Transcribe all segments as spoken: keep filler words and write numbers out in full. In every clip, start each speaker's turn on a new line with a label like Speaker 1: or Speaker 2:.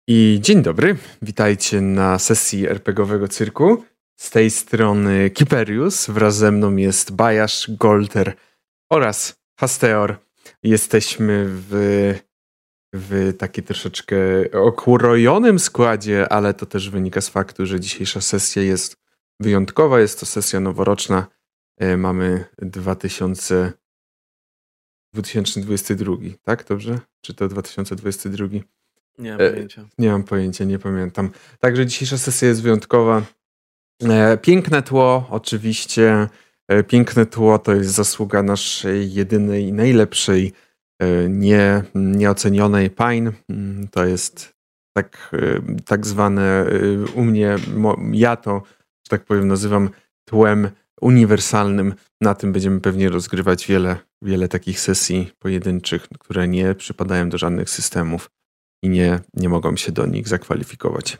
Speaker 1: I dzień dobry, witajcie na sesji RPGowego Cyrku. Z tej strony Kiperius, wraz ze mną jest Bajasz, Golter oraz Hasteor. Jesteśmy w, w takiej troszeczkę okrojonym składzie, ale to też wynika z faktu, że dzisiejsza sesja jest wyjątkowa, jest to sesja noworoczna. Mamy dwa tysiące dwudziesty drugi, tak? Dobrze? Czy to dwa tysiące dwudziesty drugi?
Speaker 2: Nie mam pojęcia.
Speaker 1: Nie mam pojęcia, nie pamiętam. Także dzisiejsza sesja jest wyjątkowa. Piękne tło, oczywiście. Piękne tło to jest zasługa naszej jedynej, najlepszej, nie, nieocenionej Pine. To jest tak, tak zwane u mnie, ja to, że tak powiem, nazywam tłem uniwersalnym. Na tym będziemy pewnie rozgrywać wiele, wiele takich sesji pojedynczych, które nie przypadają do żadnych systemów i nie, nie mogą się do nich zakwalifikować.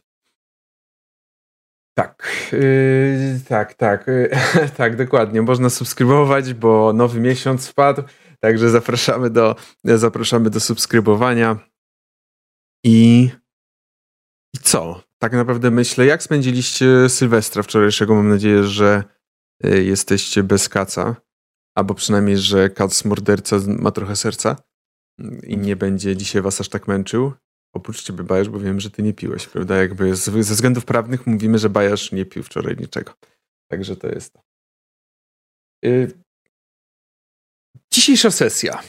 Speaker 1: Tak, yy, tak, tak, yy, tak, dokładnie. Można subskrybować, bo nowy miesiąc wpadł, także zapraszamy do, zapraszamy do subskrybowania. I, I co? Tak naprawdę myślę, jak spędziliście Sylwestra wczorajszego? Mam nadzieję, że yy, jesteście bez kaca, albo przynajmniej, że kac morderca ma trochę serca i nie będzie dzisiaj was aż tak męczył. Oprócz ciebie, Bajasz, bo wiem, że ty nie piłeś, prawda? Jakby z, ze względów prawnych mówimy, że Bajasz nie pił wczoraj niczego. Także to jest to. Yy. Dzisiejsza sesja.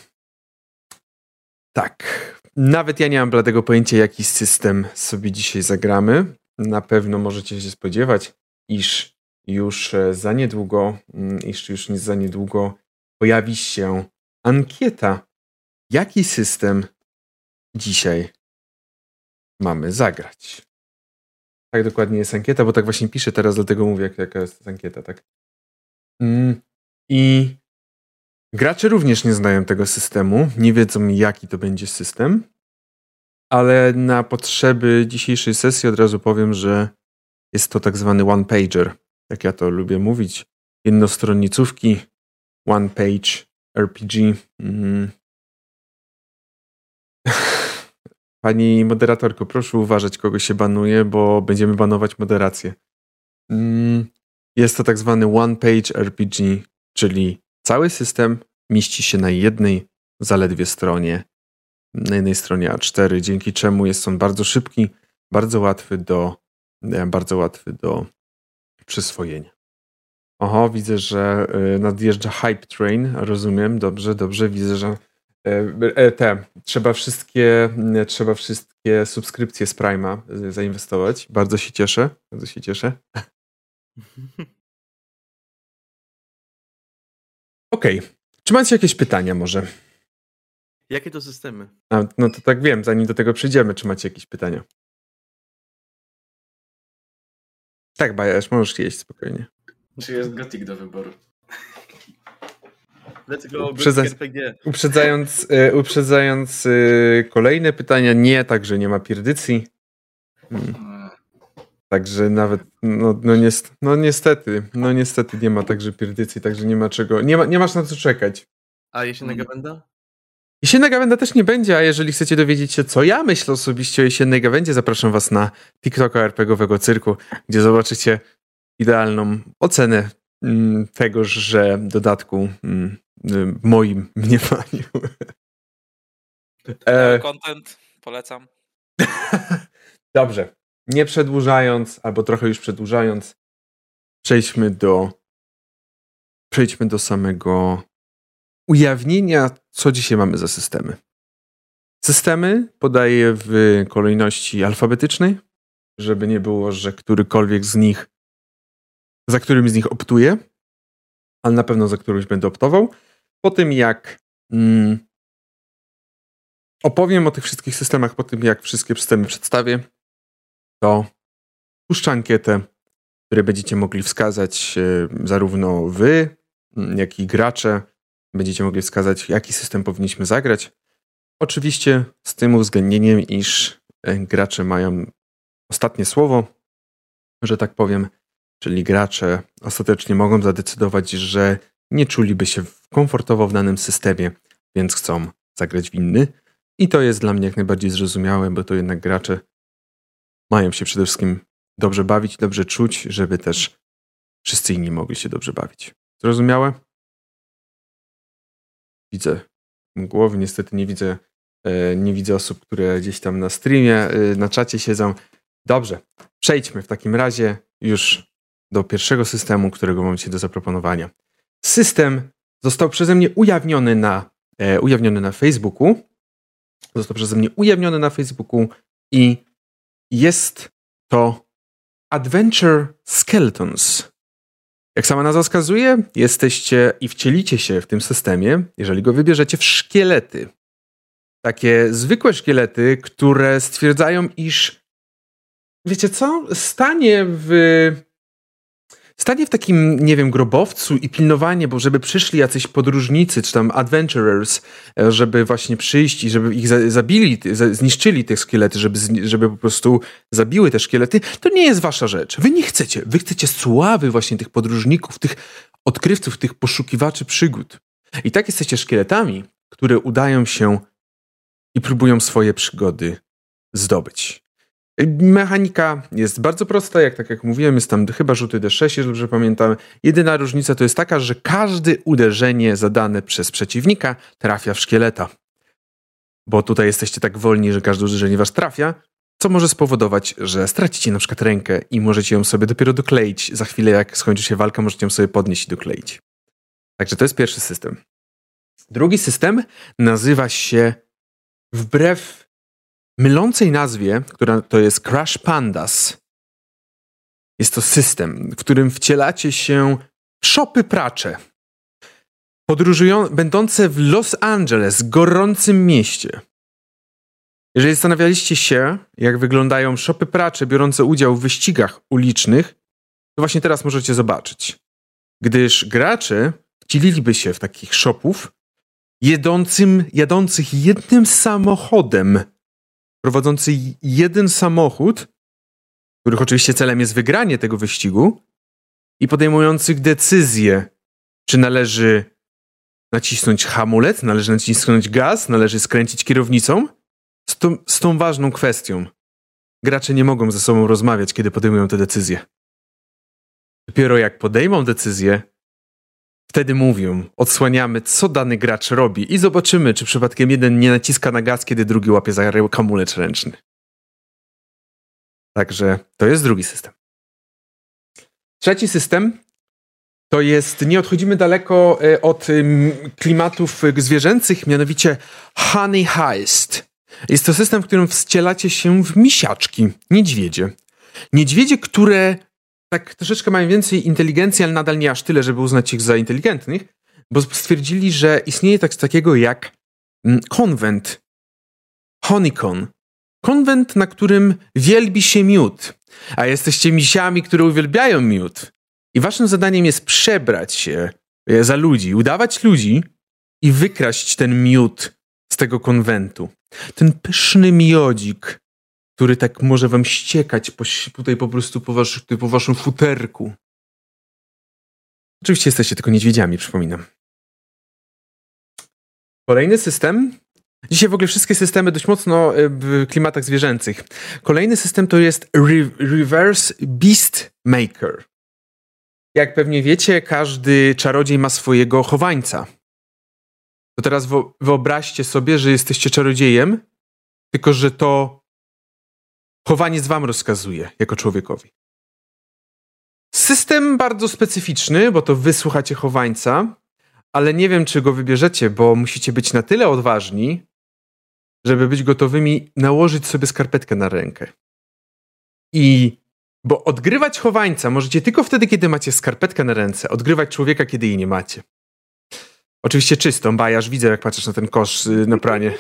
Speaker 1: Tak. Nawet ja nie mam bladego pojęcia, jaki system sobie dzisiaj zagramy. Na pewno możecie się spodziewać, iż już za niedługo, iż już nie za niedługo pojawi się ankieta, jaki system dzisiaj mamy zagrać. Tak dokładnie jest ankieta, bo tak właśnie piszę teraz, dlatego mówię, jak, jaka jest ankieta, tak. Mm, I gracze również nie znają tego systemu, nie wiedzą, jaki to będzie system, ale na potrzeby dzisiejszej sesji od razu powiem, że jest to tak zwany one-pager, jak ja to lubię mówić. Jednostronnicówki, one-page R P G. Mm. Pani moderatorko, proszę uważać, kogo się banuje, bo będziemy banować moderację. Jest to tak zwany one-page R P G, czyli cały system mieści się na jednej zaledwie stronie, na jednej stronie A cztery, dzięki czemu jest on bardzo szybki, bardzo łatwy do, bardzo łatwy do przyswojenia. Oho, widzę, że nadjeżdża Hype Train, rozumiem, dobrze, dobrze, widzę, że Te, trzeba wszystkie, trzeba wszystkie subskrypcje z Prime'a zainwestować. Bardzo się cieszę, bardzo się cieszę. Okej, okay. Czy macie jakieś pytania może?
Speaker 2: Jakie to systemy?
Speaker 1: A, no to tak wiem, zanim do tego przyjdziemy, czy macie jakieś pytania? Tak, Bajasz, możesz jeść spokojnie.
Speaker 3: Czy jest Gothic do wyboru?
Speaker 2: Let's go,
Speaker 1: Uprzedza-
Speaker 2: R P G.
Speaker 1: Uprzedzając, y, uprzedzając y, kolejne pytania, nie, także nie ma pierdycji. Hmm. Także nawet, no, no, niest- no niestety, no niestety nie ma także pierdycji, także nie ma czego, nie, ma, nie masz na co czekać.
Speaker 2: A jesienna gawenda?
Speaker 1: Jesienna gawenda też nie będzie, a jeżeli chcecie dowiedzieć się, co ja myślę osobiście o jesiennej gawędzie, zapraszam was na TikToka RPGowego Cyrku, gdzie zobaczycie idealną ocenę mm, tegoż, że dodatku mm, w moim mniemaniu.
Speaker 4: E... Content, polecam.
Speaker 1: Dobrze. Nie przedłużając, albo trochę już przedłużając, przejdźmy do przejdźmy do samego ujawnienia, co dzisiaj mamy za systemy. Systemy podaję w kolejności alfabetycznej, żeby nie było, że którykolwiek z nich, za którym z nich optuję, ale na pewno za którymś będę optował. Po tym jak mm, opowiem o tych wszystkich systemach, po tym jak wszystkie systemy przedstawię, to puszczę ankietę, w której będziecie mogli wskazać e, zarówno wy, jak i gracze, będziecie mogli wskazać, jaki system powinniśmy zagrać. Oczywiście z tym uwzględnieniem, iż e, gracze mają ostatnie słowo, że tak powiem, czyli gracze ostatecznie mogą zadecydować, że nie czuliby się komfortowo w danym systemie, więc chcą zagrać w inny. I to jest dla mnie jak najbardziej zrozumiałe, bo to jednak gracze mają się przede wszystkim dobrze bawić, dobrze czuć, żeby też wszyscy inni mogli się dobrze bawić. Zrozumiałe? Widzę głowy, niestety nie widzę, nie widzę osób, które gdzieś tam na streamie, na czacie siedzą. Dobrze, przejdźmy w takim razie już do pierwszego systemu, którego mam dzisiaj do zaproponowania. System został przeze mnie ujawniony na, e, ujawniony na Facebooku. Został przeze mnie ujawniony na Facebooku i jest to Adventure Skeletons. Jak sama nazwa wskazuje, jesteście i wcielicie się w tym systemie, jeżeli go wybierzecie, w szkielety. Takie zwykłe szkielety, które stwierdzają, iż wiecie co? Stanie w stanie w takim, nie wiem, grobowcu i pilnowanie, bo żeby przyszli jacyś podróżnicy, czy tam adventurers, żeby właśnie przyjść i żeby ich za- zabili, za- zniszczyli te szkielety, żeby, zni- żeby po prostu zabiły te szkielety, to nie jest wasza rzecz. Wy nie chcecie. Wy chcecie sławy właśnie tych podróżników, tych odkrywców, tych poszukiwaczy przygód. I tak jesteście szkieletami, które udają się i próbują swoje przygody zdobyć. Mechanika jest bardzo prosta, jak tak jak mówiłem, jest tam chyba rzuty D sześć, jeżeli dobrze pamiętam. Jedyna różnica to jest taka, że każde uderzenie zadane przez przeciwnika trafia w szkieleta. Bo tutaj jesteście tak wolni, że każde uderzenie was trafia, co może spowodować, że stracicie na przykład rękę i możecie ją sobie dopiero dokleić. Za chwilę, jak skończy się walka, możecie ją sobie podnieść i dokleić. Także to jest pierwszy system. Drugi system nazywa się, wbrew mylącej nazwie, która to jest Crash Pandas. Jest to system, w którym wcielacie się w szopy pracze. Podróżują, będące w Los Angeles, gorącym mieście. Jeżeli zastanawialiście się, jak wyglądają szopy pracze biorące udział w wyścigach ulicznych, to właśnie teraz możecie zobaczyć. Gdyż gracze wcieliliby się w takich szopów jedącym, jadących jednym samochodem, prowadzący jeden samochód, których oczywiście celem jest wygranie tego wyścigu, i podejmujących decyzję, czy należy nacisnąć hamulec, należy nacisnąć gaz, należy skręcić kierownicą. Z tą, z tą ważną kwestią. Gracze nie mogą ze sobą rozmawiać, kiedy podejmują te decyzje. Dopiero jak podejmą decyzję, wtedy mówią, odsłaniamy, co dany gracz robi i zobaczymy, czy przypadkiem jeden nie naciska na gaz, kiedy drugi łapie za hamulec ręczny. Także to jest drugi system. Trzeci system to jest, nie odchodzimy daleko od klimatów zwierzęcych, mianowicie Honey Heist. Jest to system, w którym wcielacie się w misiaczki, niedźwiedzie. Niedźwiedzie, które tak troszeczkę mają więcej inteligencji, ale nadal nie aż tyle, żeby uznać ich za inteligentnych, bo stwierdzili, że istnieje tak, takiego jak konwent. Honeycon. Konwent, na którym wielbi się miód. A jesteście misiami, które uwielbiają miód. I waszym zadaniem jest przebrać się za ludzi, udawać ludzi i wykraść ten miód z tego konwentu. Ten pyszny miodzik, który tak może wam ściekać po, tutaj po prostu po, wasz, po waszym futerku. Oczywiście jesteście tylko niedźwiedziami, przypominam. Kolejny system. Dzisiaj w ogóle wszystkie systemy dość mocno w klimatach zwierzęcych. Kolejny system to jest Re- Reverse Beast Maker. Jak pewnie wiecie, każdy czarodziej ma swojego chowańca. To teraz wyobraźcie sobie, że jesteście czarodziejem, tylko że to chowaniec wam rozkazuje jako człowiekowi. System bardzo specyficzny, bo to wy słuchacie chowańca, ale nie wiem, czy go wybierzecie, bo musicie być na tyle odważni, żeby być gotowymi nałożyć sobie skarpetkę na rękę. I bo odgrywać chowańca możecie tylko wtedy, kiedy macie skarpetkę na ręce, odgrywać człowieka, kiedy jej nie macie. Oczywiście czystą, bo ja aż widzę, jak patrzysz na ten kosz na pranie.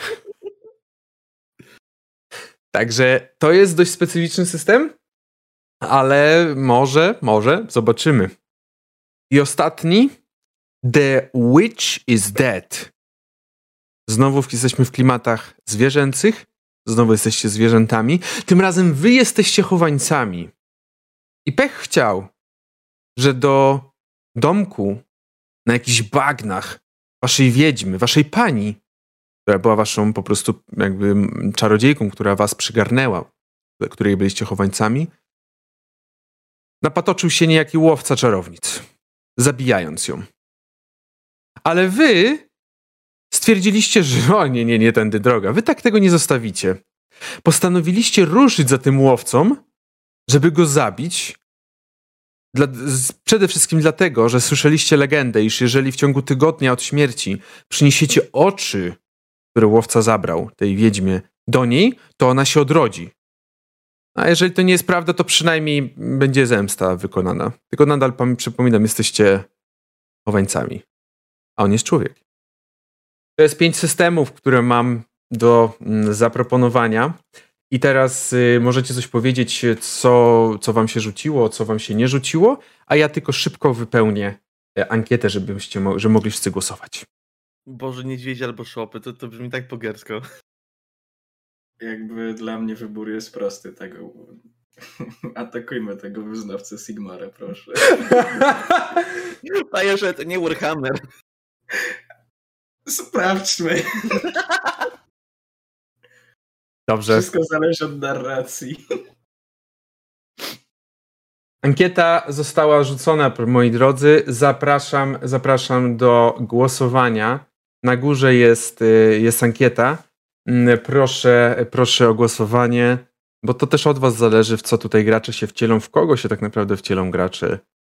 Speaker 1: Także to jest dość specyficzny system, ale może, może, zobaczymy. I ostatni, The Witch is Dead. Znowu jesteśmy w klimatach zwierzęcych, znowu jesteście zwierzętami, tym razem wy jesteście chowańcami. I pech chciał, że do domku na jakichś bagnach waszej wiedźmy, waszej pani, która była waszą po prostu jakby czarodziejką, która was przygarnęła, której byliście chowańcami, napatoczył się niejaki łowca czarownic, zabijając ją. Ale wy stwierdziliście, że o nie, nie, nie tędy droga. Wy tak tego nie zostawicie. Postanowiliście ruszyć za tym łowcą, żeby go zabić. Dla, z, przede wszystkim dlatego, że słyszeliście legendę, iż jeżeli w ciągu tygodnia od śmierci przyniesiecie oczy, które łowca zabrał tej wiedźmie, do niej, to ona się odrodzi. A jeżeli to nie jest prawda, to przynajmniej będzie zemsta wykonana. Tylko nadal, przypominam, jesteście chowańcami. A on jest człowiek. To jest pięć systemów, które mam do mm, zaproponowania. I teraz y, możecie coś powiedzieć, co, co wam się rzuciło, co wam się nie rzuciło, a ja tylko szybko wypełnię e, ankietę, żebyście mo- że mogli wszyscy głosować.
Speaker 2: Boże, niedźwiedzie albo szopy, to, to brzmi tak pogersko.
Speaker 3: Jakby dla mnie wybór jest prosty. Tego... Atakujmy tego wyznawcę Sigmara, proszę.
Speaker 2: A że to nie Warhammer.
Speaker 3: Sprawdźmy.
Speaker 1: Dobrze.
Speaker 3: Wszystko zależy od narracji.
Speaker 1: Ankieta została rzucona, moi drodzy. Zapraszam, zapraszam do głosowania. Na górze jest, jest ankieta. Proszę, proszę o głosowanie, bo to też od was zależy, w co tutaj gracze się wcielą, w kogo się tak naprawdę wcielą gracze.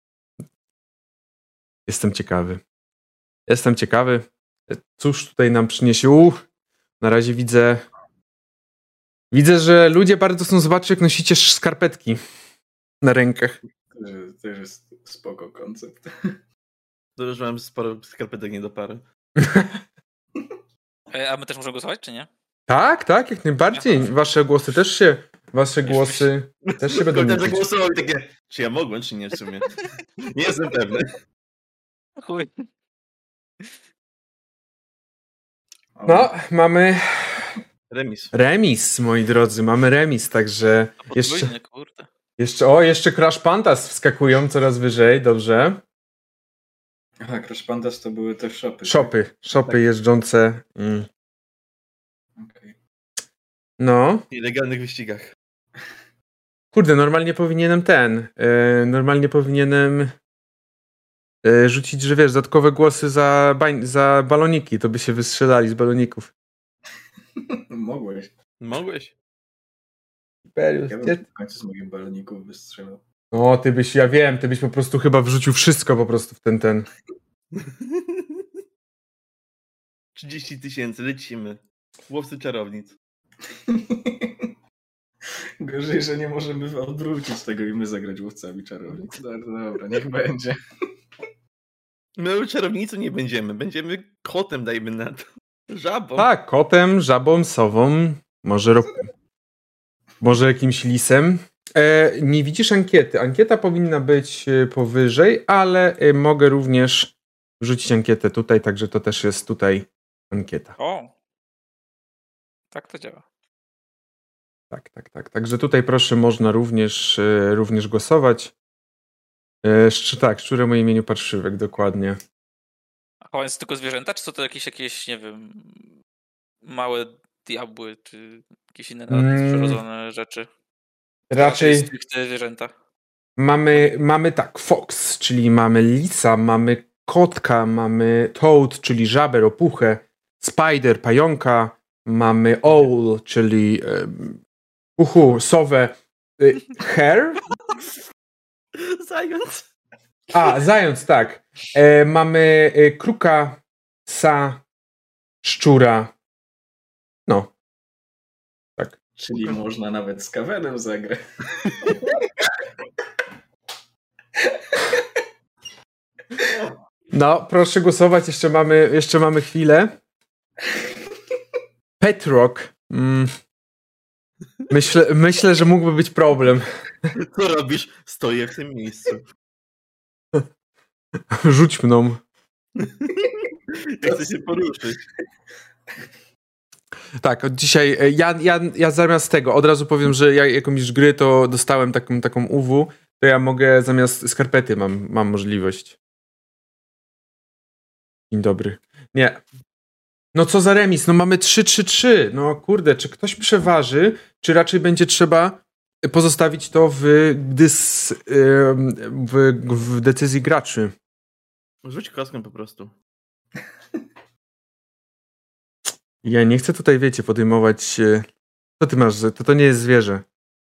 Speaker 1: Jestem ciekawy. Jestem ciekawy. Cóż tutaj nam przyniesie? Uch, na razie widzę... Widzę, że ludzie bardzo chcą zobaczyć, jak nosicie skarpetki na rękach.
Speaker 3: To jest, to jest spoko koncept.
Speaker 2: Zużyłem sporo skarpetek nie do pary.
Speaker 4: E, A my też możemy głosować, czy nie?
Speaker 1: Tak, tak, jak najbardziej. Wasze głosy też się... Wasze głosy też się będą
Speaker 2: Kończę
Speaker 1: liczyć.
Speaker 2: zagłosował i takie, czy ja mogłem, czy nie w sumie. Nie jestem pewny.
Speaker 4: Chuj.
Speaker 1: No, mamy
Speaker 2: Remis.
Speaker 1: remis, moi drodzy, mamy remis, także jeszcze,
Speaker 4: Podwójnie, kurde.
Speaker 1: jeszcze, o, jeszcze Crash Pandas wskakują coraz wyżej, dobrze.
Speaker 3: Aha, Crash Pandas to były te shopy.
Speaker 1: Shopy, shopy
Speaker 3: Tak.
Speaker 1: jeżdżące. Mm.
Speaker 3: Okay.
Speaker 1: No.
Speaker 2: W nielegalnych wyścigach.
Speaker 1: Kurde, normalnie powinienem ten, yy, normalnie powinienem yy, rzucić, że wiesz, dodatkowe głosy za, bań, za baloniki, to by się wystrzelali z baloników.
Speaker 3: Mogłeś.
Speaker 2: Mogłeś.
Speaker 1: Imperius,
Speaker 3: Ja
Speaker 1: gdzie...
Speaker 3: bym w końcu z moich baloników wystrzelał.
Speaker 1: O, ty byś, ja wiem, ty byś po prostu chyba wrzucił wszystko po prostu w ten, ten.
Speaker 2: trzydzieści tysięcy, lecimy. Łowcy czarownic.
Speaker 3: Gorzej, że nie możemy odwrócić tego i my zagrać łowcami czarownic. Dobra, dobra, niech będzie.
Speaker 2: My czarownicą nie będziemy. Będziemy kotem, dajmy na to. Żabą.
Speaker 1: Tak, kotem, żabą, sową, może, ro... może jakimś lisem. E, nie widzisz ankiety. Ankieta powinna być powyżej, ale e, mogę również wrzucić ankietę tutaj, także to też jest tutaj ankieta.
Speaker 4: O! Tak to działa.
Speaker 1: Tak, tak, tak. Także tutaj proszę, można również, e, również głosować. E, szcz- tak, szczurę o imieniu Parszywek, dokładnie.
Speaker 4: A chować tylko zwierzęta, czy są to jakieś, jakieś, nie wiem, małe diabły, czy jakieś inne
Speaker 1: Mm.
Speaker 4: nadprzyrodzone rzeczy?
Speaker 1: Raczej
Speaker 4: Stricte zwierzęta.
Speaker 1: mamy, mamy tak, fox, czyli mamy lisa, mamy kotka, mamy toad, czyli żabę, ropuchę, spider, pająka, mamy owl, czyli e, uhu, sowę, e, hare?
Speaker 2: Zając.
Speaker 1: A, zając, tak. E, mamy e, kruka, psa, szczura. No. Tak.
Speaker 3: Czyli można nawet z Kawenem zagrać.
Speaker 1: No, proszę głosować, jeszcze mamy, jeszcze mamy chwilę. Petrock. Mm. Myślę, myślę, że mógłby być problem.
Speaker 2: Co robisz? Stoję w tym miejscu.
Speaker 1: Rzuć mną.
Speaker 2: Ja chcę się poruszyć.
Speaker 1: Tak, od dzisiaj, e, ja, ja, ja zamiast tego, od razu powiem, że ja jakąś gry to dostałem taką, taką U W, to ja mogę zamiast skarpety mam, mam możliwość. Dzień dobry. Nie. No co za remis, no mamy trzy trzy trzy. No kurde, czy ktoś przeważy, czy raczej będzie trzeba pozostawić to w, dys, w, w decyzji graczy.
Speaker 2: Rzuć kostkę po prostu.
Speaker 1: Ja nie chcę tutaj, wiecie, podejmować... Co ty masz? To to nie jest zwierzę.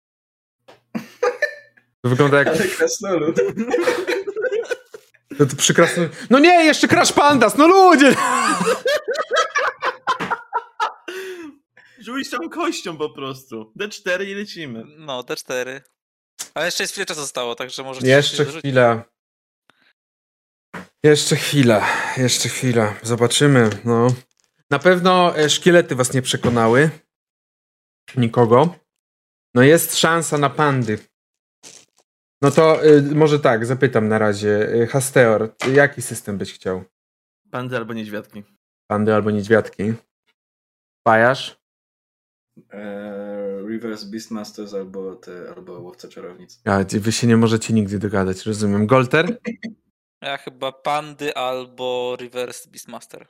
Speaker 1: To wygląda jak...
Speaker 3: Ale krasnolud.
Speaker 1: No to przy krasnolud... No nie, jeszcze Crash Pandas, no ludzie!
Speaker 2: Rzuć tą kością po prostu. D cztery i lecimy.
Speaker 4: No, D cztery. Ale jeszcze jest chwilę czasu zostało, także może...
Speaker 1: Jeszcze chwila. Jeszcze chwila. Jeszcze chwila. Zobaczymy, no. Na pewno szkielety was nie przekonały. Nikogo. No jest szansa na pandy. No to y, może tak, zapytam na razie. Y, Hasteor, jaki system byś chciał?
Speaker 2: Pandy albo niedźwiadki.
Speaker 1: Pandy albo niedźwiadki. Pajasz?
Speaker 3: Eee, Reverse Beastmasters albo, te, albo Łowca Czarownic.
Speaker 1: A, wy się nie możecie nigdy dogadać, rozumiem. Golter?
Speaker 4: Ja chyba Pandy albo Reverse Beastmaster.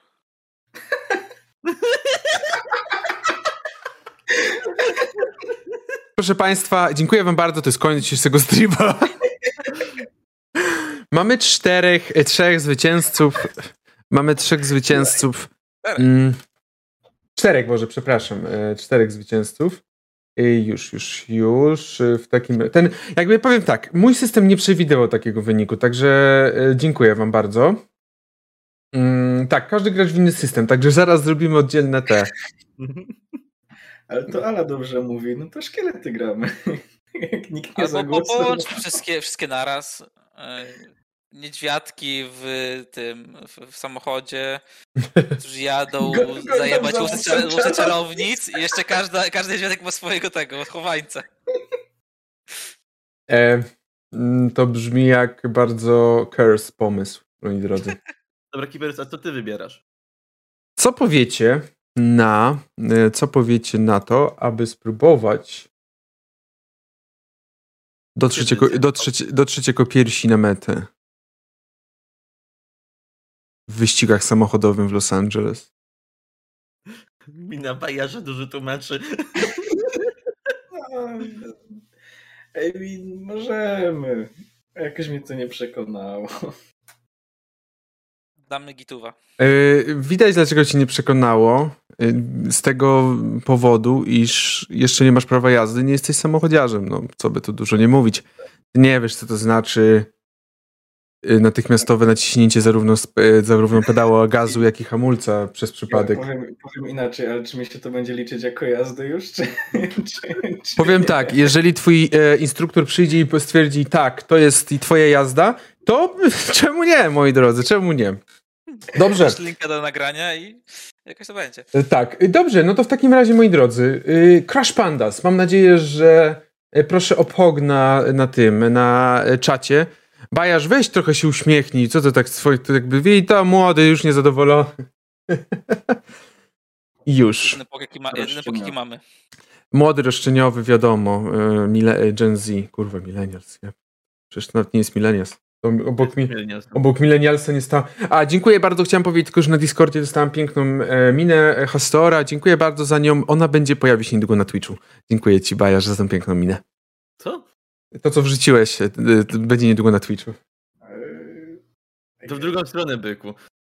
Speaker 1: Proszę Państwa, dziękuję Wam bardzo, to jest koniec dzisiejszego streama. Mamy czterech, trzech zwycięzców. Mamy trzech zwycięzców. Mm, czterech może, przepraszam. Czterech zwycięzców. I już, już, już. W takim... Ten, jakby powiem tak, mój system nie przewidywał takiego wyniku, także dziękuję Wam bardzo. Mm, tak, każdy gracz w inny system, także zaraz zrobimy oddzielne te.
Speaker 3: Ale to Ala dobrze mówi, no to szkielety gramy. Jak nikt nie
Speaker 4: Albo
Speaker 3: zagłosował.
Speaker 4: połącz wszystkie, wszystkie naraz. Niedźwiadki w tym, w, w samochodzie, którzy jadą
Speaker 3: Go- go-
Speaker 4: zajebać
Speaker 3: go-
Speaker 4: łowcę
Speaker 3: go-
Speaker 4: łowcę czarownic i jeszcze każda, każdy niedźwiadek ma swojego tego, chowańca.
Speaker 1: E, mm, to brzmi jak bardzo curse pomysł, moi drodzy.
Speaker 2: Dobra, Kiberus, a co ty wybierasz?
Speaker 1: Co powiecie na, e, co powiecie na to, aby spróbować dotrzeć jako, dotrzeć, dotrzeć jako pierwsi na metę w wyścigach samochodowych w Los Angeles?
Speaker 2: Mina bajarza dużo tłumaczy.
Speaker 3: Ej, możemy. Jakoś mnie to nie przekonało.
Speaker 4: Damy gituwa.
Speaker 1: E, widać, dlaczego cię nie przekonało. E, z tego powodu, iż jeszcze nie masz prawa jazdy, nie jesteś samochodziarzem. No, co by tu dużo nie mówić. Ty nie wiesz, co to znaczy e, natychmiastowe naciśnięcie zarówno, e, zarówno pedału gazu, jak i hamulca przez przypadek.
Speaker 3: Ja powiem, powiem inaczej, ale czy mi się to będzie liczyć jako jazdę już? Czy, czy, czy
Speaker 1: Powiem
Speaker 3: nie?
Speaker 1: tak, jeżeli twój e, instruktor przyjdzie i stwierdzi, tak, to jest i twoja jazda, to czemu nie, moi drodzy, czemu nie? Dobrze.
Speaker 4: Masz linka do nagrania i jakoś to będzie.
Speaker 1: E, Tak, e, dobrze, no to w takim razie, moi drodzy, e, Crash Pandas, mam nadzieję, że e, proszę o pog na, na tym, na e, czacie. Bajarz, weź trochę się uśmiechnij, co to tak swoje, to jakby wita, młody, już niezadowolony. I już.
Speaker 4: Jedyne pokeki, ma, jedyne pokeki mamy.
Speaker 1: Młody, roszczeniowy, wiadomo, e, mile, Gen Z, kurwa, millennials. Ja. Przecież to nawet nie jest millennials. To obok, mi, obok millennialsa nie stał. A, dziękuję bardzo, chciałem powiedzieć tylko, że na Discordzie dostałem piękną e, minę Hastora. Dziękuję bardzo za nią. Ona będzie pojawi się niedługo na Twitchu. Dziękuję ci, Bajarz, za tę piękną minę.
Speaker 2: Co?
Speaker 1: To, co wrzuciłeś, e, e, będzie niedługo na Twitchu.
Speaker 3: Eee,
Speaker 2: To w drugą stronę, byku.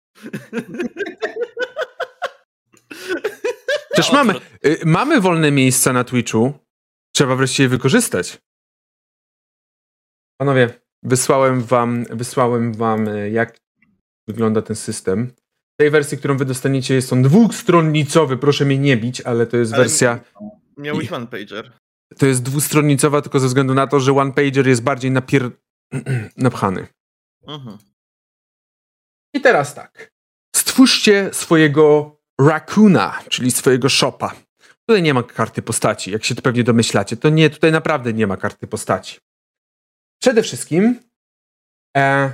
Speaker 1: Też
Speaker 4: Na
Speaker 1: mamy,
Speaker 4: odwrót.
Speaker 1: e, mamy wolne miejsca na Twitchu. Trzeba wreszcie je wykorzystać. Panowie, wysłałem wam, wysłałem wam, e, jak wygląda ten system. W tej wersji, którą wy dostaniecie, jest on dwustronnicowy. Proszę mnie nie bić, ale to jest
Speaker 2: Ale
Speaker 1: wersja...
Speaker 2: Miał być one pager.
Speaker 1: To jest dwustronnicowa tylko ze względu na to, że one pager jest bardziej napier... napchany.
Speaker 2: Mhm.
Speaker 1: I teraz tak. Stwórzcie swojego Raccoona, czyli swojego shopa. Tutaj nie ma karty postaci, jak się to pewnie domyślacie. To nie, tutaj naprawdę nie ma karty postaci. Przede wszystkim e,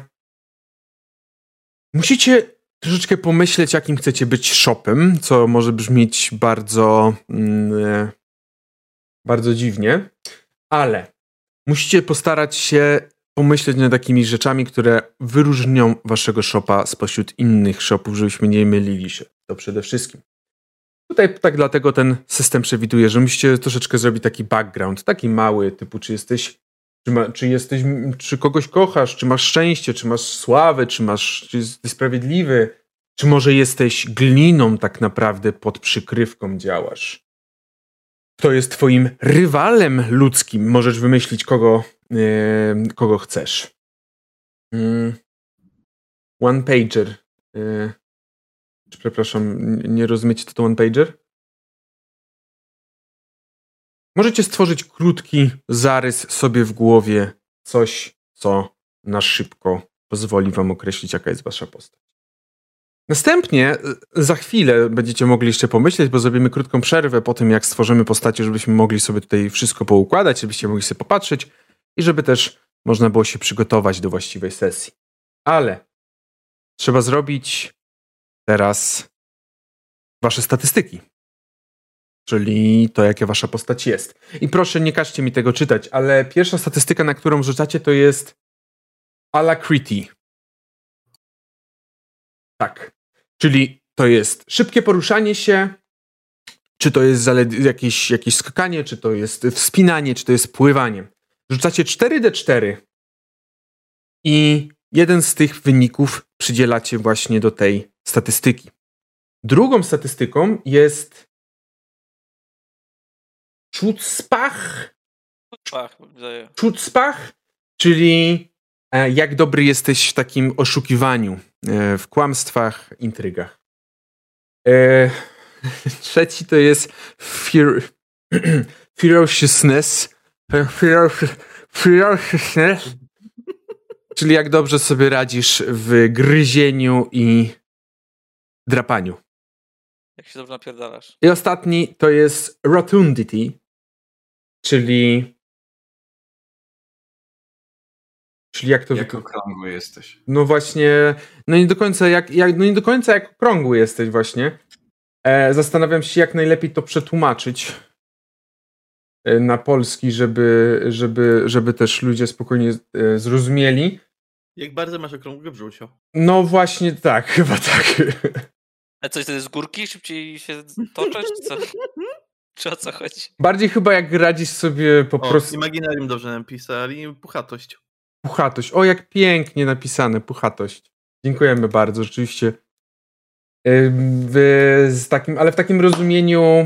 Speaker 1: musicie troszeczkę pomyśleć, jakim chcecie być shopem, co może brzmieć bardzo mm, bardzo dziwnie, ale musicie postarać się pomyśleć nad takimi rzeczami, które wyróżnią waszego shopa spośród innych shopów, żebyśmy nie mylili się. To przede wszystkim. Tutaj tak dlatego ten system przewiduje, że musicie troszeczkę zrobić taki background, taki mały, typu czy jesteś, czy, ma, czy jesteś, czy kogoś kochasz, czy masz szczęście, czy masz sławę, czy masz, czy jesteś sprawiedliwy, czy może jesteś gliną tak naprawdę pod przykrywką działasz. Kto jest twoim rywalem ludzkim, możesz wymyślić kogo, yy, kogo chcesz. Yy. One pager. Yy. Przepraszam, nie rozumiecie, co to one pager? Możecie stworzyć krótki zarys sobie w głowie, coś, co na szybko pozwoli wam określić, jaka jest wasza postać. Następnie, za chwilę będziecie mogli jeszcze pomyśleć, bo zrobimy krótką przerwę po tym, jak stworzymy postacie, żebyśmy mogli sobie tutaj wszystko poukładać, żebyście mogli sobie popatrzeć i żeby też można było się przygotować do właściwej sesji. Ale trzeba zrobić teraz wasze statystyki. Czyli to, jakie wasza postać jest. I proszę, nie każcie mi tego czytać, ale pierwsza statystyka, na którą rzucacie, to jest Alacrity. Tak. Czyli to jest szybkie poruszanie się, czy to jest zale- jakieś, jakieś skakanie, czy to jest wspinanie, czy to jest pływanie. Rzucacie cztery d cztery i jeden z tych wyników przydzielacie właśnie do tej statystyki. Drugą statystyką jest Schutzpach.
Speaker 4: Pach, wydaje.
Speaker 1: Schutzpach, czyli e, jak dobry jesteś w takim oszukiwaniu, e, w kłamstwach, intrygach. E, trzeci to jest fear, ferociousness, ferociousness, czyli jak dobrze sobie radzisz w gryzieniu i drapaniu.
Speaker 4: Jak się dobrze napierdalasz.
Speaker 1: I ostatni to jest rotundity, czyli czyli jak to
Speaker 3: Jak
Speaker 1: wyko-
Speaker 3: okrągły jesteś.
Speaker 1: No właśnie, no nie do końca jak, jak no nie do końca jak okrągły jesteś właśnie. E, zastanawiam się, jak najlepiej to przetłumaczyć e, na polski, żeby, żeby, żeby też ludzie spokojnie e, zrozumieli.
Speaker 2: Jak bardzo masz okrągłe brzusie?
Speaker 1: No właśnie tak, chyba tak.
Speaker 4: A coś wtedy z górki szybciej się toczyć, czy co? Czy o co chodzi?
Speaker 1: Bardziej chyba jak radzisz sobie po
Speaker 2: O,
Speaker 1: prostu...
Speaker 2: Imaginarium dobrze napisali, puchatość.
Speaker 1: Puchatość. O, jak pięknie napisane, puchatość. Dziękujemy bardzo, rzeczywiście. W, z takim, ale w takim rozumieniu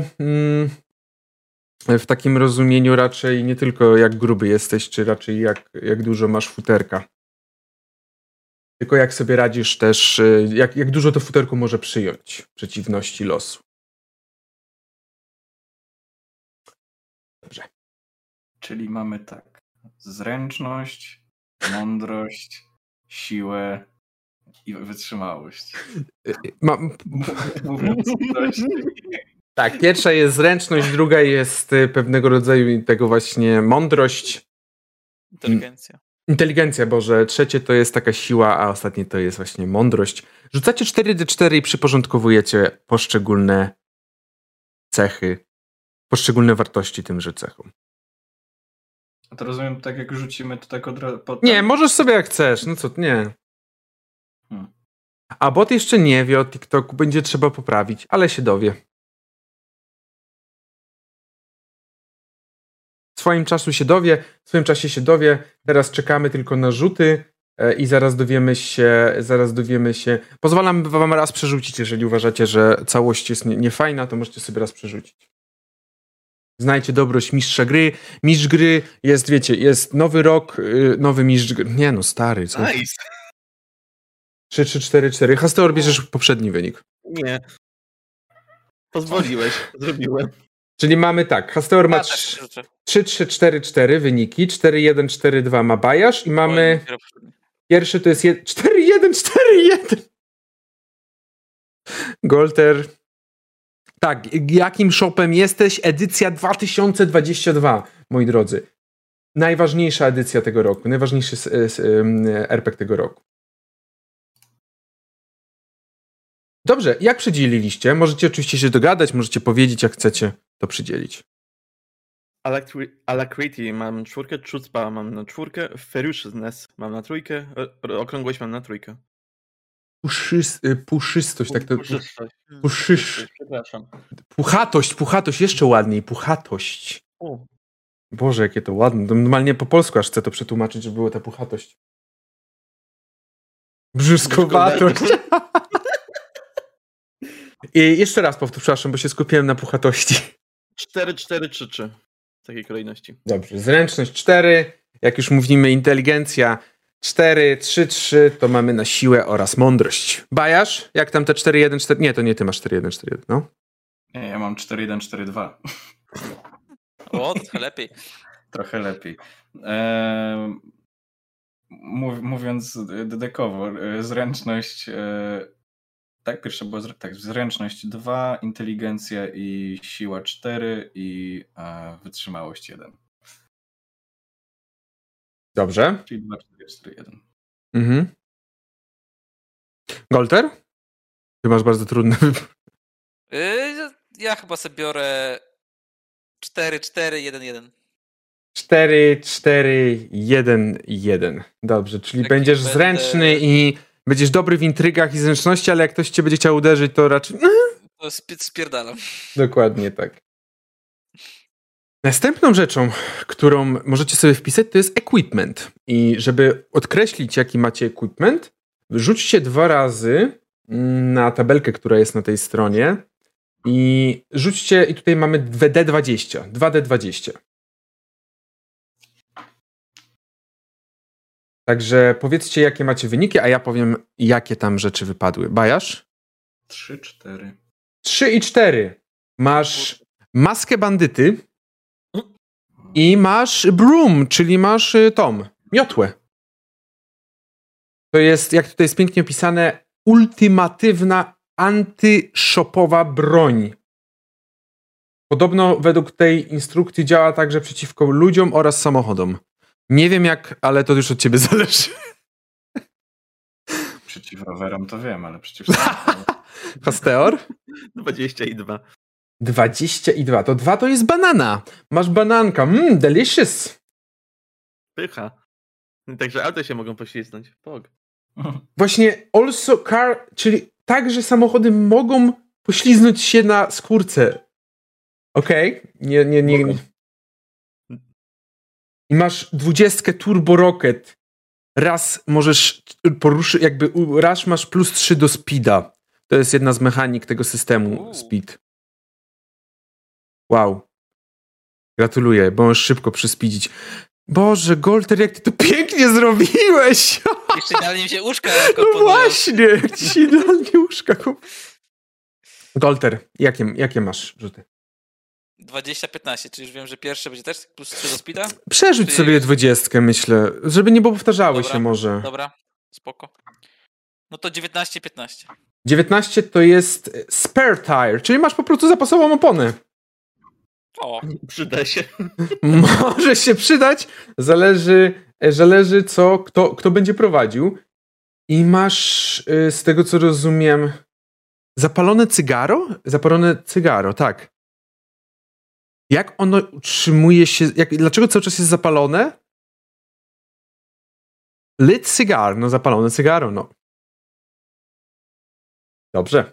Speaker 1: w takim rozumieniu raczej nie tylko jak gruby jesteś, czy raczej jak, jak dużo masz futerka. Tylko jak sobie radzisz też, jak, jak dużo to futerko może przyjąć przeciwności losu. Dobrze.
Speaker 3: Czyli mamy tak. Zręczność, mądrość, siłę i wytrzymałość.
Speaker 1: Mam...
Speaker 3: Mówiąc dość.
Speaker 1: Tak, pierwsza jest zręczność, druga jest pewnego rodzaju tego właśnie mądrość.
Speaker 4: Inteligencja.
Speaker 1: Inteligencja, Boże. Trzecie to jest taka siła, a ostatnie to jest właśnie mądrość. Rzucacie cztery d cztery i przyporządkowujecie poszczególne cechy, poszczególne wartości tymże cechom.
Speaker 3: A to rozumiem, tak jak rzucimy, to tak od razu...
Speaker 1: Nie, możesz sobie jak chcesz. No co, nie.
Speaker 3: Hmm.
Speaker 1: A bot jeszcze nie wie o TikToku, będzie trzeba poprawić, ale się dowie. W swoim czasu się dowie, w swoim czasie się dowie. Teraz czekamy tylko na rzuty e, i zaraz dowiemy się, zaraz dowiemy się. Pozwalam wam raz przerzucić, jeżeli uważacie, że całość jest nie- niefajna, to możecie sobie raz przerzucić. Znajcie dobroć mistrza gry. Mistrz gry jest, wiecie, jest nowy rok, y, nowy mistrz gry. Nie no, stary. Co?
Speaker 2: Nice!
Speaker 1: trzy, trzy, cztery, cztery. Hastor, bierzesz poprzedni wynik.
Speaker 2: Nie. Pozwoliłeś, zrobiłem.
Speaker 1: Czyli mamy tak, Hastor ma
Speaker 4: Ja też rzucę.
Speaker 1: trzy, trzy, cztery, cztery wyniki, cztery, jeden, cztery, dwa ma Bajasz i mamy,
Speaker 4: Oj, dopiero poprzedni.
Speaker 1: pierwszy to jest je- cztery, jeden, cztery, jeden. Golter. Tak, jakim shopem jesteś? Edycja dwa tysiące dwadzieścia dwa, moi drodzy. Najważniejsza edycja tego roku, najważniejszy s- s- em, er pe gie tego roku. Dobrze, jak przydzieliliście? Możecie oczywiście się dogadać, możecie powiedzieć, jak chcecie to przydzielić.
Speaker 2: Alacri- Alacrity mam czwórkę, Chutzpah mam na czwórkę, Ferociousness mam na trójkę, o- okrągłość mam na trójkę.
Speaker 1: puszys, y, puszystość, tak to...
Speaker 2: Puszystość.
Speaker 1: Puszysz...
Speaker 2: Przepraszam.
Speaker 1: Puchatość, puchatość, jeszcze ładniej, puchatość.
Speaker 2: O.
Speaker 1: Boże, jakie to ładne. Normalnie po polsku aż chcę to przetłumaczyć, żeby była ta puchatość. Brzuskowatość. I jeszcze raz powtórzę, przepraszam, bo się skupiłem na puchatości.
Speaker 2: cztery, cztery, trzy, trzy. W takiej kolejności.
Speaker 1: Dobrze, zręczność cztery, jak już mówimy inteligencja cztery, trzy, trzy, to mamy na siłę oraz mądrość. Bajasz? Jak tam te cztery, jeden, cztery? Nie, to nie ty masz cztery, jeden, cztery, jeden, no.
Speaker 3: Nie, ja mam cztery jeden, cztery dwa.
Speaker 4: O, trochę lepiej.
Speaker 3: Trochę lepiej. Eee, mów, mówiąc dedekowo, e, zręczność... E, tak, pierwsze było zre, tak, zręczność dwa, inteligencja i siła cztery i e, wytrzymałość jeden.
Speaker 1: Dobrze.
Speaker 3: Czyli dwa, cztery, cztery, jeden.
Speaker 1: Mhm. Golter? Ty masz bardzo trudny wybór.
Speaker 4: Yy, ja chyba sobie biorę cztery, cztery, jeden, jeden.
Speaker 1: cztery, cztery, jeden, jeden. Dobrze, czyli
Speaker 4: Jak
Speaker 1: będziesz
Speaker 4: będę-
Speaker 1: zręczny i będziesz dobry w intrygach i zręczności, ale jak ktoś cię będzie chciał uderzyć, to raczej...
Speaker 4: To sp- spierdalam.
Speaker 1: Dokładnie tak. Następną rzeczą, którą możecie sobie wpisać, to jest equipment. I żeby odkreślić, jaki macie equipment, rzućcie dwa razy na tabelkę, która jest na tej stronie i rzućcie, i tutaj mamy D dwadzieścia. dwa D dwadzieścia. Także powiedzcie, jakie macie wyniki, a ja powiem, jakie tam rzeczy wypadły. Bajasz?
Speaker 3: trzy, cztery.
Speaker 1: trzy i cztery. Masz maskę bandyty i masz broom, czyli masz y, tą, miotłę. To jest, jak tutaj jest pięknie opisane, ultimatywna antyszopowa broń. Podobno według tej instrukcji działa także przeciwko ludziom oraz samochodom. Nie wiem jak, ale to już od ciebie zależy.
Speaker 3: Przeciw rowerom to wiem, ale przeciw...
Speaker 1: Pasteor?
Speaker 2: dwadzieścia dwa.
Speaker 1: dwadzieścia dwa. To dwa to jest banana. Masz bananka. Mmm, delicious.
Speaker 2: Pycha. Także auto się mogą poślizgnąć. Pog.
Speaker 1: Właśnie also car, czyli także samochody mogą pośliznąć się na skórce. Okej? Okay? Nie, nie, nie.
Speaker 2: Mogą.
Speaker 1: I masz dwudziestkę Turbo Rocket. Raz możesz poruszyć, jakby raz masz plus trzy do speeda. To jest jedna z mechanik tego systemu
Speaker 4: Uuu.
Speaker 1: speed. Wow. Gratuluję, bo możesz szybko przyspeedzić. Boże, Golter, jak ty to pięknie zrobiłeś!
Speaker 4: Jeszcze idealnie mi się uszka
Speaker 1: No
Speaker 4: komponują.
Speaker 1: właśnie, jak ci się idealnie łóżka kup- Golter, jakie, jakie masz rzuty?
Speaker 4: dwadzieścia piętnaście, czyli już wiem, że pierwsze będzie też plus trzy do speeda?
Speaker 1: Przerzuć
Speaker 4: Ty-
Speaker 1: sobie dwudziestkę, myślę, żeby nie powtarzały
Speaker 4: Dobra.
Speaker 1: się może.
Speaker 4: Dobra, spoko. No to dziewiętnaście piętnaście.
Speaker 1: dziewiętnaście to jest spare tire, czyli masz po prostu zapasową oponę.
Speaker 4: O,
Speaker 2: Przyda się.
Speaker 1: Może się przydać, zależy, zależy co, kto, kto będzie prowadził. I masz, y, z tego co rozumiem, zapalone cygaro? Zapalone cygaro, tak. Jak ono utrzymuje się, jak, dlaczego cały czas jest zapalone? Lit cigar, no zapalone cygaro, no. Dobrze.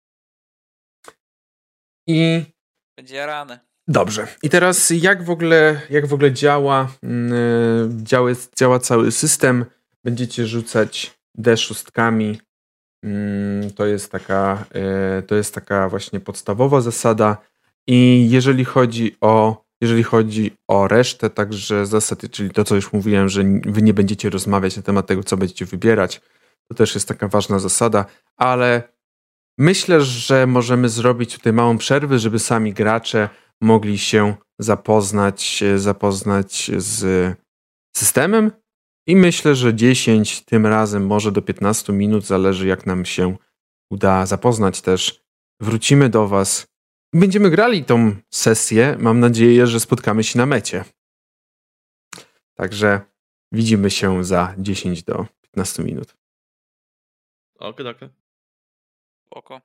Speaker 1: I
Speaker 4: będzie jarane.
Speaker 1: dobrze. I teraz jak w ogóle, jak w ogóle działa, yy, działa, działa cały system? Będziecie rzucać D sześć. Yy, to jest taka, yy, to jest taka właśnie podstawowa zasada. I jeżeli chodzi o, jeżeli chodzi o resztę, także zasady, czyli to, co już mówiłem, że wy nie będziecie rozmawiać na temat tego, co będziecie wybierać, to też jest taka ważna zasada, ale myślę, że możemy zrobić tutaj małą przerwę, żeby sami gracze mogli się zapoznać, zapoznać z systemem i myślę, że dziesięć tym razem, może do piętnastu minut, zależy jak nam się uda zapoznać też. Wrócimy do was. Będziemy grali tą sesję. Mam nadzieję, że spotkamy się na mecie. Także widzimy się za dziesięć do piętnastu minut.
Speaker 2: Okej, okej.
Speaker 4: Spoko.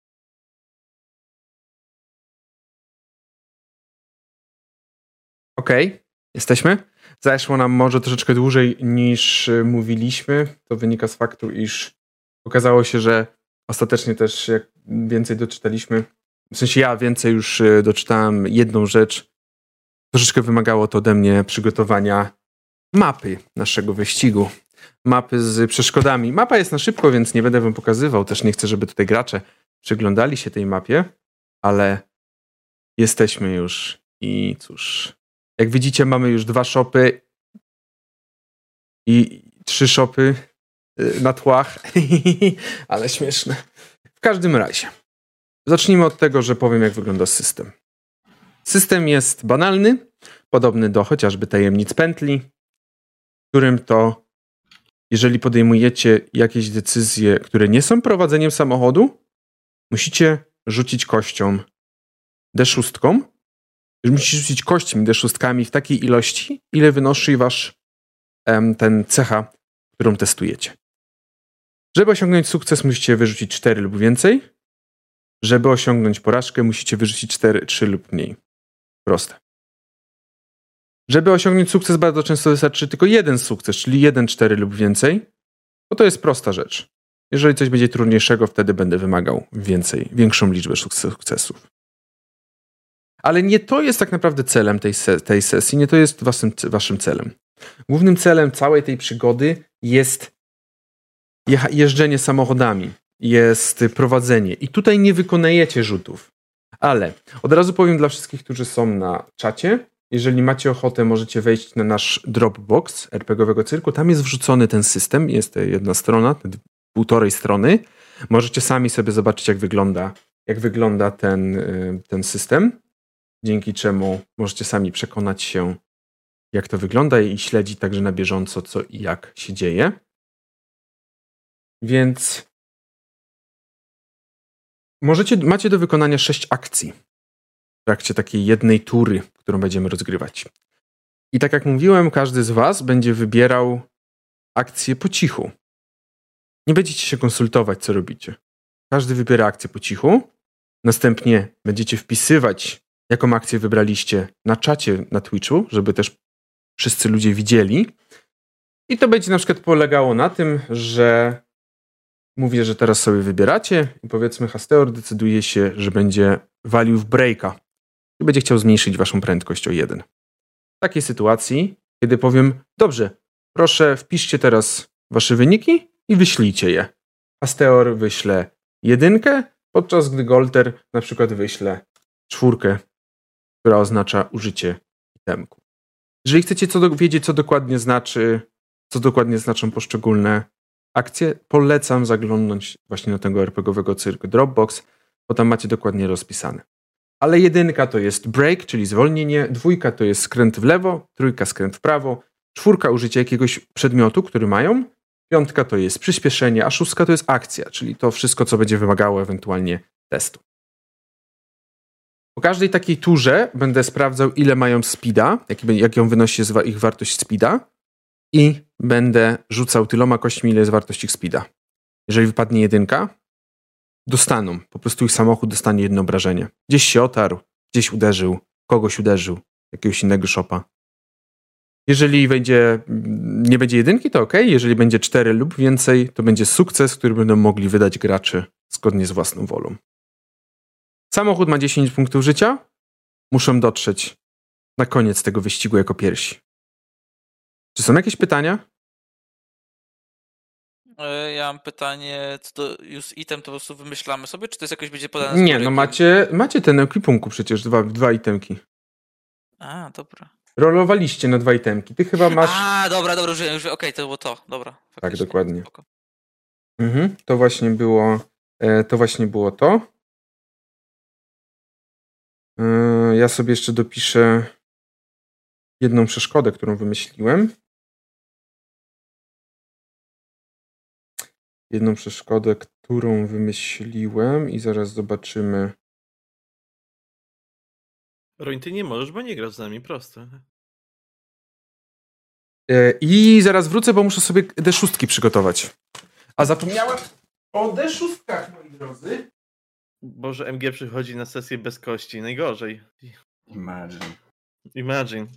Speaker 1: Okej, okay. Jesteśmy. Zeszło nam może troszeczkę dłużej niż mówiliśmy. To wynika z faktu, iż Okazało się, że ostatecznie też jak więcej doczytaliśmy, w sensie ja więcej już y, doczytałem jedną rzecz, troszeczkę wymagało to ode mnie przygotowania mapy naszego wyścigu. Mapy z przeszkodami. Mapa jest na szybko, więc nie będę wam pokazywał. Też nie chcę, żeby tutaj gracze przyglądali się tej mapie, ale jesteśmy już i cóż. Jak widzicie, mamy już dwa shopy i trzy shopy na tłach, ale śmieszne. W każdym razie, zacznijmy od tego, że powiem, jak wygląda system. System jest banalny, podobny do chociażby tajemnic pętli, w którym to, jeżeli podejmujecie jakieś decyzje, które nie są prowadzeniem samochodu, musicie rzucić kością D sześć. Musicie rzucić kośćmi D sześć w takiej ilości, ile wynosi wasz em, ten cecha, którą testujecie. Żeby osiągnąć sukces, musicie wyrzucić cztery lub więcej. Żeby osiągnąć porażkę, musicie wyrzucić cztery, trzy lub mniej. Proste. Żeby osiągnąć sukces, bardzo często wystarczy tylko jeden sukces, czyli jeden, cztery lub więcej. Bo to jest prosta rzecz. Jeżeli coś będzie trudniejszego, wtedy będę wymagał więcej, większą liczbę sukcesów. Ale nie to jest tak naprawdę celem tej, se- tej sesji, nie to jest waszym, waszym celem. Głównym celem całej tej przygody jest je- jeżdżenie samochodami, jest prowadzenie. I tutaj nie wykonujecie rzutów. Ale od razu powiem dla wszystkich, którzy są na czacie, jeżeli macie ochotę, możecie wejść na nasz Dropbox er pe gie owego cyrku. Tam jest wrzucony ten system, jest to jedna strona, półtorej strony. Możecie sami sobie zobaczyć, jak wygląda, jak wygląda ten, ten system. Dzięki czemu możecie sami przekonać się, jak to wygląda i śledzić także na bieżąco, co i jak się dzieje. Więc możecie, macie do wykonania sześć akcji w trakcie takiej jednej tury, którą będziemy rozgrywać. I tak jak mówiłem, każdy z was będzie wybierał akcję po cichu. Nie będziecie się konsultować, co robicie. Każdy wybiera akcję po cichu. Następnie będziecie wpisywać, jaką akcję wybraliście na czacie na Twitchu, żeby też wszyscy ludzie widzieli. I to będzie na przykład polegało na tym, że mówię, że teraz sobie wybieracie i powiedzmy Hasteor decyduje się, że będzie walił w breaka i będzie chciał zmniejszyć waszą prędkość o jeden. W takiej sytuacji, kiedy powiem, dobrze, proszę wpiszcie teraz wasze wyniki i wyślijcie je. Hasteor wyśle jedynkę, podczas gdy Golter na przykład wyśle czwórkę, która oznacza użycie itemku. Jeżeli chcecie co do, wiedzieć, co dokładnie znaczy, co dokładnie znaczą poszczególne akcje, polecam zaglądnąć właśnie do tego er pe gie owego cyrku Dropbox, bo tam macie dokładnie rozpisane. Ale jedynka to jest break, czyli zwolnienie, dwójka to jest skręt w lewo, trójka skręt w prawo, czwórka użycie jakiegoś przedmiotu, który mają, piątka to jest przyspieszenie, a szóstka to jest akcja, czyli to wszystko, co będzie wymagało ewentualnie testu. Po każdej takiej turze będę sprawdzał, ile mają speeda, jak, jak ją wynosi ich wartość speeda i będę rzucał tyloma kośćmi, ile jest wartość ich speeda. Jeżeli wypadnie jedynka, dostaną. Po prostu ich samochód dostanie jedno obrażenie. Gdzieś się otarł, gdzieś uderzył, kogoś uderzył, jakiegoś innego szopa. Jeżeli będzie, nie będzie jedynki, to ok. Jeżeli będzie cztery lub więcej, to będzie sukces, który będą mogli wydać gracze zgodnie z własną wolą. Samochód ma dziesięć punktów życia. Muszą dotrzeć na koniec tego wyścigu jako pierwsi. Czy są jakieś pytania?
Speaker 4: Ja mam pytanie, co to use item to po prostu wymyślamy sobie, czy to jest jakoś będzie podane z
Speaker 1: Nie,
Speaker 4: góry?
Speaker 1: no macie, macie ten ekwipunku przecież, dwa, dwa itemki.
Speaker 4: A, dobra.
Speaker 1: Rolowaliście na dwa itemki. Ty chyba masz...
Speaker 4: A, dobra, dobra, już, już okej, okay, to było to, dobra.
Speaker 1: Tak,
Speaker 4: Faktycznie.
Speaker 1: dokładnie. Mhm, to właśnie było e, to właśnie było to. E, ja sobie jeszcze dopiszę jedną przeszkodę, którą wymyśliłem. Jedną przeszkodę, którą wymyśliłem i zaraz zobaczymy.
Speaker 2: Roń, ty nie możesz, bo nie grasz z nami, proste.
Speaker 1: E, I zaraz wrócę, bo muszę sobie D sześć przygotować. A zapomniałem o D sześć, moi drodzy.
Speaker 2: Boże, M G przychodzi na sesję bez kości, najgorzej.
Speaker 3: Imagine.
Speaker 2: Imagine.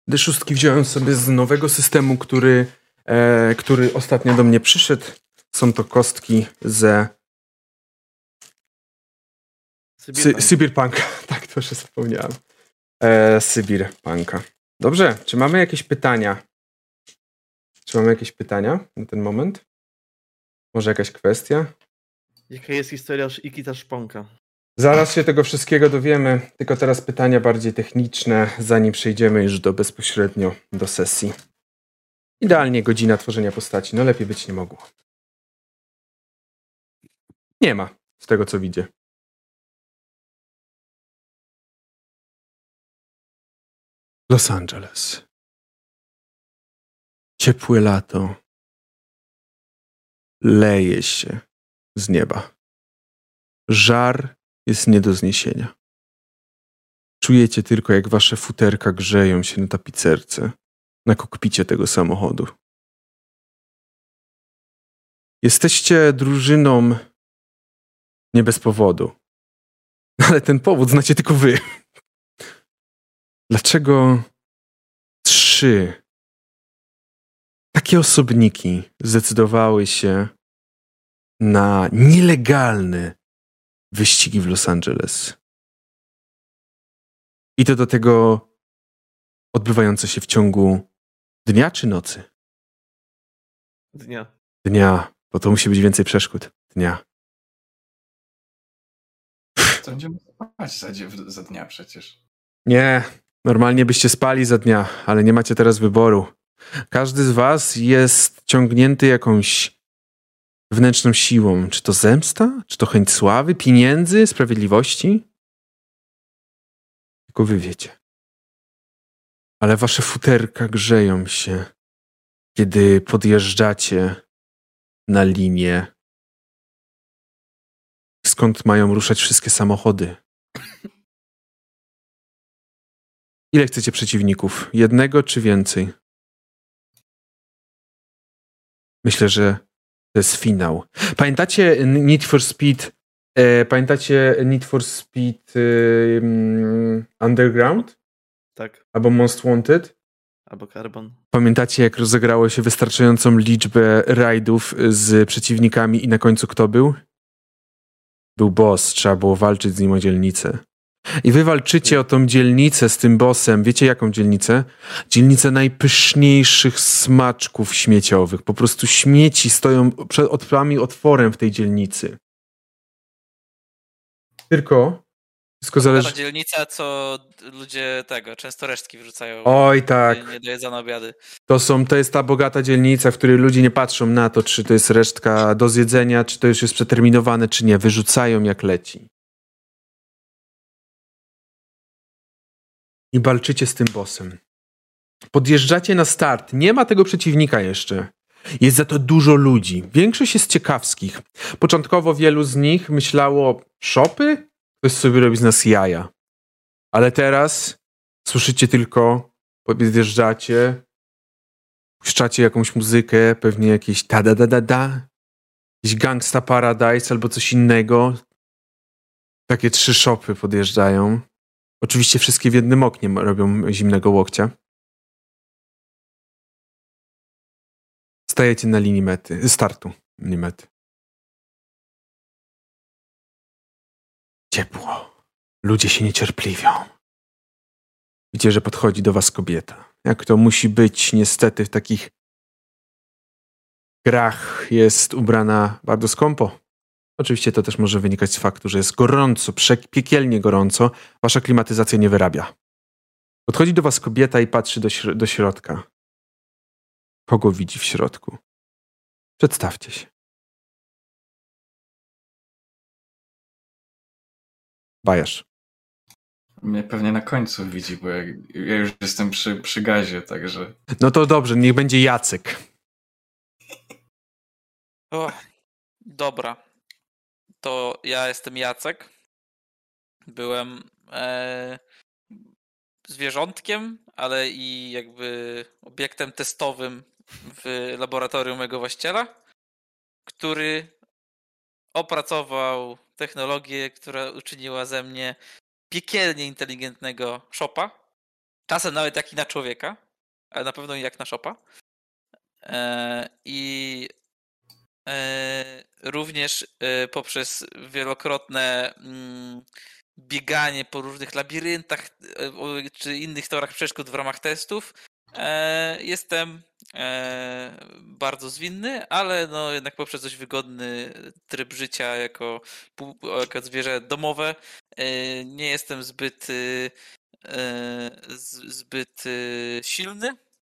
Speaker 1: D sześć wziąłem sobie z nowego systemu, który, e, który ostatnio do mnie przyszedł. Są to kostki ze Sy- Cyberpunka. Tak, to już wspomniałem. E, Cyberpunka. Dobrze, czy mamy jakieś pytania? Czy mamy jakieś pytania na ten moment? Może jakaś kwestia?
Speaker 2: Jaka jest historia Ikita Szponka?
Speaker 1: Zaraz się tego wszystkiego dowiemy, tylko teraz pytania bardziej techniczne, zanim przejdziemy już do bezpośrednio do sesji. Idealnie godzina tworzenia postaci, no lepiej być nie mogło. Nie ma, z tego co widzę. Los Angeles. Ciepłe lato. Leje się z nieba. Żar jest nie do zniesienia. Czujecie tylko, jak wasze futerka grzeją się na tapicerce, na kokpicie tego samochodu. Jesteście drużyną nie bez powodu. Ale ten powód znacie tylko wy. Dlaczego trzy takie osobniki zdecydowały się na nielegalne wyścigi w Los Angeles? I to do tego odbywające się w ciągu dnia czy nocy?
Speaker 2: Dnia.
Speaker 1: Dnia, bo to musi być więcej przeszkód. Dnia.
Speaker 3: To będziemy spać za, za dnia przecież.
Speaker 1: Nie, normalnie byście spali za dnia, ale nie macie teraz wyboru. Każdy z was jest ciągnięty jakąś wewnętrzną siłą. Czy to zemsta? Czy to chęć sławy, pieniędzy, sprawiedliwości? Tylko wy wiecie. Ale wasze futerka grzeją się, kiedy podjeżdżacie na linię, skąd mają ruszać wszystkie samochody. Ile chcecie przeciwników? Jednego czy więcej? Myślę, że to jest finał. Pamiętacie Need for Speed? E, pamiętacie Need for Speed e, Underground?
Speaker 2: Tak.
Speaker 1: Albo Most Wanted?
Speaker 2: Albo Carbon.
Speaker 1: Pamiętacie, jak rozegrało się wystarczającą liczbę rajdów z przeciwnikami i na końcu kto był? Był boss, trzeba było walczyć z nim o dzielnicę. I wy walczycie o tą dzielnicę z tym bossem. Wiecie jaką dzielnicę? Dzielnicę najpyszniejszych smaczków śmieciowych. Po prostu śmieci stoją przed otwami otworem w tej dzielnicy. Tylko wszystko zależy...
Speaker 4: Ta dzielnica, co ludzie tego, często resztki wrzucają.
Speaker 1: Oj tak.
Speaker 4: Niedojedzone obiady.
Speaker 1: To, są, to jest ta bogata dzielnica, w której ludzie nie patrzą na to, czy to jest resztka do zjedzenia, czy to już jest przeterminowane, czy nie. Wyrzucają jak leci. I walczycie z tym bossem. Podjeżdżacie na start. Nie ma tego przeciwnika jeszcze. Jest za to dużo ludzi. Większość jest ciekawskich. Początkowo wielu z nich myślało, szopy? Ktoś sobie robi z nas jaja. Ale teraz słyszycie tylko, podjeżdżacie, puszczacie jakąś muzykę, pewnie jakieś ta da da da da, jakiś Gangsta Paradise albo coś innego. Takie trzy szopy podjeżdżają. Oczywiście wszystkie w jednym oknie robią zimnego łokcia. Stajecie na linii mety, startu linii mety. Ciepło. Ludzie się niecierpliwią. Widzicie, że podchodzi do was kobieta. Jak to musi być niestety w takich grach, jest ubrana bardzo skąpo. Oczywiście to też może wynikać z faktu, że jest gorąco, piekielnie gorąco. Wasza klimatyzacja nie wyrabia. Podchodzi do was kobieta i patrzy do, śr- do środka. Kogo widzi w środku? Przedstawcie się. Bajarz.
Speaker 3: Mnie pewnie na końcu widzi, bo ja, ja już jestem przy, przy gazie, także...
Speaker 1: No to dobrze, niech będzie Jacek.
Speaker 4: O, dobra. To ja jestem Jacek. Byłem e, zwierzątkiem, ale i jakby obiektem testowym w laboratorium mojego właściciela, który opracował technologię, która uczyniła ze mnie piekielnie inteligentnego szopa, czasem nawet jak i na człowieka, ale na pewno i jak na szopa. E, I e, również e, poprzez wielokrotne mm, bieganie po różnych labiryntach e, czy innych torach przeszkód w ramach testów e, jestem e, bardzo zwinny, ale no jednak poprzez dość wygodny tryb życia jako, jako zwierzę domowe e, nie jestem zbyt e, z, zbyt e, silny.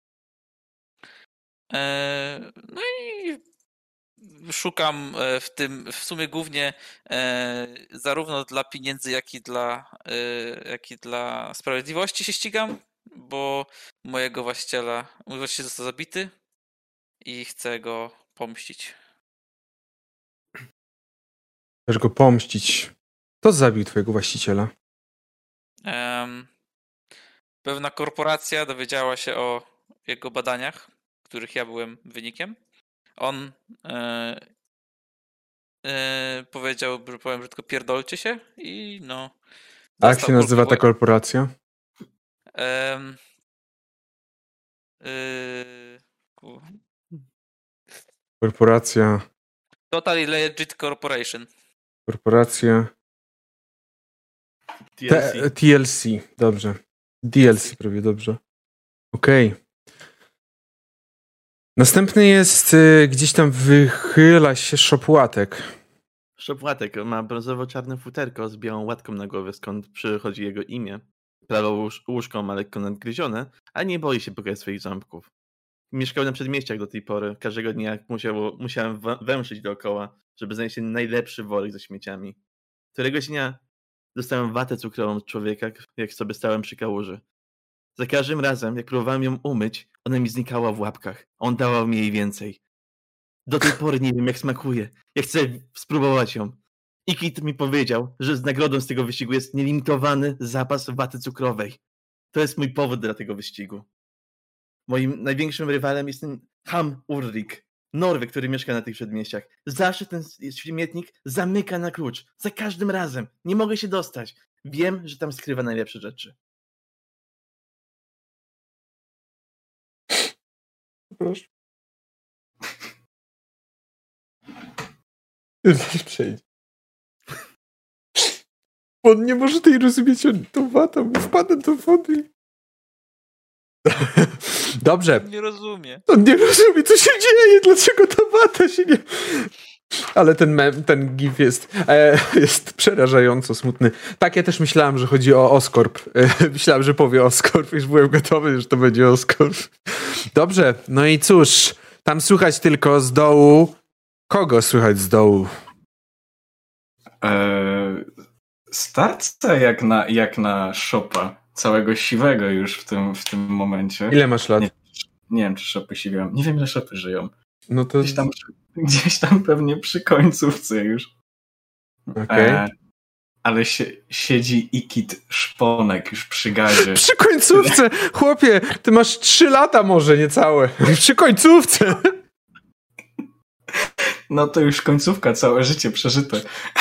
Speaker 4: E, no i szukam w tym, w sumie głównie e, zarówno dla pieniędzy, jak i dla, e, jak i dla sprawiedliwości się ścigam, bo mojego właściciela, mój właściciel został zabity i chcę go pomścić.
Speaker 1: Chcesz go pomścić. Kto zabił twojego właściciela?
Speaker 4: Um, pewna korporacja dowiedziała się o jego badaniach, których ja byłem wynikiem. On e, e, powiedział, że powiem brzydko, pierdolcie się i no...
Speaker 1: A jak się nazywa ta korporacja?
Speaker 4: Um, yy,
Speaker 1: korporacja...
Speaker 4: Totally Legit Corporation.
Speaker 1: Korporacja...
Speaker 2: T L C.
Speaker 1: T L C, dobrze. D L C prawie dobrze. Okej. Okay. Następny jest, y, gdzieś tam wychyla się szopłatek.
Speaker 2: Szopłatek ma brązowo-czarne futerko z białą łatką na głowie, skąd przychodzi jego imię. Prawo łóż, łóżko ma lekko nadgryzione, ale nie boi się pokazać swoich ząbków. Mieszkał na przedmieściach do tej pory. Każdego dnia musiało, musiałem węszyć dookoła, żeby znaleźć najlepszy worek ze śmieciami. Któregoś dnia dostałem watę cukrową od człowieka, jak sobie stałem przy kałuży. Za każdym razem, jak próbowałem ją umyć, ona mi znikała w łapkach. On dawał mi jej więcej. Do tej pory nie wiem, jak smakuje. Ja chcę spróbować ją. Ikit mi powiedział, że z nagrodą z tego wyścigu jest nielimitowany zapas waty cukrowej. To jest mój powód dla tego wyścigu. Moim największym rywalem jest ten Ham Urrik, Norweg, który mieszka na tych przedmieściach. Zawsze ten śmietnik zamyka na klucz. Za każdym razem. Nie mogę się dostać. Wiem, że tam skrywa najlepsze rzeczy.
Speaker 1: Proszę. Zaraz przejdzie. On nie może tej rozumieć, on to wata, mu wpada do wody. Dobrze.
Speaker 4: Nie rozumie.
Speaker 1: On nie rozumie, co się dzieje, dlaczego ta wata się nie... Ale ten mem, ten gif jest, e, jest przerażająco smutny. Tak, ja też myślałem, że chodzi o Oscorp. E, myślałem, że powie Oscorp, już byłem gotowy, że to będzie Oscorp. Dobrze, no i cóż, tam słychać tylko z dołu. Kogo słychać z dołu?
Speaker 3: Eee, starca jak na, jak na szopa. Całego siwego już w tym, w tym momencie.
Speaker 1: Ile masz lat?
Speaker 3: Nie, nie wiem, czy szopy siwią. Nie wiem, ile szopy żyją.
Speaker 1: No to...
Speaker 3: Gdzieś tam, gdzieś tam pewnie przy końcówce już.
Speaker 1: Okej. Okay.
Speaker 3: E, ale się, siedzi Ikit Szponek już przy gazie.
Speaker 1: Przy końcówce! Chłopie, ty masz trzy lata może, niecałe. Przy końcówce!
Speaker 3: No to już końcówka, całe życie przeżyte.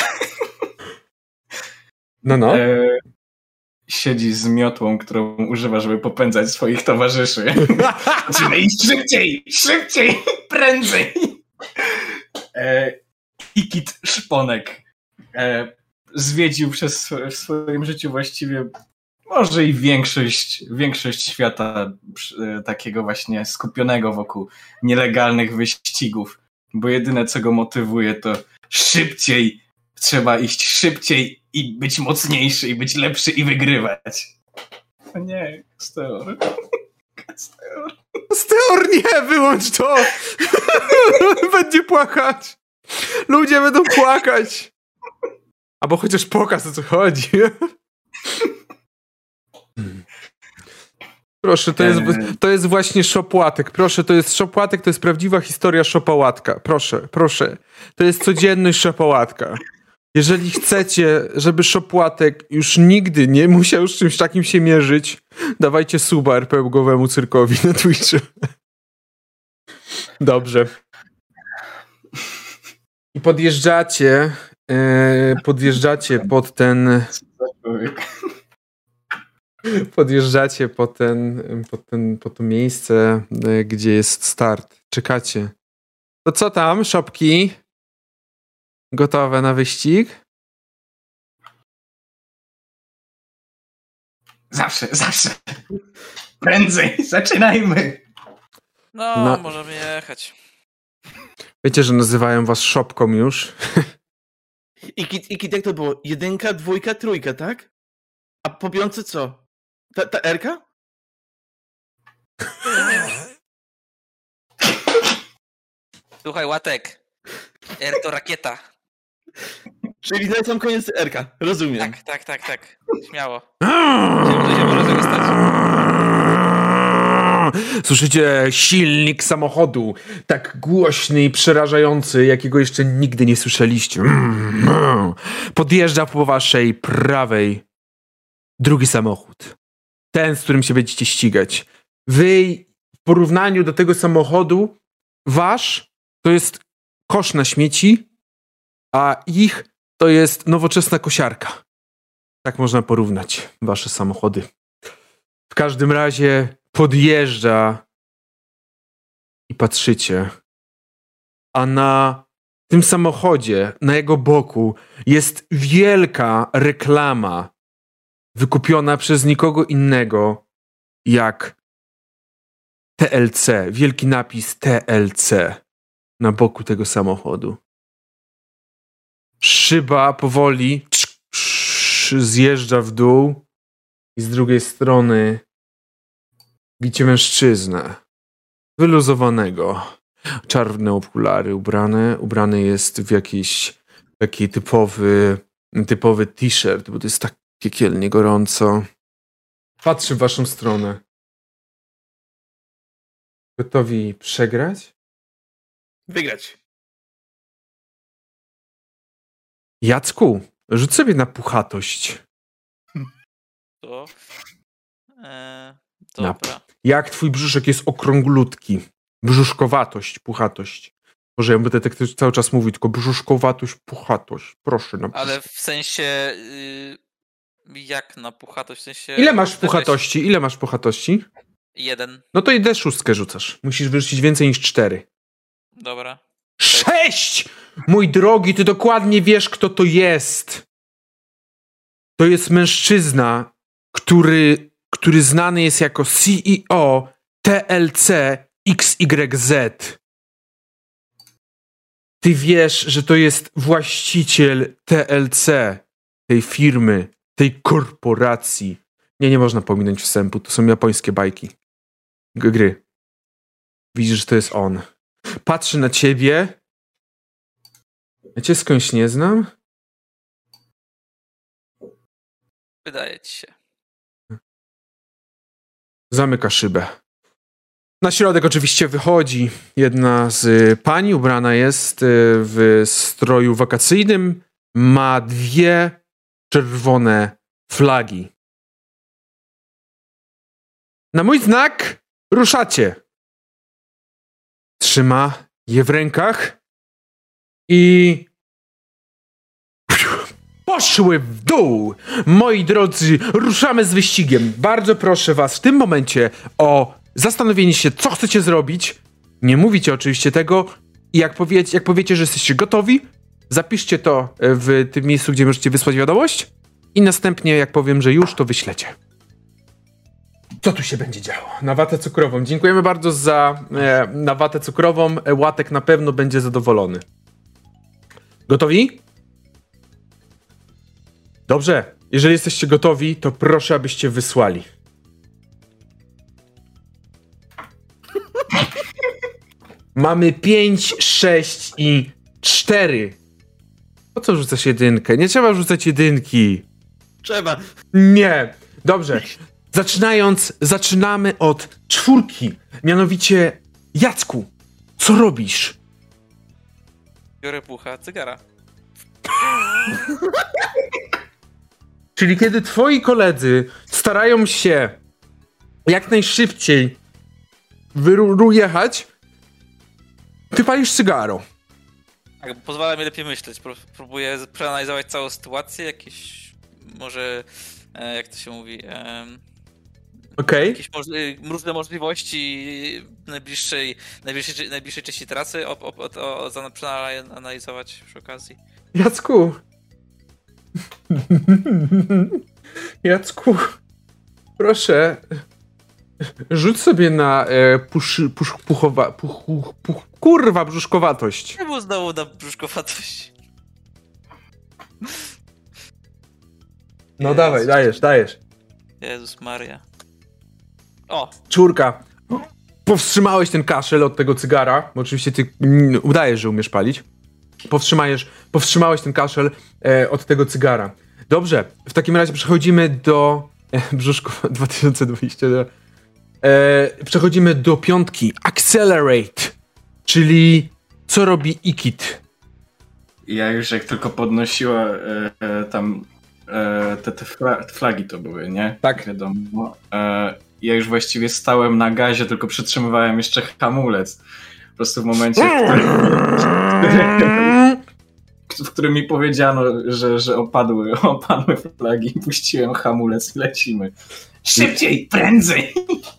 Speaker 1: No, no. E,
Speaker 3: siedzi z miotłą, którą używa, żeby popędzać swoich towarzyszy. Musimy iść szybciej, szybciej, prędzej. E, Ikit Szponek e, zwiedził przez w swoim życiu właściwie może i większość, większość świata e, takiego właśnie skupionego wokół nielegalnych wyścigów, bo jedyne, co go motywuje, to szybciej, trzeba iść szybciej i być mocniejszy, i być lepszy, i wygrywać. O nie, Steor.
Speaker 1: Steor. Steor, nie, wyłącz to! Będzie płakać. Ludzie będą płakać. Albo chociaż pokaż, o co chodzi. Proszę, to jest, to jest właśnie szopłatek. Proszę, to jest szopłatek, to jest prawdziwa historia szopołatka. Proszę, proszę. To jest codzienność szopołatka. Jeżeli chcecie, żeby szopłatek już nigdy nie musiał z czymś takim się mierzyć, dawajcie suba er pe ugowemu cyrkowi na Twitchu. Dobrze. I podjeżdżacie, e, podjeżdżacie pod ten... Podjeżdżacie po, ten, po, ten, po to miejsce, gdzie jest start. Czekacie. To co tam, szopki? Gotowe na wyścig?
Speaker 3: Zawsze, zawsze. Prędzej, zaczynajmy.
Speaker 4: No,
Speaker 1: No.
Speaker 4: możemy jechać.
Speaker 1: Wiecie, że nazywają was szopką już.
Speaker 2: I kit, i kit jak to było? Jedynka, dwójka, trójka, tak? A po piątce co? Ta, ta Erka?
Speaker 4: Słuchaj, Łatek. R to rakieta.
Speaker 2: Czyli na sam koniec Erka, rozumiem.
Speaker 4: Tak, tak, tak, tak. Śmiało. Się, się może tego stać.
Speaker 1: Słyszycie silnik samochodu, tak głośny i przerażający, jakiego jeszcze nigdy nie słyszeliście. Podjeżdża po waszej prawej drugi samochód. Ten, z którym się będziecie ścigać. Wy w porównaniu do tego samochodu, wasz to jest kosz na śmieci, a ich to jest nowoczesna kosiarka. Tak można porównać wasze samochody. W każdym razie podjeżdża i patrzycie, a na tym samochodzie, na jego boku jest wielka reklama wykupiona przez nikogo innego jak T L C. Wielki napis T L C na boku tego samochodu. Szyba powoli zjeżdża w dół i z drugiej strony widzicie mężczyznę wyluzowanego. Czarne okulary ubrane. Ubrany jest w jakiś taki typowy typowy t-shirt, bo to jest tak piekielnie gorąco. Patrzy w waszą stronę. Gotowi przegrać?
Speaker 2: Wygrać.
Speaker 1: Jacku, rzuć sobie na puchatość.
Speaker 4: To. E,
Speaker 1: Na-
Speaker 4: dobra.
Speaker 1: Jak twój brzuszek jest okrąglutki. Brzuszkowatość, puchatość. Boże, ja będę tak cały czas mówił, tylko brzuszkowatość, puchatość. Proszę. Na
Speaker 4: Ale w sensie. y, Jak na puchatość? W sensie.
Speaker 1: Ile masz
Speaker 4: też
Speaker 1: puchatości? Ile masz puchatości?
Speaker 4: jest Jeden.
Speaker 1: No to i D sześć rzucasz. Musisz wyrzucić więcej niż cztery.
Speaker 4: Dobra.
Speaker 1: Sześć! Mój drogi, ty dokładnie wiesz, kto to jest. To jest mężczyzna, który, który znany jest jako C E O T L C X Y Z. Ty wiesz, że to jest właściciel T L C, tej firmy, tej korporacji. Nie, nie można pominąć wstępu, to są japońskie bajki. G- Gry. Widzisz, że to jest on. Patrzy na ciebie. Ja cię skądś nie znam?
Speaker 4: Wydaje ci się.
Speaker 1: Zamyka szybę. Na środek oczywiście wychodzi jedna z y, pań, ubrana jest y, w stroju wakacyjnym. Ma dwie czerwone flagi. Na mój znak ruszacie. Trzyma je w rękach i poszły w dół. Moi drodzy, ruszamy z wyścigiem. Bardzo proszę was w tym momencie o zastanowienie się, co chcecie zrobić. Nie mówicie oczywiście tego. I jak, powie, jak powiecie, że jesteście gotowi, zapiszcie to w tym miejscu, gdzie możecie wysłać wiadomość. I następnie, jak powiem, że już, to wyślecie. Co tu się będzie działo? Na watę cukrową. Dziękujemy bardzo za e, na watę cukrową. Łatek na pewno będzie zadowolony. Gotowi? Dobrze. Jeżeli jesteście gotowi, to proszę, abyście wysłali. Mamy pięć, sześć i cztery. Po co rzucasz jedynkę? Nie trzeba rzucać jedynki.
Speaker 2: Trzeba.
Speaker 1: Nie. Dobrze. Zaczynając, zaczynamy od czwórki. Mianowicie, Jacku, co robisz?
Speaker 4: Biorę pucha cygara.
Speaker 1: Czyli kiedy twoi koledzy starają się jak najszybciej wyjechać, ty palisz cygaro.
Speaker 4: Tak, bo pozwala mi lepiej myśleć. Pró- Próbuję z- przeanalizować całą sytuację, jakieś może, e, jak to się mówi, em,
Speaker 1: Okej.
Speaker 4: Jakieś moż- różne możliwości najbliższej, najbliższej, najbliższej części trasy o, o, o, o, przeanalizować przy okazji.
Speaker 1: Jacku. Jacku. Proszę. Rzuć sobie na e, pusz, pusz, puchowa, puch, puch, puch, kurwa brzuszkowatość.
Speaker 4: Nie było znowu na brzuszkowatość.
Speaker 1: No
Speaker 4: Jezus.
Speaker 1: dawaj, dajesz, dajesz.
Speaker 4: Jezus Maria. O!
Speaker 1: Czurka. Powstrzymałeś ten kaszel od tego cygara, bo oczywiście ty mm, udajesz, że umiesz palić. Powstrzymajesz, powstrzymałeś ten kaszel e, od tego cygara. Dobrze, w takim razie przechodzimy do e, brzuszków dwa tysiące dwudziestego. E, przechodzimy do piątki. Accelerate, czyli co robi Ikit?
Speaker 3: Ja już jak tylko podnosiła e, e, tam e, te, te fla- flagi to były, nie?
Speaker 1: Tak.
Speaker 3: Wiadomo. E, ja już właściwie stałem na gazie, tylko przytrzymywałem jeszcze hamulec. Po prostu w momencie, w którym, w którym mi powiedziano, że, że opadły, opadły flagi, puściłem hamulec i lecimy. Szybciej, prędzej!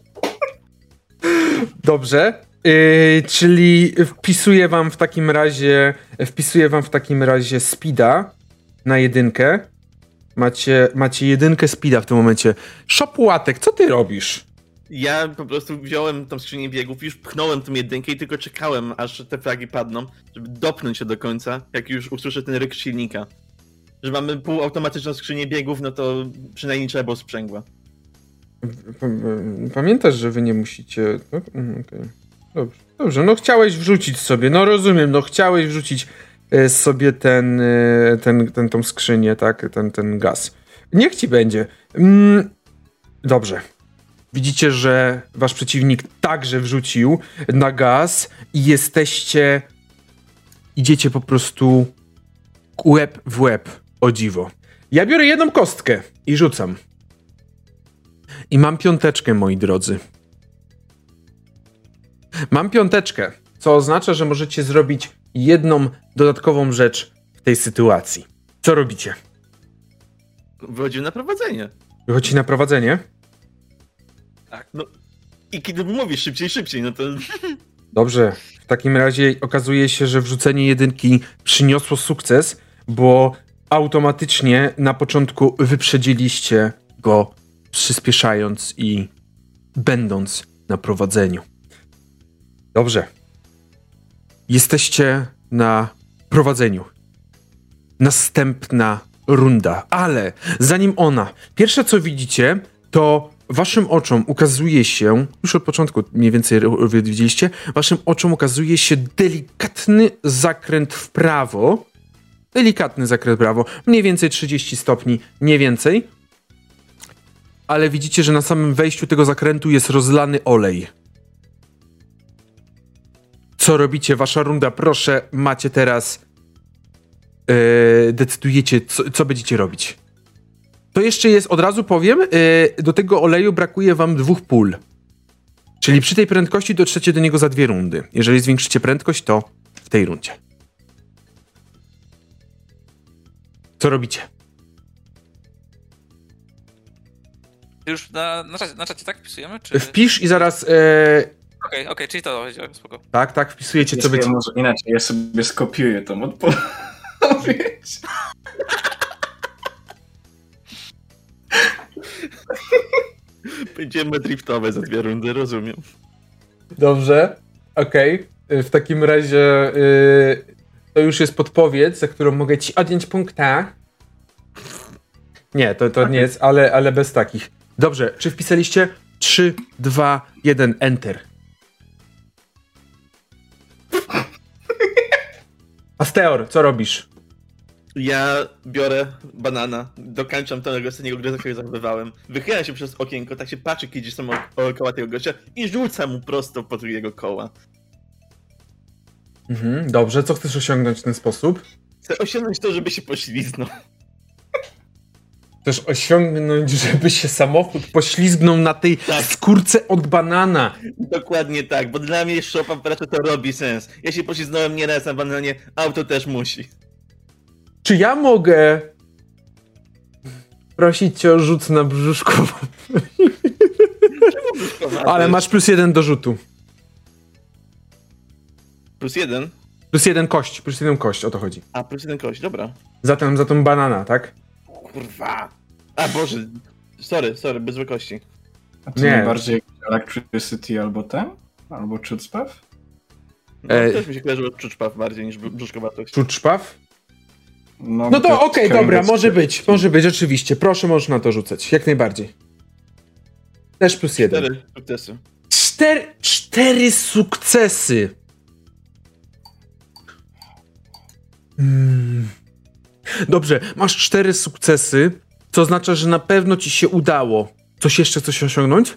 Speaker 1: Dobrze. Yy, czyli wpisuję wam w takim razie wpisuję wam w takim razie speeda na jedynkę. Macie, macie jedynkę speeda w tym momencie. Szopłatek, co ty robisz?
Speaker 2: Ja po prostu wziąłem tą skrzynię biegów, już pchnąłem tą jedynkę i tylko czekałem, aż te flagi padną, żeby dopnąć się do końca, jak już usłyszę ten ryk silnika. Że mamy półautomatyczną skrzynię biegów, no to przynajmniej trzeba było sprzęgła.
Speaker 1: Pamiętasz, że wy nie musicie... Okay. Dobrze, dobrze, no chciałeś wrzucić sobie, no rozumiem, no chciałeś wrzucić e, sobie ten, e, ten, ten, tą skrzynię, tak, ten, ten gaz. Niech ci będzie. Mm, dobrze. Widzicie, że wasz przeciwnik także wrzucił na gaz i jesteście... Idziecie po prostu łeb w łeb, o dziwo. Ja biorę jedną kostkę i rzucam. I mam piąteczkę, moi drodzy. Mam piąteczkę, co oznacza, że możecie zrobić jedną dodatkową rzecz w tej sytuacji. Co robicie?
Speaker 2: Wychodzimy na prowadzenie.
Speaker 1: Wychodzi na prowadzenie?
Speaker 2: Tak. No i kiedy mówisz szybciej, szybciej, no to...
Speaker 1: Dobrze. W takim razie okazuje się, że wrzucenie jedynki przyniosło sukces, bo automatycznie na początku wyprzedziliście go, przyspieszając i będąc na prowadzeniu. Dobrze. Jesteście na prowadzeniu. Następna runda, ale zanim ona, pierwsze co widzicie, to waszym oczom ukazuje się, już od początku mniej więcej widzieliście, waszym oczom ukazuje się delikatny zakręt w prawo. Delikatny zakręt w prawo, mniej więcej trzydzieści stopni, nie więcej. Ale widzicie, że na samym wejściu tego zakrętu jest rozlany olej. Co robicie? Wasza runda, proszę, macie teraz... Yy, decydujecie, co, co będziecie robić. To jeszcze jest, od razu powiem, yy, do tego oleju brakuje wam dwóch pól. Czyli przy tej prędkości dotrzecie do niego za dwie rundy. Jeżeli zwiększycie prędkość, to w tej rundzie. Co robicie?
Speaker 4: Już na, na, czacie, na czacie tak wpisujemy? Czy...
Speaker 1: Wpisz i zaraz... Yy...
Speaker 4: Okej, okay, okej, okay, czyli to chodziło, spoko.
Speaker 1: Tak, tak, wpisujecie, co
Speaker 3: Jeśli
Speaker 1: będzie...
Speaker 3: ja może inaczej, ja sobie skopiuję tą odpowiedź.
Speaker 2: Będziemy driftowe za dwie rundy, rozumiem.
Speaker 1: Dobrze, okej. Okay. W takim razie yy, to już jest podpowiedź, za którą mogę ci odjąć punkta. Nie, to, to okay. nie jest, ale, ale bez takich. Dobrze, czy wpisaliście? trzy, dwa, jeden, enter. Asteor, co robisz?
Speaker 2: Ja biorę banana, dokańczam tego ostatniego gry, który zachowywałem. Wychylam się przez okienko, tak się patrzę, kiedy są koła tego gościa i rzucam mu prosto pod jego koła.
Speaker 1: Mhm, dobrze, co chcesz osiągnąć w ten sposób?
Speaker 2: Chcę osiągnąć to, żeby się pośliznął.
Speaker 1: Chcesz osiągnąć, żeby się samochód poślizgnął na tej tak. skórce od banana.
Speaker 2: Dokładnie tak, bo dla mnie szopa raczej to robi sens. Ja się poślizgnąłem nieraz na bananie, auto też musi.
Speaker 1: Czy ja mogę prosić cię o rzut na brzuszkową? Ale masz plus jeden do rzutu.
Speaker 2: Plus jeden?
Speaker 1: Plus jeden kość, plus jeden kość, o to chodzi.
Speaker 2: A, plus jeden kość, dobra.
Speaker 1: Za tą, za tą banana, tak?
Speaker 2: Kurwa. A, Boże. Sorry, sorry, bez wykości.
Speaker 3: A to
Speaker 1: Nie.
Speaker 3: najbardziej Electricity albo ten? Albo Chutzpah?
Speaker 2: No,
Speaker 1: Ej.
Speaker 2: też mi się kojarzyło czuczpaw bardziej niż brzuszkowatość.
Speaker 1: Czuczpaw?
Speaker 3: No,
Speaker 1: No to okej,
Speaker 3: okay,
Speaker 1: dobra, może być, może być, rzeczywiście. Proszę, możesz na to rzucać, jak najbardziej. Też plus jeden.
Speaker 2: Cztery sukcesy.
Speaker 1: Cztery, cztery sukcesy. Hmm. Dobrze, masz cztery sukcesy, co oznacza, że na pewno ci się udało. Coś jeszcze chcesz osiągnąć?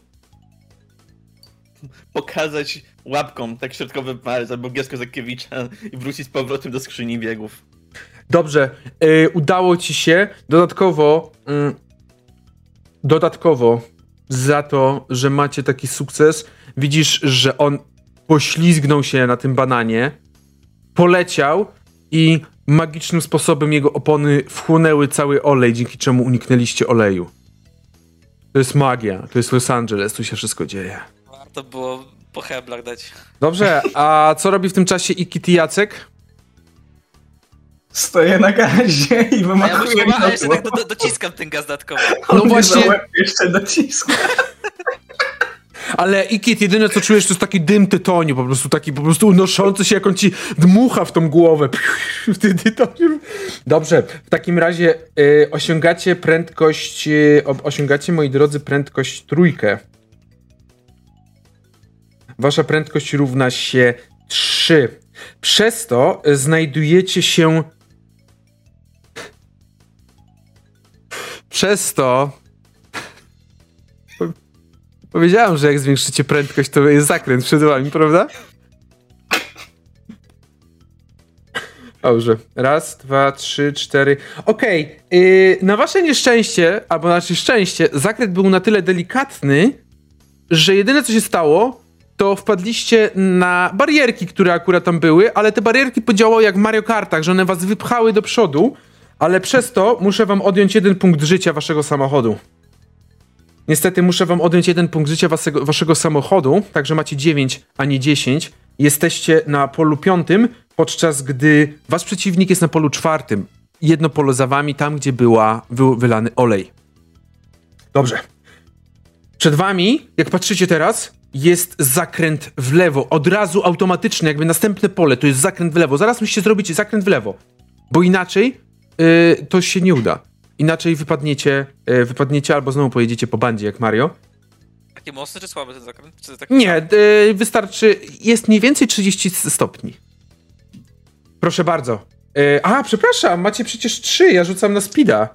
Speaker 2: Pokazać łapką tak środkowy palec albo giesko Zakiewicza i wrócić z powrotem do skrzyni biegów.
Speaker 1: Dobrze, yy, udało ci się. Dodatkowo, yy, dodatkowo za to, że macie taki sukces, widzisz, że on poślizgnął się na tym bananie, poleciał i magicznym sposobem jego opony wchłonęły cały olej, dzięki czemu uniknęliście oleju. To jest magia, to jest Los Angeles, tu się wszystko dzieje.
Speaker 4: Warto było po heblach dać.
Speaker 1: Dobrze, a co robi w tym czasie Ikit i Jacek?
Speaker 3: Stoję na gazie i
Speaker 4: A ja
Speaker 3: wymachuję
Speaker 4: myślę, a
Speaker 3: na
Speaker 4: jeszcze tak do, do, dociskam ten gaz dodatkowy.
Speaker 1: No
Speaker 3: On
Speaker 1: właśnie.
Speaker 3: za łeb jeszcze dociska.
Speaker 1: Ale Ikit, jedyne co czujesz to jest taki dym tytoniu, po prostu taki po prostu unoszący się, jak on ci dmucha w tą głowę. Dobrze, w takim razie y, osiągacie prędkość, y, osiągacie, moi drodzy, prędkość trójkę. Wasza prędkość równa się trzy. Przez to znajdujecie się... Przez to... Powiedziałem, że jak zwiększycie prędkość, to jest zakręt przed wami, prawda? Dobrze. Raz, dwa, trzy, cztery. Okej. Okay. Yy, na wasze nieszczęście, albo na nasze szczęście, zakręt był na tyle delikatny, że jedyne co się stało, to wpadliście na barierki, które akurat tam były, ale te barierki podziałały jak w Mario Kartach, że one was wypchały do przodu, ale przez to muszę wam odjąć jeden punkt życia waszego samochodu. Niestety muszę wam odjąć jeden punkt życia waszego, waszego samochodu, także macie dziewięć, a nie dziesięć. Jesteście na polu piątym, podczas gdy wasz przeciwnik jest na polu czwartym. Jedno pole za wami, tam gdzie była wy, wylany olej. Dobrze. Przed wami, jak patrzycie teraz, jest zakręt w lewo. Od razu automatyczny, jakby następne pole, to jest zakręt w lewo. Zaraz musicie zrobić zakręt w lewo, bo inaczej yy, to się nie uda. Inaczej wypadniecie, yy, wypadniecie albo znowu pojedziecie po bandzie jak Mario.
Speaker 4: Taki mocny czy słaby ten zakręt? Czy taki
Speaker 1: Nie, yy, wystarczy, jest mniej więcej trzydzieści stopni. Proszę bardzo. Yy, a, przepraszam, macie przecież trzy, ja rzucam na speeda.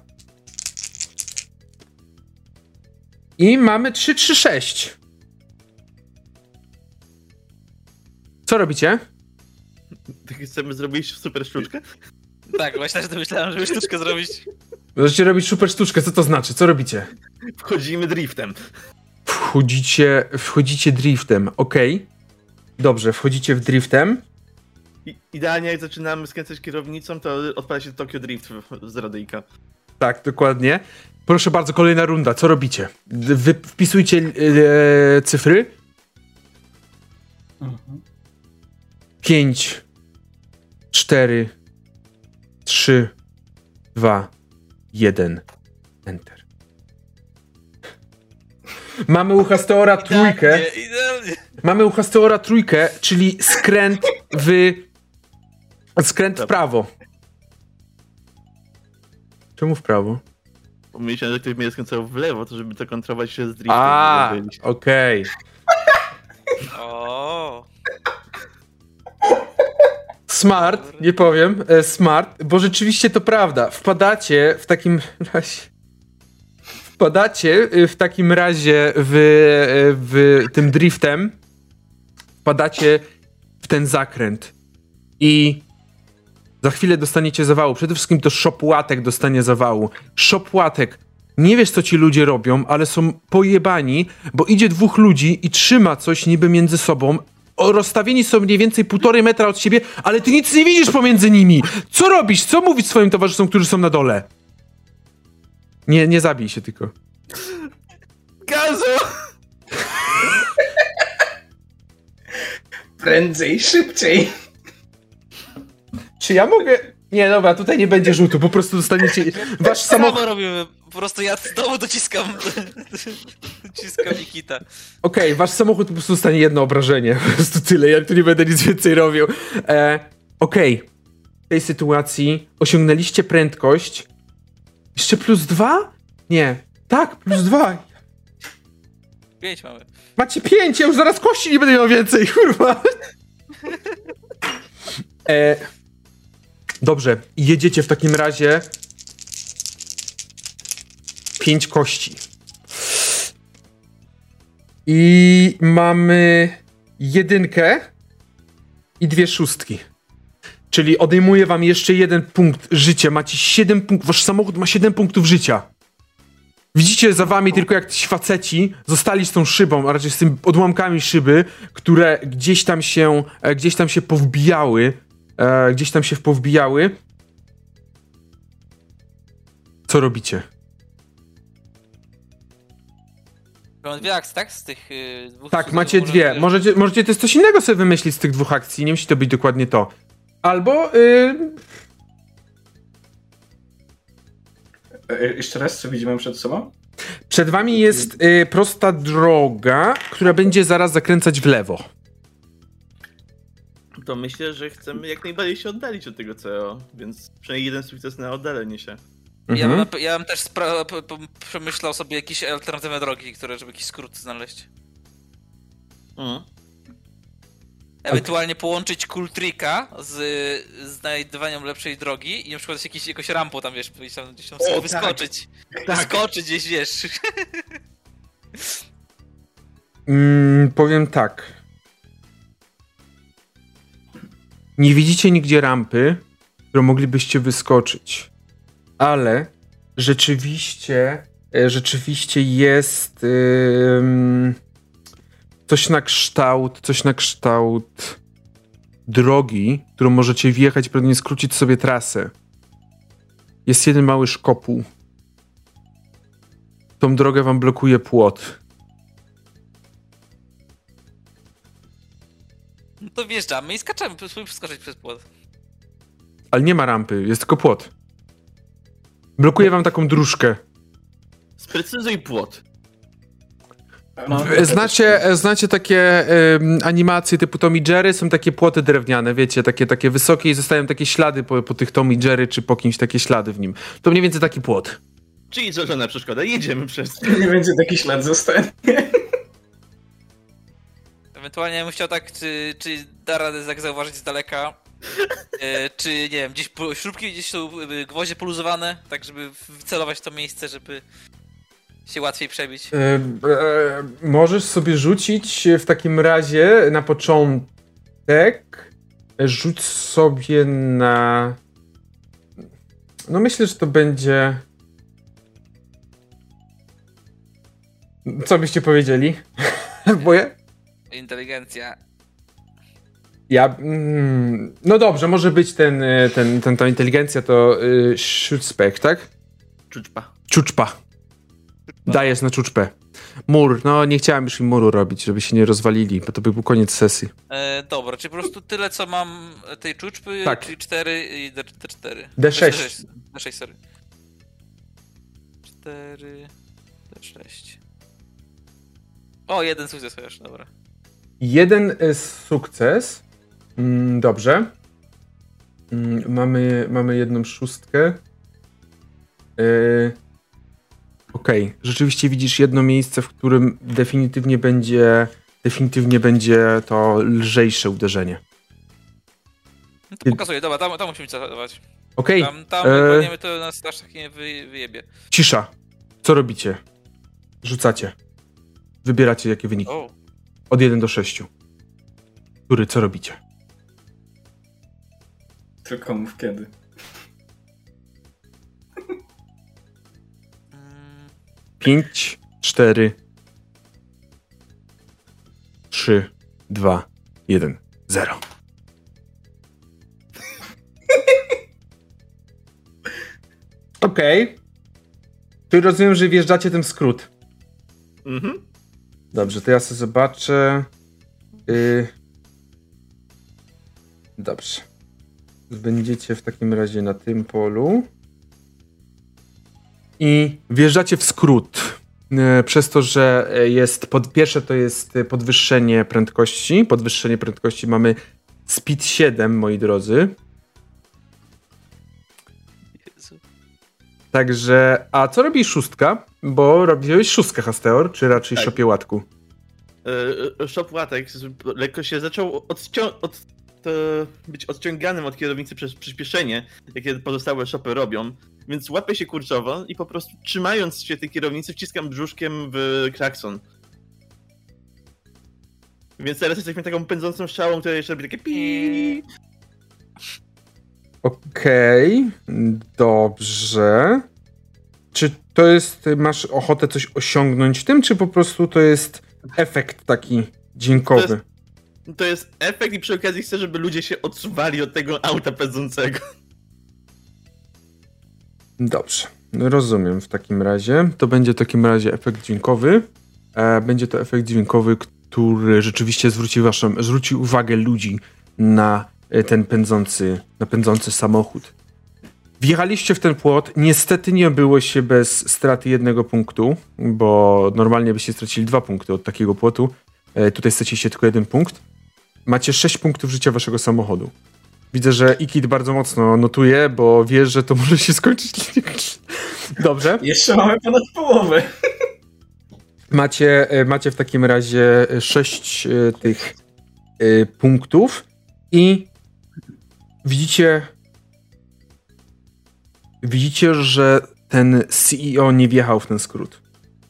Speaker 1: I mamy trzy, trzy, sześć. Co robicie?
Speaker 2: Chcemy zrobić super sztuczkę?
Speaker 4: Tak, właśnie też myślałem, żeby sztuczkę zrobić.
Speaker 1: Możecie robić super sztuczkę, co to znaczy? Co robicie?
Speaker 2: Wchodzimy driftem.
Speaker 1: Wchodzicie, wchodzicie driftem, okej. Okay. Dobrze, wchodzicie w driftem.
Speaker 2: I, idealnie jak zaczynamy skręcać kierownicą, to odpala się Tokyo Drift z radyjka.
Speaker 1: Tak, dokładnie. Proszę bardzo, kolejna runda. Co robicie? Wy wpisujcie e, cyfry.
Speaker 3: Mhm.
Speaker 1: pięć, cztery, trzy, dwa, jeden. Enter. Mamy u Hasteora trójkę.
Speaker 4: Idealnie, idealnie.
Speaker 1: Mamy u Hasteora trójkę, czyli skręt w... Skręt w prawo. Czemu w prawo?
Speaker 2: Bo myślałem, że ktoś mnie skręcał w lewo, to żeby to kontrolować się z driftem.
Speaker 1: A, okej.
Speaker 4: O.
Speaker 1: Smart, nie powiem, e, smart, bo rzeczywiście to prawda. Wpadacie w takim razie... Wpadacie w takim razie w, w tym driftem, wpadacie w ten zakręt i za chwilę dostaniecie zawału. Przede wszystkim to Shopłatek dostanie zawału. Shopłatek, nie wiesz co ci ludzie robią, ale są pojebani, bo idzie dwóch ludzi i trzyma coś niby między sobą. O, rozstawieni są mniej więcej półtorej metra od siebie, ale ty nic nie widzisz pomiędzy nimi. Co robisz? Co mówisz swoim towarzyszom, którzy są na dole? Nie, nie zabij się tylko.
Speaker 2: Gazu!
Speaker 3: Prędzej, szybciej.
Speaker 1: Czy ja mogę... Nie, dobra, tutaj nie będzie rzutu, po prostu dostaniecie... Wasz samochód...
Speaker 4: Samo robimy, po prostu ja znowu dociskam... dociskam Nikita.
Speaker 1: Okej, okay, wasz samochód po prostu dostanie jedno obrażenie, po prostu tyle, ja tu nie będę nic więcej robił. E, Okej, okay. W tej sytuacji osiągnęliście prędkość... Jeszcze plus dwa? Nie, tak, plus dwa.
Speaker 4: Pięć mamy.
Speaker 1: Macie pięć, ja już zaraz kości nie będę miał więcej, kurwa. E, dobrze, jedziecie w takim razie pięć kości. I mamy jedynkę i dwie szóstki. Czyli odejmuje wam jeszcze jeden punkt życia. Macie siedem punktów, wasz samochód ma siedem punktów życia. Widzicie za wami tylko jak ci faceci zostali z tą szybą, a raczej z tymi odłamkami szyby, które gdzieś tam się, e, gdzieś tam się powbijały. E, gdzieś tam się powbijały. Co robicie?
Speaker 4: Mam dwie akcje, tak? Z tych y, dwóch...
Speaker 1: Tak, macie dwie. Możecie, możecie, możecie też coś innego sobie wymyślić z tych dwóch akcji. Nie musi to być dokładnie to. Albo... Y...
Speaker 3: E, jeszcze raz, co widzimy przed sobą?
Speaker 1: Przed wami jest y, prosta droga, która będzie zaraz zakręcać w lewo.
Speaker 2: To myślę, że chcemy jak najbardziej się oddalić od tego C O, więc przynajmniej jeden sukces na oddalenie się.
Speaker 4: Ja,
Speaker 1: Mhm.
Speaker 4: bym, ja bym też spra- p- p- przemyślał sobie jakieś alternatywne drogi, które, żeby jakiś skrót znaleźć.
Speaker 2: Mhm.
Speaker 4: Ewentualnie połączyć Kultrika z znajdywaniem lepszej drogi i na przykład jakieś, jakąś rampą tam, wiesz, gdzieś tam, gdzieś tam
Speaker 2: O, tak.
Speaker 4: wyskoczyć.
Speaker 2: Tak.
Speaker 4: Wyskoczyć gdzieś, wiesz.
Speaker 1: Mm, powiem tak. Nie widzicie nigdzie rampy, którą moglibyście wyskoczyć. Ale rzeczywiście, e, rzeczywiście jest ym, coś na kształt, coś na kształt drogi, którą możecie wjechać i pewnie skrócić sobie trasę. Jest jeden mały szkopuł. Tą drogę wam blokuje płot.
Speaker 4: No to wjeżdżamy i skaczemy, spróbujmy przeskoczyć przez płot.
Speaker 1: Ale nie ma rampy, jest tylko płot. Blokuje wam taką dróżkę.
Speaker 2: Sprecyzuj płot.
Speaker 3: No,
Speaker 1: Znacie, znacie takie ym, animacje typu Tom i Jerry? Są takie płoty drewniane, wiecie, takie, takie wysokie i zostają takie ślady po, po tych Tom i Jerry, czy po kimś takie ślady w nim. To mniej więcej taki płot.
Speaker 2: Czyli co, żadna przeszkoda, jedziemy przez...
Speaker 3: Nie będzie taki ślad zostanie.
Speaker 4: Ewentualnie ja bym chciał tak, czy, czy da radę tak zauważyć z daleka, e, czy nie wiem, gdzieś po- śrubki gdzieś są e, gwoździe poluzowane, tak żeby wcelować w to miejsce, żeby się łatwiej przebić.
Speaker 1: E, e, możesz sobie rzucić w takim razie na początek. Rzuć sobie na... No myślę, że to będzie... Co byście powiedzieli? Bo ja...
Speaker 4: Inteligencja.
Speaker 1: Ja, mm, no dobrze, może być ten, y, ten, ten, ta inteligencja to y, Schutzpech, tak?
Speaker 2: Czuczpa.
Speaker 1: Czuczpa. Dajesz na czuczpę. Mur, no nie chciałem już im muru robić, żeby się nie rozwalili, bo to by był koniec sesji.
Speaker 4: E, dobra, czyli po prostu tyle co mam tej czuczpy,
Speaker 1: Tak.
Speaker 4: czyli cztery i D cztery.
Speaker 1: D sześć.
Speaker 4: D sześć, sorry. cztery, D sześć. O, jeden sukces chociaż, dobra.
Speaker 1: Jeden y, sukces. Mm, dobrze. Mm, mamy, mamy jedną szóstkę. Y, Okej, okay. Rzeczywiście widzisz jedno miejsce, w którym definitywnie będzie definitywnie będzie to lżejsze uderzenie.
Speaker 4: No to pokazuję, dobra, tam, tam musimy celować.
Speaker 1: Okej.
Speaker 4: Tam, tam
Speaker 1: e...
Speaker 4: wypadniemy, to nas aż tak nie wy, wyjebie.
Speaker 1: Cisza. Co robicie? Rzucacie. Wybieracie jakie wyniki.
Speaker 4: O.
Speaker 1: Od jeden do sześciu. Który, co robicie?
Speaker 3: Tylko mów kiedy.
Speaker 1: Pięć, cztery, trzy, dwa, jeden, zero. Okej. Okay. Czyli rozumiem, że wjeżdżacie ten skrót.
Speaker 2: Mhm.
Speaker 1: Dobrze, to ja sobie zobaczę. Yy... Dobrze. Będziecie w takim razie na tym polu. I wjeżdżacie w skrót. Przez to, że jest, pod, pierwsze to jest podwyższenie prędkości. Podwyższenie prędkości mamy speed siedem, moi drodzy.
Speaker 4: Jezu.
Speaker 1: Także, a co robi szóstka? Bo robiłeś szóstkę, Hasteor, czy raczej
Speaker 2: Tak.
Speaker 1: szopie łatku?
Speaker 2: Yy, Shop Łatek lekko się zaczął odcią- od, to być odciąganym od kierownicy przez przyspieszenie, jakie pozostałe shopy robią, więc łapię się kurczowo i po prostu trzymając się tej kierownicy wciskam brzuszkiem w klakson. Więc teraz jesteśmy taką pędzącą strzałą, która jeszcze robi takie pi.
Speaker 1: Okej, okay, dobrze. Czy to jest, masz ochotę coś osiągnąć tym, czy po prostu to jest efekt taki dźwiękowy?
Speaker 2: To jest, to jest efekt i przy okazji chcę, żeby ludzie się odsuwali od tego auta pędzącego.
Speaker 1: Dobrze, rozumiem w takim razie. To będzie w takim razie efekt dźwiękowy. E, będzie to efekt dźwiękowy, który rzeczywiście zwróci waszą, zwróci uwagę ludzi na ten pędzący, na pędzący samochód. Wjechaliście w ten płot. Niestety nie było się bez straty jednego punktu, bo normalnie byście stracili dwa punkty od takiego płotu. E, tutaj straciliście tylko jeden punkt. Macie sześć punktów życia waszego samochodu. Widzę, że Ikit bardzo mocno notuje, bo wiesz, że to może się skończyć. Dobrze.
Speaker 3: Jeszcze mamy ponad połowę.
Speaker 1: Macie, macie w takim razie sześć tych y, punktów i widzicie widzicie, że ten C E O nie wjechał w ten skrót.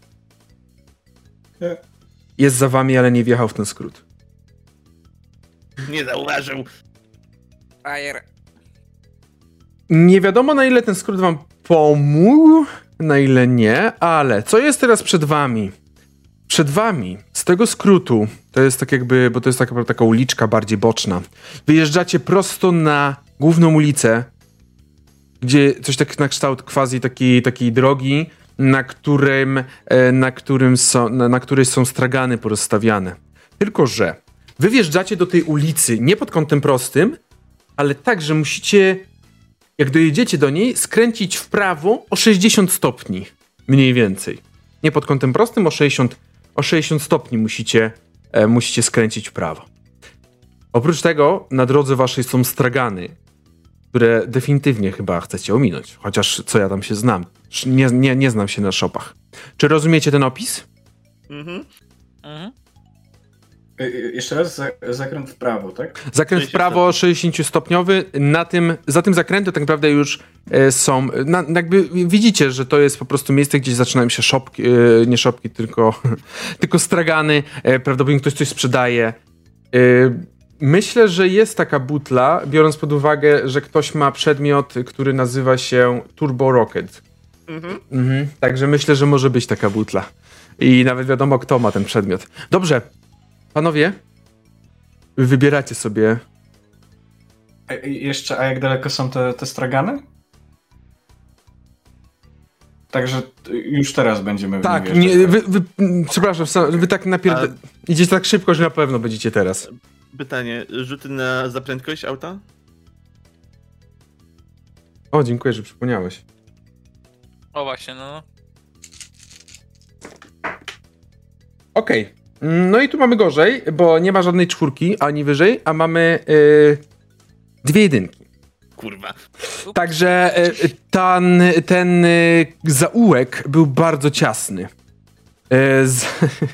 Speaker 1: Jest za wami, ale nie wjechał w ten skrót.
Speaker 2: Nie zauważył.
Speaker 4: Fire.
Speaker 1: Nie wiadomo, na ile ten skrót wam pomógł, na ile nie, ale co jest teraz przed wami? Przed wami, z tego skrótu, to jest tak jakby, bo to jest taka, taka uliczka bardziej boczna, wyjeżdżacie prosto na główną ulicę, gdzie coś tak na kształt quasi takiej, takiej drogi, na którym, na, którym są, na, na której są stragany porozstawiane. Tylko że wy wjeżdżacie do tej ulicy nie pod kątem prostym, ale tak, że musicie, jak dojedziecie do niej, skręcić w prawo o sześćdziesiąt stopni. Mniej więcej. Nie pod kątem prostym, o sześćdziesiąt, o sześćdziesiąt stopni musicie, e, musicie skręcić w prawo. Oprócz tego na drodze waszej są stragany, które definitywnie chyba chcecie ominąć. Chociaż co ja tam się znam. Nie, nie, nie znam się na shopach. Czy rozumiecie ten opis?
Speaker 2: Mhm.
Speaker 4: Mhm.
Speaker 3: Jeszcze raz, za, zakręt w prawo, tak?
Speaker 1: Zakręt w prawo sześćdziesięciostopniowy. Na tym, za tym zakrętem tak naprawdę już e, są, na, jakby widzicie, że to jest po prostu miejsce, gdzie zaczynają się szopki, e, nie szopki, tylko, tylko stragany. E, prawdopodobnie ktoś coś sprzedaje. E, myślę, że jest taka butla, biorąc pod uwagę, że ktoś ma przedmiot, który nazywa się Turbo Rocket.
Speaker 2: Mhm.
Speaker 1: Mhm. Także myślę, że może być taka butla. I nawet wiadomo, kto ma ten przedmiot. Dobrze. Panowie, wybieracie sobie.
Speaker 3: A, jeszcze, a jak daleko są te, te stragany? Także już teraz będziemy w
Speaker 1: Tak,
Speaker 3: nie
Speaker 1: nie, wy, wy, przepraszam, wy tak napierd... A... idziecie tak szybko, że na pewno będziecie teraz.
Speaker 2: Pytanie, rzuty na za prędkość auta?
Speaker 1: O, dziękuję, że przypomniałeś.
Speaker 4: O właśnie, no.
Speaker 1: Okej. Okay. No i tu mamy gorzej, bo nie ma żadnej czwórki ani wyżej, a mamy yy, dwie jedynki.
Speaker 2: Kurwa.
Speaker 1: Także yy, ten, ten yy, zaułek był bardzo ciasny. Yy, z...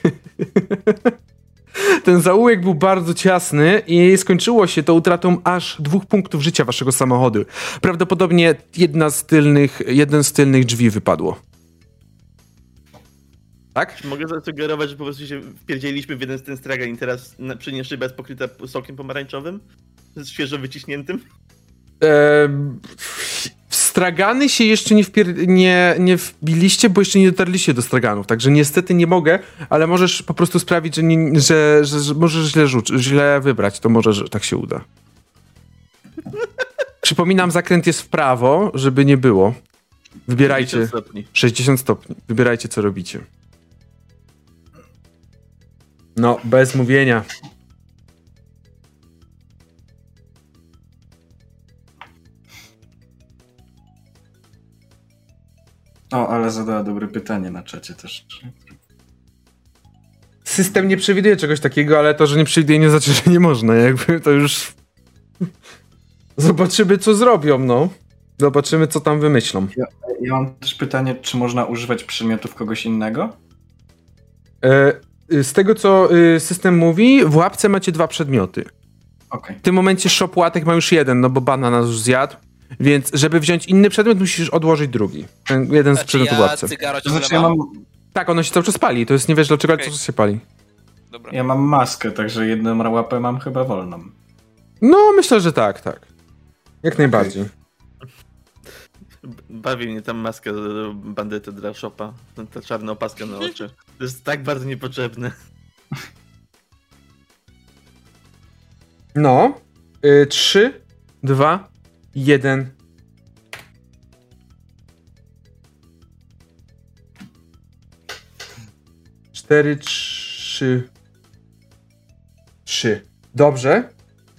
Speaker 1: ten zaułek był bardzo ciasny i skończyło się to utratą aż dwóch punktów życia waszego samochodu. Prawdopodobnie jedna z tylnych, jeden z tylnych drzwi wypadło. Tak?
Speaker 2: Mogę zasugerować, że po prostu się wpierdzieliśmy w jeden z ten stragan i teraz przy szybę jest pokryta sokiem pomarańczowym? Świeżo wyciśniętym?
Speaker 1: Eee, w stragany się jeszcze nie, wpier- nie, nie wbiliście, bo jeszcze nie dotarliście do straganów, także niestety nie mogę, ale możesz po prostu sprawić, że, nie, że, że, że możesz źle, rzuc- źle wybrać, to może że tak się uda. Przypominam, zakręt jest w prawo, żeby nie było. Wybierajcie.
Speaker 2: sześćdziesiąt stopni.
Speaker 1: sześćdziesiąt stopni. Wybierajcie, co robicie. No, bez mówienia.
Speaker 3: O, ale zadała dobre pytanie na czacie też.
Speaker 1: System nie przewiduje czegoś takiego, ale to, że nie przewiduje, nie znaczy, że nie można. Jakby to już... Zobaczymy, co zrobią, no. Zobaczymy, co tam wymyślą.
Speaker 3: Ja, ja mam też pytanie, czy można używać przedmiotów kogoś innego?
Speaker 1: E, z tego, co system mówi, w łapce macie dwa przedmioty.
Speaker 3: Okay.
Speaker 1: W tym momencie shop łatek ma już jeden, no bo bana nas już zjadł. Więc żeby wziąć inny przedmiot, musisz odłożyć drugi. Ten jeden z przedmiotów w
Speaker 4: ja
Speaker 1: łapce.
Speaker 4: cygaro
Speaker 3: To znaczy, ja mam...
Speaker 1: Tak, ono się cały czas pali. To jest nie wiesz dlaczego,
Speaker 4: Okay.
Speaker 1: ale to się pali.
Speaker 4: Dobra.
Speaker 3: Ja mam maskę, także jedną łapę mam chyba wolną.
Speaker 1: No, myślę, że tak, tak. Jak okay. najbardziej.
Speaker 2: Bawi mnie tam maskę bandyty dla shopa. Ta czarna opaska na oczy. To jest tak bardzo niepotrzebne.
Speaker 1: No. Y, trzy, dwa, jeden. Cztery, trzy. Trzy. Dobrze.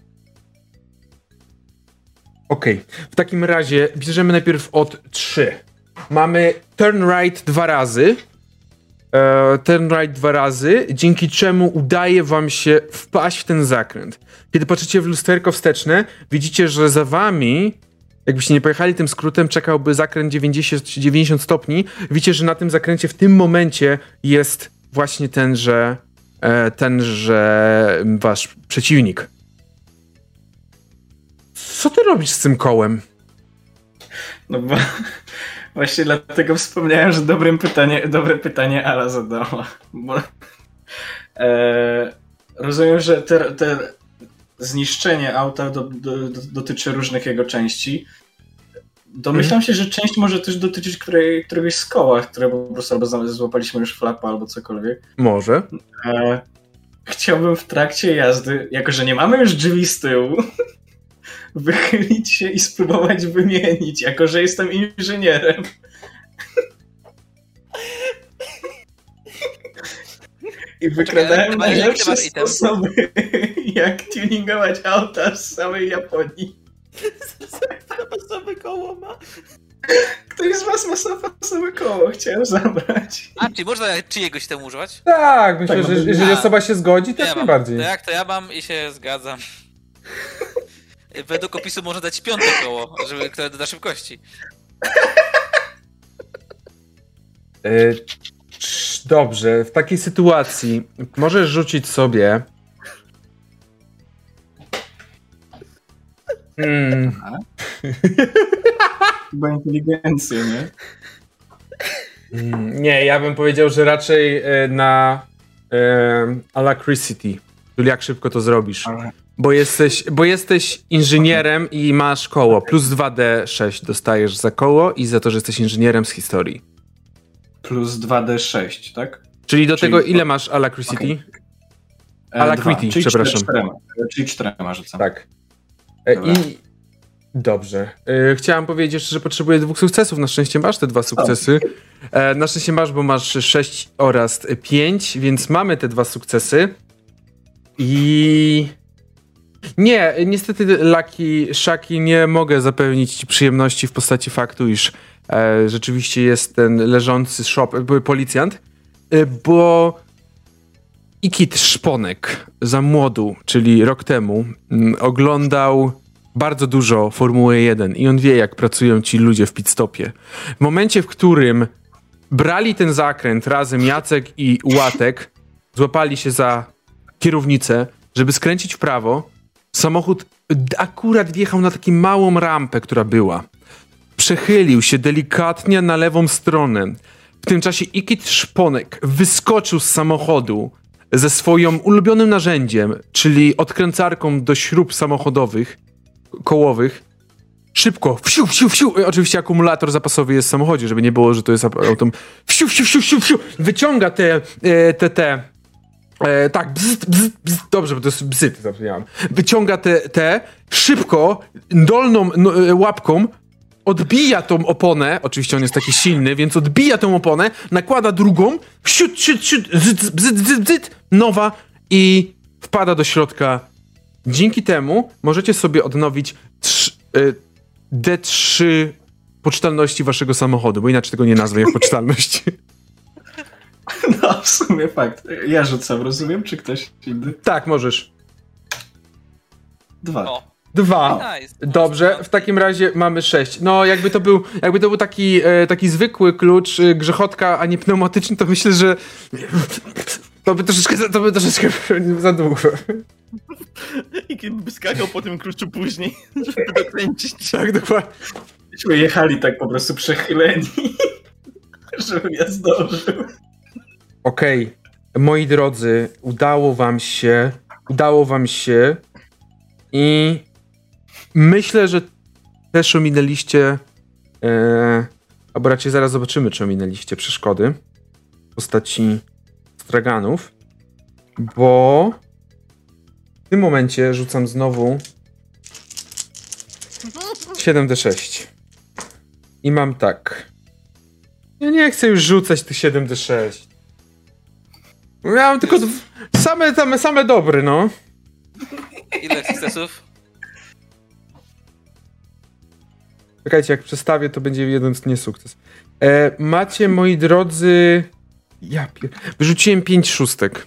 Speaker 1: Okej. Okay. W takim razie bierzemy najpierw od trzy. Mamy turn right dwa razy. E, turn right dwa razy, dzięki czemu udaje wam się wpaść w ten zakręt. Kiedy patrzycie w lusterko wsteczne, widzicie, że za wami, jakbyście nie pojechali tym skrótem, czekałby zakręt dziewięćdziesiąt dziewięćdziesiąt stopni. Widzicie, że na tym zakręcie w tym momencie jest właśnie tenże, e, tenże wasz przeciwnik. Co ty robisz z tym kołem?
Speaker 3: No bo właśnie dlatego wspomniałem, że dobrym pytanie, dobre pytanie Ala zadała. Bo, e, rozumiem, że te, te zniszczenie auta do, do, do, dotyczy różnych jego części. Domyślam mm. się, że część może też dotyczyć której, któregoś z koła, które po prostu albo złapaliśmy już flapa, albo cokolwiek.
Speaker 1: Może.
Speaker 3: E, chciałbym w trakcie jazdy, jako że nie mamy już drzwi z tyłu, wychylić się i spróbować wymienić, jako że jestem inżynierem. I wykradałem najlepsze sposoby, jak tuningować auta z samej Japonii.
Speaker 2: Zapasowe koło ma.
Speaker 3: Ktoś z was ma zapasowe koło, chciałem zabrać.
Speaker 4: A, czy można czyjegoś temu używać?
Speaker 1: Tak, myślę,
Speaker 3: tak,
Speaker 1: że
Speaker 3: no,
Speaker 1: jeżeli
Speaker 4: a,
Speaker 1: osoba się zgodzi, to
Speaker 4: ja
Speaker 1: jak
Speaker 4: mam.
Speaker 1: najbardziej.
Speaker 4: To jak to ja mam i się zgadzam. Według opisu można dać piąte koło, żeby które doda szybkości.
Speaker 1: Yy, dobrze, w takiej sytuacji możesz rzucić sobie... Hmm.
Speaker 3: Chyba inteligencję, nie?
Speaker 1: Hmm, nie, ja bym powiedział, że raczej e, na e, alacrity, czyli jak szybko to zrobisz.
Speaker 3: Ale...
Speaker 1: Bo jesteś, bo jesteś inżynierem i masz koło. Plus dwa D sześć dostajesz za koło i za to, że jesteś inżynierem z historii.
Speaker 3: Plus dwa D sześć, tak?
Speaker 1: Czyli do
Speaker 3: czyli
Speaker 1: tego ile masz alacrity? Okay. Alacrity,
Speaker 3: czyli
Speaker 1: przepraszam.
Speaker 3: Czterema, czyli czterema rzucam.
Speaker 1: Tak. E, I dobrze. E, chciałem powiedzieć jeszcze, że potrzebuję dwóch sukcesów. Na szczęście masz te dwa sukcesy. E, na szczęście masz, bo masz sześć oraz pięć, więc mamy te dwa sukcesy. I... Nie, niestety Lucky Shaki nie mogę zapewnić ci przyjemności w postaci faktu, iż e, rzeczywiście jest ten leżący shop, e, policjant, e, bo Ikit Szponek za młodu, czyli rok temu, m, oglądał bardzo dużo Formuły jeden i on wie, jak pracują ci ludzie w pit-stopie. W momencie, w którym brali ten zakręt razem Jacek i Łatek, złapali się za kierownicę, żeby skręcić w prawo, samochód akurat wjechał na taką małą rampę, która była. Przechylił się delikatnie na lewą stronę. W tym czasie Ikit Szponek wyskoczył z samochodu ze swoim ulubionym narzędziem, czyli odkręcarką do śrub samochodowych, kołowych. Szybko, wsiu, wsiu, wsiu. Oczywiście akumulator zapasowy jest w samochodzie, żeby nie było, że to jest autom. Wsiu, wsiu, wsiu, wsiu, wsiu. Wyciąga te, te, te E, tak, bzyt, bzyt, bzyt, dobrze, bo to jest bzyt, zapomniałem. Wyciąga te, te szybko, dolną no, łapką, odbija tą oponę, oczywiście on jest taki silny, więc odbija tą oponę, nakłada drugą, siut, siut, siut, bzyt, bzyt, bzyt, bzyt, nowa i wpada do środka. Dzięki temu możecie sobie odnowić trz, y, D trzy poczytalności waszego samochodu, bo inaczej tego nie nazwę jak poczytalność.
Speaker 3: No, w sumie fakt. Ja rzucam, rozumiem, czy ktoś inny?
Speaker 1: Tak, możesz.
Speaker 3: Dwa.
Speaker 4: O,
Speaker 1: Dwa.
Speaker 4: nice.
Speaker 1: Dobrze, w takim razie mamy sześć. No, jakby to był, jakby to był taki, e, taki zwykły klucz, e, grzechotka, a nie pneumatyczny, to myślę, że to by troszeczkę, za- to by troszeczkę za długo.
Speaker 2: I kiedy by skakał po tym kluczu później, żeby dokręcić.
Speaker 1: Tak, dokładnie.
Speaker 3: Myśmy jechali tak po prostu przechyleni, żebym ja zdążył.
Speaker 1: Okej, moi drodzy, udało wam się, udało wam się i myślę, że też ominęliście, e, albo raczej zaraz zobaczymy, czy ominęliście przeszkody w postaci straganów, bo w tym momencie rzucam znowu siedem d sześć i mam tak. Ja nie chcę już rzucać tych siedem d sześć. Miałem tylko dw- same, same, same dobre, no.
Speaker 4: Ile sukcesów?
Speaker 1: Czekajcie, jak przestawię, to będzie jeden nie sukces. E, macie, moi drodzy... Ja pier... Wyrzuciłem pięć szóstek.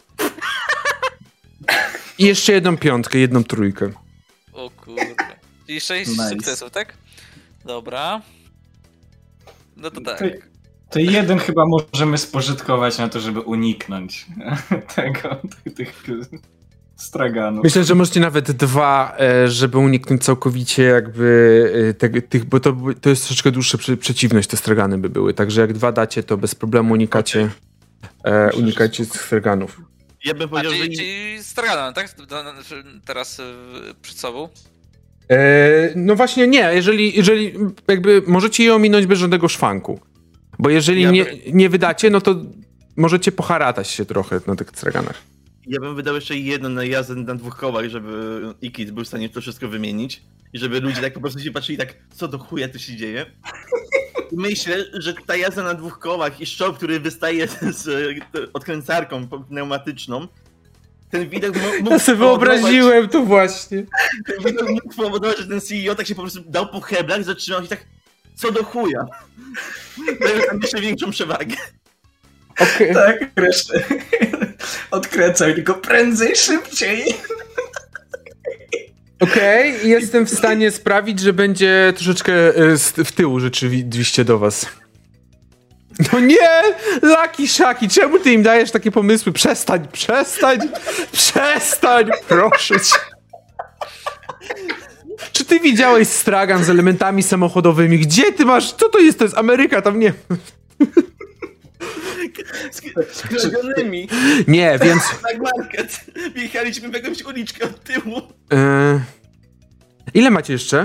Speaker 1: I jeszcze jedną piątkę, jedną trójkę.
Speaker 4: O kurde. Czyli sześć
Speaker 3: Nice.
Speaker 4: sukcesów, tak? Dobra. No to tak.
Speaker 3: To, to jeden chyba możemy spożytkować na to, żeby uniknąć tego, tych, tych straganów.
Speaker 1: Myślę, że możecie nawet dwa, e, żeby uniknąć całkowicie jakby e, te, tych, bo to, to jest troszeczkę dłuższa prze, przeciwność, te stragany by były. Także jak dwa dacie, to bez problemu unikacie, e, unikacie straganów.
Speaker 2: Ja bym
Speaker 4: A
Speaker 2: powiedział, że
Speaker 4: czyli,
Speaker 2: nie,
Speaker 4: czyli Straganem, tak? No, no, teraz y, przed sobą.
Speaker 1: E, no właśnie nie, jeżeli, jeżeli jakby możecie je ominąć bez żadnego szwanku. Bo jeżeli
Speaker 2: Ja
Speaker 1: nie,
Speaker 2: by-
Speaker 1: nie wydacie, no to możecie poharatać się trochę na tych straganach.
Speaker 2: ja bym wydał jeszcze jedno na jazdę na dwóch kołach, żeby Ikit był w stanie to wszystko wymienić. I żeby ludzie tak po prostu się patrzyli tak, co do chuja tu się dzieje. I myślę, że ta jazda na dwóch kołach i szczop, który wystaje z e, odkręcarką pneumatyczną, ten widok mógł, mógł
Speaker 1: Ja sobie wyobraziłem to właśnie.
Speaker 2: ten widok mógł spowodować, że ten C E O tak się po prostu dał po heblach, zatrzymał się tak, co do chuja. Dają tam jeszcze większą przewagę.
Speaker 1: Okay.
Speaker 3: Tak, resztę odkręcał, tylko prędzej, szybciej.
Speaker 1: Okej, okay, jestem w stanie sprawić, że będzie troszeczkę e, z- w tyłu rzeczywiście do was. No nie! Laki Szaki, czemu ty im dajesz takie pomysły? Przestań, przestań, przestań, proszę cię. Czy ty widziałeś stragan z elementami samochodowymi? Gdzie ty masz? Co to jest? To jest Ameryka, tam nie...
Speaker 2: Z kradzionymi
Speaker 1: Nie, więc...
Speaker 2: na market. Wjechaliśmy w jakąś uliczkę od tyłu.
Speaker 1: E, ile macie jeszcze?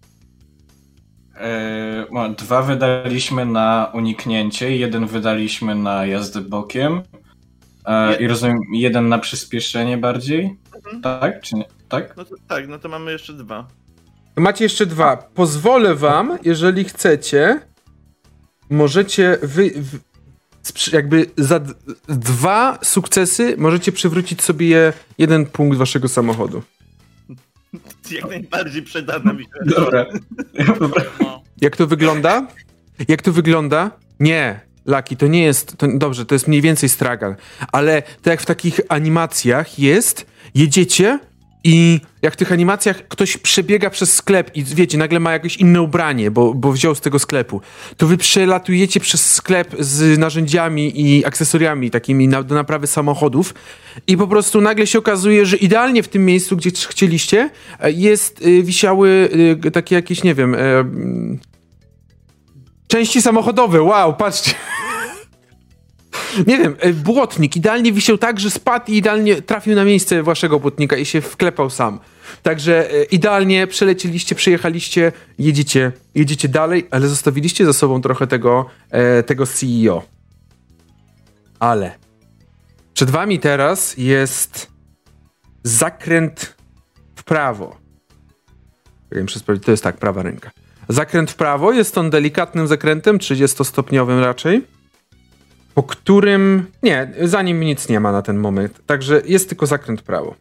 Speaker 3: E, no, dwa wydaliśmy na uniknięcie, jeden wydaliśmy na jazdę bokiem. E, I rozumiem, jeden na przyspieszenie bardziej?
Speaker 2: Mhm.
Speaker 3: Tak, czy nie? Tak?
Speaker 2: No to tak, no to mamy jeszcze dwa.
Speaker 1: Macie jeszcze dwa. Pozwolę wam, jeżeli chcecie, możecie wy... W, sprzy- jakby za d- dwa sukcesy możecie przywrócić sobie jeden punkt waszego samochodu.
Speaker 2: Jak najbardziej przydana mi się.
Speaker 3: Dobra.
Speaker 4: No.
Speaker 1: Jak to wygląda? Jak to wygląda? Nie, Laki, to nie jest... To, dobrze, to jest mniej więcej stragan, ale tak jak w takich animacjach jest, jedziecie i jak w tych animacjach ktoś przebiega przez sklep i wiecie, nagle ma jakieś inne ubranie, bo, bo wziął z tego sklepu, to wy przelatujecie przez sklep z narzędziami i akcesoriami takimi na, do naprawy samochodów i po prostu nagle się okazuje, że idealnie w tym miejscu, gdzie chcieliście, e, jest, y, wisiały y, takie jakieś, nie wiem, y, mm, części samochodowe. Wow, patrzcie. Nie wiem, e, błotnik idealnie wisiał tak, że spadł i idealnie trafił na miejsce waszego błotnika i się wklepał sam. Także e, idealnie przelecieliście, przyjechaliście, jedziecie, jedziecie dalej, ale zostawiliście za sobą trochę tego, e, tego C E O. Ale przed wami teraz jest zakręt w prawo. Ja muszę sprawdzić, to jest tak, prawa ręka. Zakręt w prawo, jest on delikatnym zakrętem, trzydziestostopniowym raczej, po którym... Nie, za nim nic nie ma na ten moment. Także jest tylko zakręt w prawo.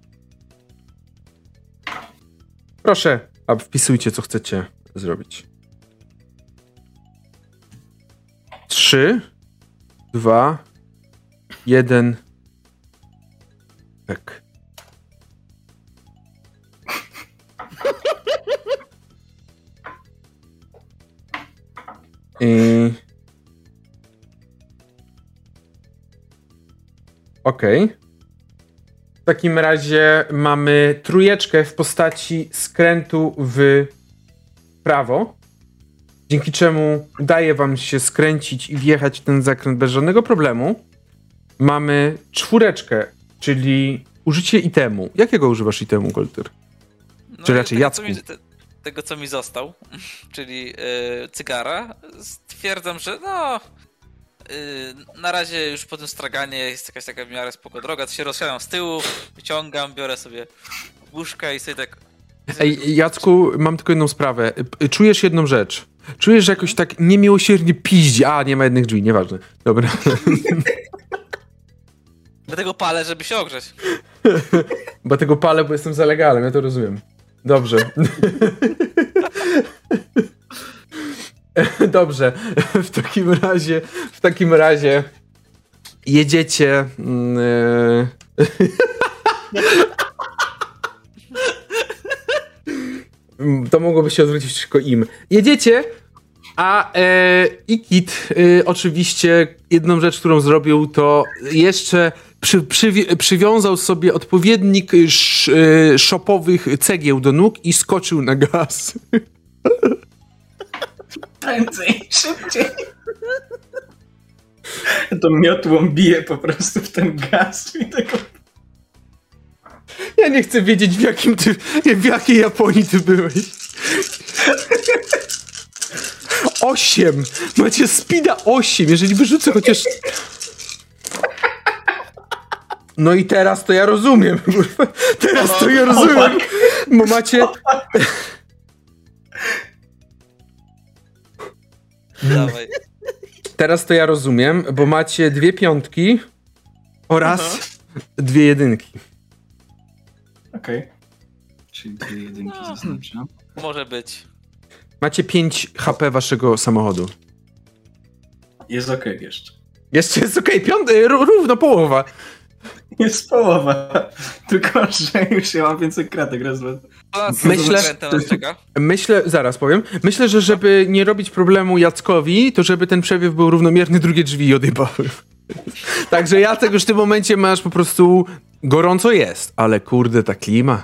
Speaker 1: Proszę, a wpisujcie, co chcecie zrobić. Trzy, dwa, jeden. Tak. I... Okej. Okay. W takim razie mamy trójeczkę w postaci skrętu w prawo, dzięki czemu udaje wam się skręcić i wjechać w ten zakręt bez żadnego problemu. Mamy czwóreczkę, czyli użycie itemu. Jakiego używasz itemu, Golter?
Speaker 4: No
Speaker 1: Czy raczej
Speaker 4: tego,
Speaker 1: Jacku?
Speaker 4: co mi, te, tego, co mi został, czyli yy, cygara, stwierdzam, że no... Yy, na razie już po tym straganie jest jakaś taka w miarę spoko droga, to się rozsiadam z tyłu, wyciągam, biorę sobie łóżka i sobie tak...
Speaker 1: Ej, Jacku, mam tylko jedną sprawę. Czujesz jedną rzecz. Czujesz, że jakoś tak niemiłosiernie piździ. A, nie ma jednych drzwi, nieważne. Dobra.
Speaker 4: Dlatego palę, żeby się ogrzeć.
Speaker 1: Bo tego palę, bo jestem za legalem, ja to rozumiem. Dobrze. Dobrze. W takim razie, w takim razie jedziecie... Yy... To mogłoby się odwrócić tylko im. Jedziecie, a e, Ikit e, oczywiście jedną rzecz, którą zrobił, to jeszcze przy, przy, przywiązał sobie odpowiednik sz, e, szopowych cegieł do nóg i skoczył na gaz.
Speaker 3: Prędzej, szybciej. To miotłą bije po prostu w ten gaz i tego...
Speaker 1: Ja nie chcę wiedzieć, w jakim ty, w jakiej Japonii ty byłeś. Osiem. Macie speeda osiem. Jeżeli wyrzucę chociaż... No i teraz to ja rozumiem. Teraz to ja rozumiem. Bo macie...
Speaker 4: Dawaj.
Speaker 1: Teraz to ja rozumiem, bo macie dwie piątki oraz Aha. dwie jedynki.
Speaker 3: Okej. Okay. Czyli dwie jedynki no, zaznaczam.
Speaker 4: Może być.
Speaker 1: Macie pięć H P waszego samochodu.
Speaker 3: Jest okej okay jeszcze.
Speaker 1: Jeszcze jest okej, okay. Piąty, równo połowa.
Speaker 3: Jest połowa. Tylko, że już ja mam więcej kratek. Raz, dwa.
Speaker 1: Myślę, myślę, zaraz powiem. Myślę, że żeby nie robić problemu Jackowi, to żeby ten przewiew był równomierny, drugie drzwi odjebały. Także Jacek już w tym momencie masz po prostu... Gorąco jest, ale kurde, ta klima.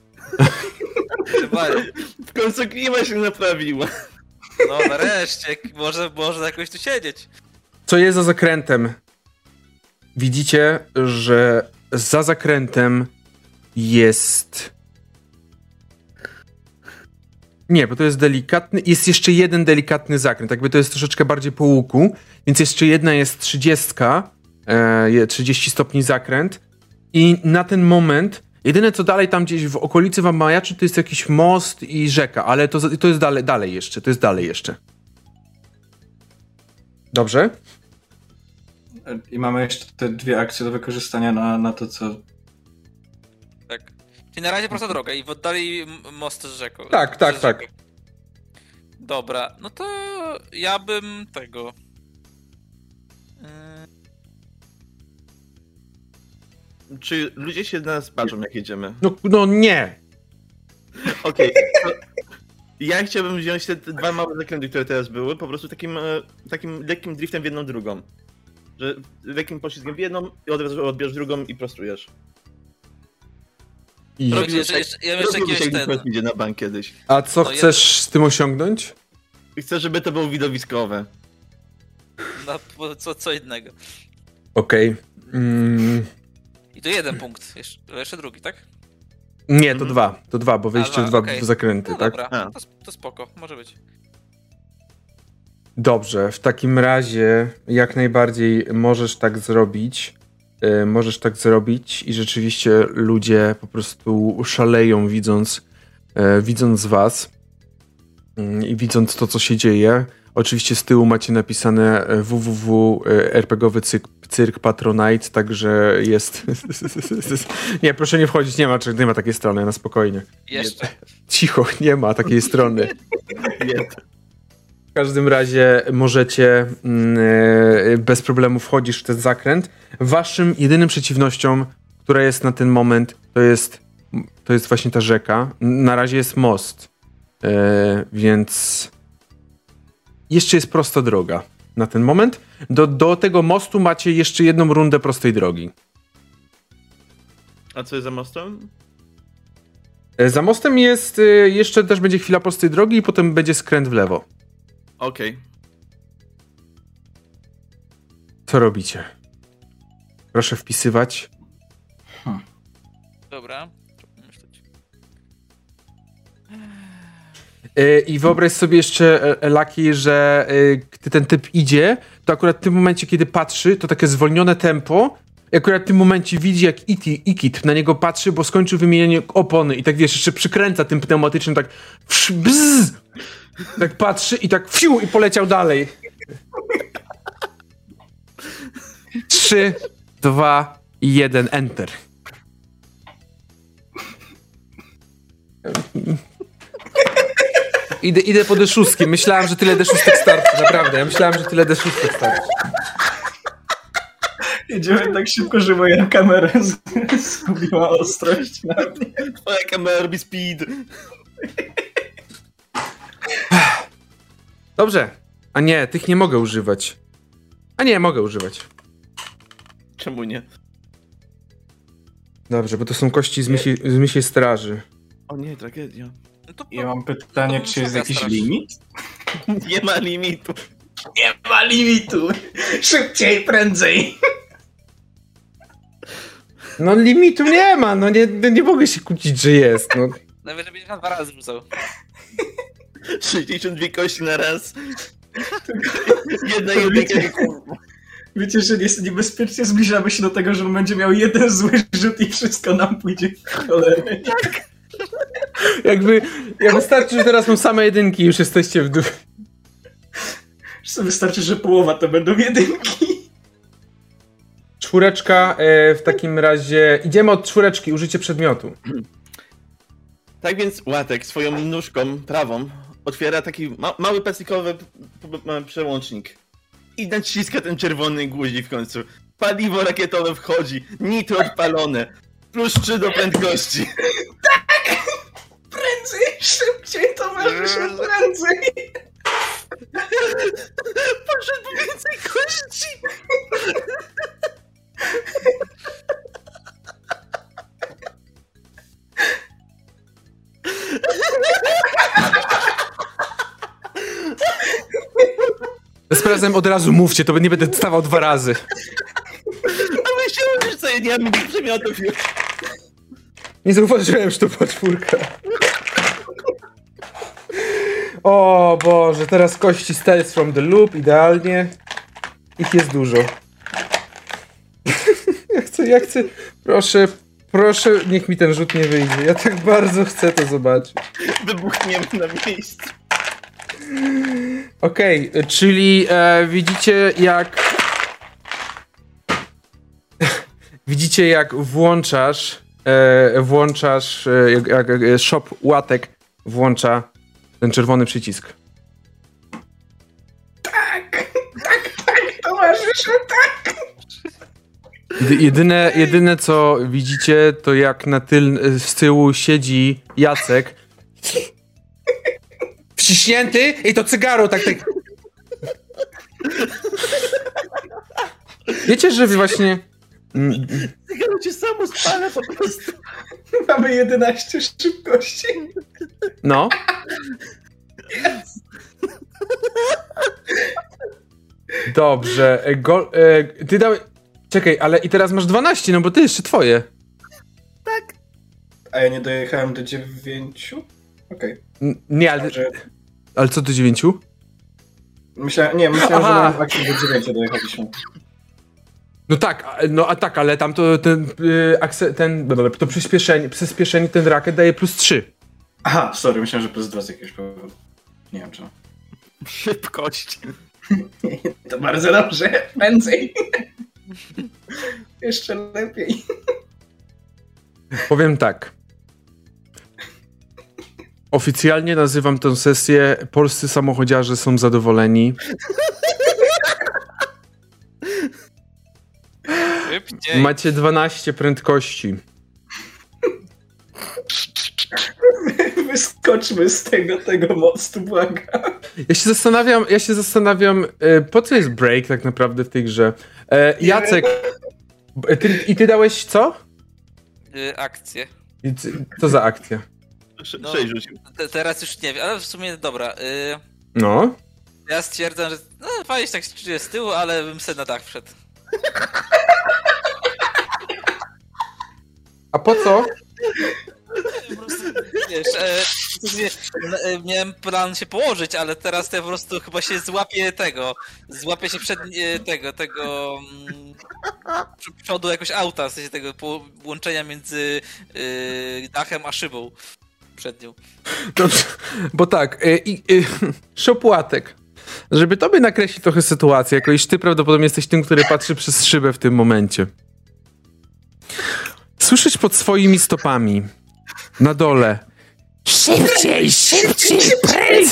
Speaker 2: W końcu klima się naprawiła.
Speaker 4: No nareszcie, może, może jakoś tu siedzieć.
Speaker 1: Co jest za zakrętem? Widzicie, że za zakrętem jest... Nie, bo to jest delikatny... Jest jeszcze jeden delikatny zakręt, jakby to jest troszeczkę bardziej po łuku, więc jeszcze jedna jest trzydziestka, e, trzydzieści stopni zakręt. I na ten moment, jedyne co dalej tam gdzieś w okolicy wam majaczy, to jest jakiś most i rzeka, ale to, to jest dalej, dalej jeszcze, to jest dalej jeszcze. Dobrze?
Speaker 3: I mamy jeszcze te dwie akcje do wykorzystania na, na to, co...
Speaker 4: Tak. Czyli na razie prosta droga i w oddali most z rzeką.
Speaker 1: Tak, tak, tak.
Speaker 4: Rzeką. Dobra, no to ja bym tego...
Speaker 2: Czy ludzie się na nas patrzą, jak jedziemy?
Speaker 1: No, no nie.
Speaker 2: Okej. Okay. Ja chciałbym wziąć te dwa małe zakręty, które teraz były, po prostu takim, takim lekkim driftem w jedną drugą. Że lekkim poślizgiem w jedną i od razu odbierz drugą i prostujesz.
Speaker 1: I...
Speaker 4: Robisz jeszcze, jeszcze, ja jeszcze jakiegoś ten...
Speaker 2: idzie na bank kiedyś.
Speaker 1: A co no chcesz ja... z tym osiągnąć?
Speaker 2: Chcę, żeby to było widowiskowe.
Speaker 4: No, co, co innego.
Speaker 1: Okej. Okay. Mm.
Speaker 4: I to jeden punkt, jeszcze, jeszcze drugi, tak?
Speaker 1: Nie, to mm. dwa, to dwa, bo wyjście dwa
Speaker 4: okay.
Speaker 1: zakręty,
Speaker 4: no
Speaker 1: tak?
Speaker 4: Dobra, to, to spoko, może być.
Speaker 1: Dobrze, w takim razie jak najbardziej możesz tak zrobić, yy, możesz tak zrobić i rzeczywiście ludzie po prostu szaleją widząc, yy, widząc was yy, i widząc to, co się dzieje. Oczywiście z tyłu macie napisane www RPGowy cyrk, cyrk Patronite, także jest... Nie, proszę nie wchodzić, nie ma, nie ma takiej strony, na spokojnie.
Speaker 4: Jeszcze.
Speaker 1: Cicho, nie ma takiej strony. W każdym razie możecie yy, bez problemu wchodzisz w ten zakręt. Waszym jedynym przeciwnością, która jest na ten moment, to jest, to jest właśnie ta rzeka. Na razie jest most, yy, więc jeszcze jest prosta droga na ten moment. Do, do tego mostu macie jeszcze jedną rundę prostej drogi.
Speaker 2: A co jest za mostem?
Speaker 1: Yy, za mostem jest, yy, jeszcze też będzie chwila prostej drogi i potem będzie skręt w lewo.
Speaker 2: Okej. Okay.
Speaker 1: Co robicie? Proszę wpisywać.
Speaker 4: Hmm. Dobra.
Speaker 1: Yy, I wyobraź sobie jeszcze, Laki, że yy, gdy ten typ idzie, to akurat w tym momencie, kiedy patrzy, to takie zwolnione tempo. I akurat w tym momencie widzi, jak Ikit na niego patrzy, bo skończył wymienianie opony i tak wiesz, jeszcze przykręca tym pneumatycznym tak bzz, tak patrzy i tak fiu i poleciał dalej. Trzy, dwa, jeden, enter. Idę, idę po D sześć. Myślałem, że tyle D sześć starczy, naprawdę. Ja myślałem, że tyle D sześć starczy.
Speaker 3: Jedziemy tak szybko, że moja kamera zgubiła ostrość na mnie.
Speaker 2: Twoja kamera robi speed.
Speaker 1: Dobrze. A nie, tych nie mogę używać. A nie, mogę używać.
Speaker 2: Czemu nie?
Speaker 1: Dobrze, bo to są kości z misiej, z misiej straży.
Speaker 2: O nie, tragedia.
Speaker 4: No to,
Speaker 3: Ja mam pytanie,
Speaker 4: to
Speaker 3: czy jest
Speaker 4: wysoka
Speaker 3: jakiś
Speaker 4: straż.
Speaker 3: limit?
Speaker 2: Nie ma limitu.
Speaker 3: Nie ma limitu! Szybciej, prędzej!
Speaker 1: No limitu nie ma, no nie, nie mogę się kłócić, że jest, no.
Speaker 4: Nawet żebyś na dwa razy rzucał.
Speaker 2: sześćdziesiąt dwie kości na raz. Jedna jedynka, kurwa.
Speaker 3: Wiecie, że jest niebezpiecznie zbliżamy się do tego, że on będzie miał jeden zły rzut i wszystko nam pójdzie w cholerę.
Speaker 2: Tak.
Speaker 1: Jakby, ja wystarczy, że teraz mam same jedynki i już jesteście w dół.
Speaker 3: Wystarczy, że połowa to będą jedynki.
Speaker 1: Czwóreczka, e, w takim razie idziemy od czwóreczki, użycie przedmiotu.
Speaker 2: Tak więc Łatek swoją nóżką prawą otwiera taki ma mały plastikowy p- p- przełącznik i naciska ten czerwony guzik w końcu. Paliwo rakietowe wchodzi, nitro odpalone, plus trzy do prędkości.
Speaker 3: Tak! Prędzej, szybciej, towarzysze, prędzej!
Speaker 2: Poszedł po więcej kości!
Speaker 1: Bez razem od razu mówcie, to nie będę stawał dwa razy.
Speaker 2: A myślałem, że co, ja nie mam nic przedmiotów już.
Speaker 1: Nie zauważyłem, że to była czwórka. O Boże, teraz kości stealth from the loop, idealnie. Ich jest dużo. Ja chcę, ja chcę, proszę, proszę, niech mi ten rzut nie wyjdzie. Ja tak bardzo chcę to zobaczyć.
Speaker 2: Wybuchniemy na miejscu.
Speaker 1: Okej, okay, czyli e, widzicie jak... widzicie jak włączasz, e, włączasz, e, jak, jak shop Łatek włącza ten czerwony przycisk.
Speaker 3: Tak, tak, tak, towarzysze, tak!
Speaker 1: Jedyne, jedyne co widzicie, to jak na tyl, z tyłu siedzi Jacek. Wciśnięty i to cygaro tak tak. Wiecie, że właśnie...
Speaker 2: Cygaro cię samo spala po prostu.
Speaker 3: Mamy jedenaście szybkości.
Speaker 1: No.
Speaker 3: Yes.
Speaker 1: Dobrze. Go, e, ty dałeś... Czekaj, ale i teraz masz dwanaście, no bo ty jeszcze twoje.
Speaker 2: Tak.
Speaker 3: A ja nie dojechałem do dziewięciu? Okej.
Speaker 1: Okay. Nie, ale...
Speaker 3: Że...
Speaker 1: Ale co do dziewięciu?
Speaker 3: Myślałem, nie, myślałem,
Speaker 1: Aha.
Speaker 3: że na akcji do dziewięciu dojechaliśmy.
Speaker 1: No tak, no a tak, ale tam to ten, yy, ten to przyspieszenie, przyspieszenie ten rakiet daje plus trzy.
Speaker 3: Aha, sorry, myślałem, że plus dwa z jakiegoś powodu. Nie wiem czemu.
Speaker 2: Szybkość.
Speaker 3: To bardzo dobrze, prędzej. Jeszcze lepiej.
Speaker 1: Powiem tak. Oficjalnie nazywam tę sesję Polscy samochodziarze są zadowoleni.
Speaker 4: Szybciej.
Speaker 1: Macie dwanaście prędkości.
Speaker 3: Wyskoczmy z tego, tego mostu, błagam.
Speaker 1: Ja się zastanawiam, ja się zastanawiam, e, po co jest break tak naprawdę w tej grze. E, Jacek, b- ty, i ty dałeś co?
Speaker 4: Y, akcje.
Speaker 1: I ty- Co za akcja?
Speaker 2: Sz-
Speaker 4: No.
Speaker 2: Sześć rzucił.
Speaker 4: Te, teraz już nie wiem, ale w sumie dobra. Y,
Speaker 1: No.
Speaker 4: ja stwierdzam, że no fajnie się tak czuję z tyłu, ale bym sobie na dach wszedł.
Speaker 1: A po co?
Speaker 4: Po prostu, wiesz, e, nie, e, miałem plan się położyć, ale teraz to ja po prostu chyba się złapię tego. Złapię się przed e, tego, tego mm, pr- przodu jakoś auta, w sensie tego połączenia między e, dachem a szybą przednią.
Speaker 1: Dobrze, bo tak, y, y, Szopłatek, żeby tobie nakreślić trochę sytuację, jako iż ty prawdopodobnie jesteś tym, który patrzy przez szybę w tym momencie. Słyszysz pod swoimi stopami na dole szybciej, szybciej, prędz!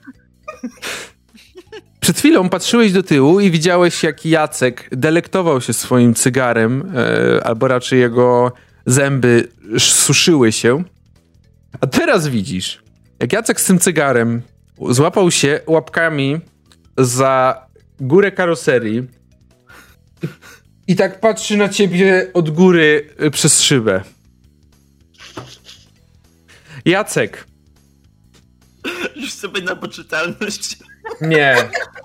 Speaker 1: Przed chwilą patrzyłeś do tyłu i widziałeś, jak Jacek delektował się swoim cygarem, e, albo raczej jego zęby suszyły się. A teraz widzisz, jak Jacek z tym cygarem złapał się łapkami za górę karoserii i, i tak patrzy na ciebie od góry y, przez szybę. Jacek.
Speaker 2: Rzuć sobie na poczytalność.
Speaker 1: Nie,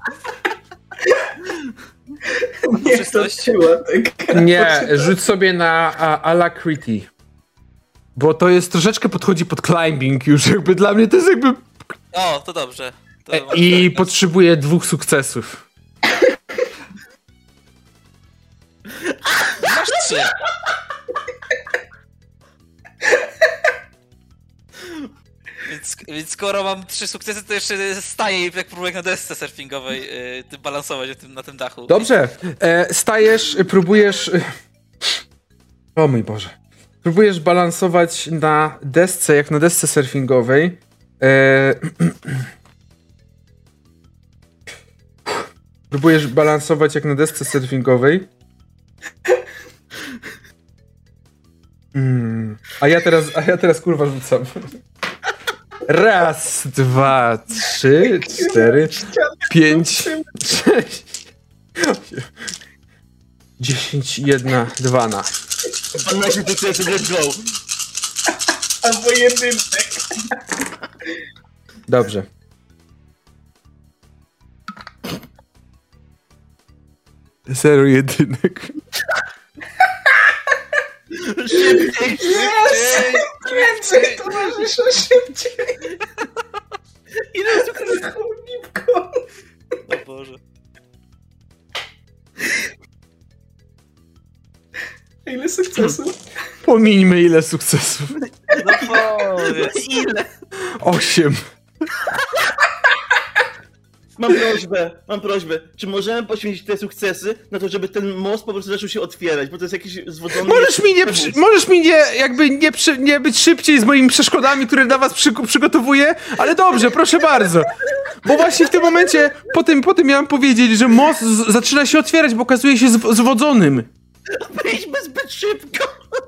Speaker 3: Nie, to Szopłatek.
Speaker 1: nie, rzuć sobie na a, Alacrity. Bo to jest troszeczkę podchodzi pod climbing już, jakby dla mnie to jest jakby...
Speaker 4: O, to dobrze. To
Speaker 1: E, I potrzebuję dwóch sukcesów.
Speaker 4: masz trzy. Więc, więc skoro mam trzy sukcesy, to jeszcze staję i jak próbuję na desce surfingowej yy, tym balansować na tym, na tym dachu.
Speaker 1: Dobrze, e, stajesz, próbujesz... O mój Boże. Próbujesz balansować na desce, jak na desce surfingowej. E, próbujesz balansować jak na desce surfingowej. Mm. A ja teraz, a ja teraz kurwa rzucam. Raz, dwa, trzy, cztery, pięć, sześć, osiem, dziesięć, jedna, dwa na.
Speaker 2: dwanaście sukcesów, let's go.
Speaker 3: Albo jedynek.
Speaker 1: Dobrze. Zero jedynek.
Speaker 2: Szybciej,
Speaker 3: Yes! Więcej towarzysza szybciej.
Speaker 2: ile sukcesów?
Speaker 3: Chłodniwko.
Speaker 4: O Boże.
Speaker 3: Ile sukcesów?
Speaker 1: Pomińmy ile sukcesów.
Speaker 4: No powiedz.
Speaker 2: Ile?
Speaker 1: Osiem.
Speaker 2: Mam prośbę, mam prośbę. Czy możemy poświęcić te sukcesy na to, żeby ten most po prostu zaczął się otwierać, bo to jest jakiś zwodzony...
Speaker 1: Możesz mi nie, przy, możesz mi nie, jakby nie, przy, nie być szybciej z moimi przeszkodami, które dla was przy, przygotowuję, ale dobrze, proszę bardzo. Bo właśnie w tym momencie, po tym, po tym miałem powiedzieć, że most z, zaczyna się otwierać, bo okazuje się zw, zwodzonym.
Speaker 2: Wejdźmy zbyt szybko.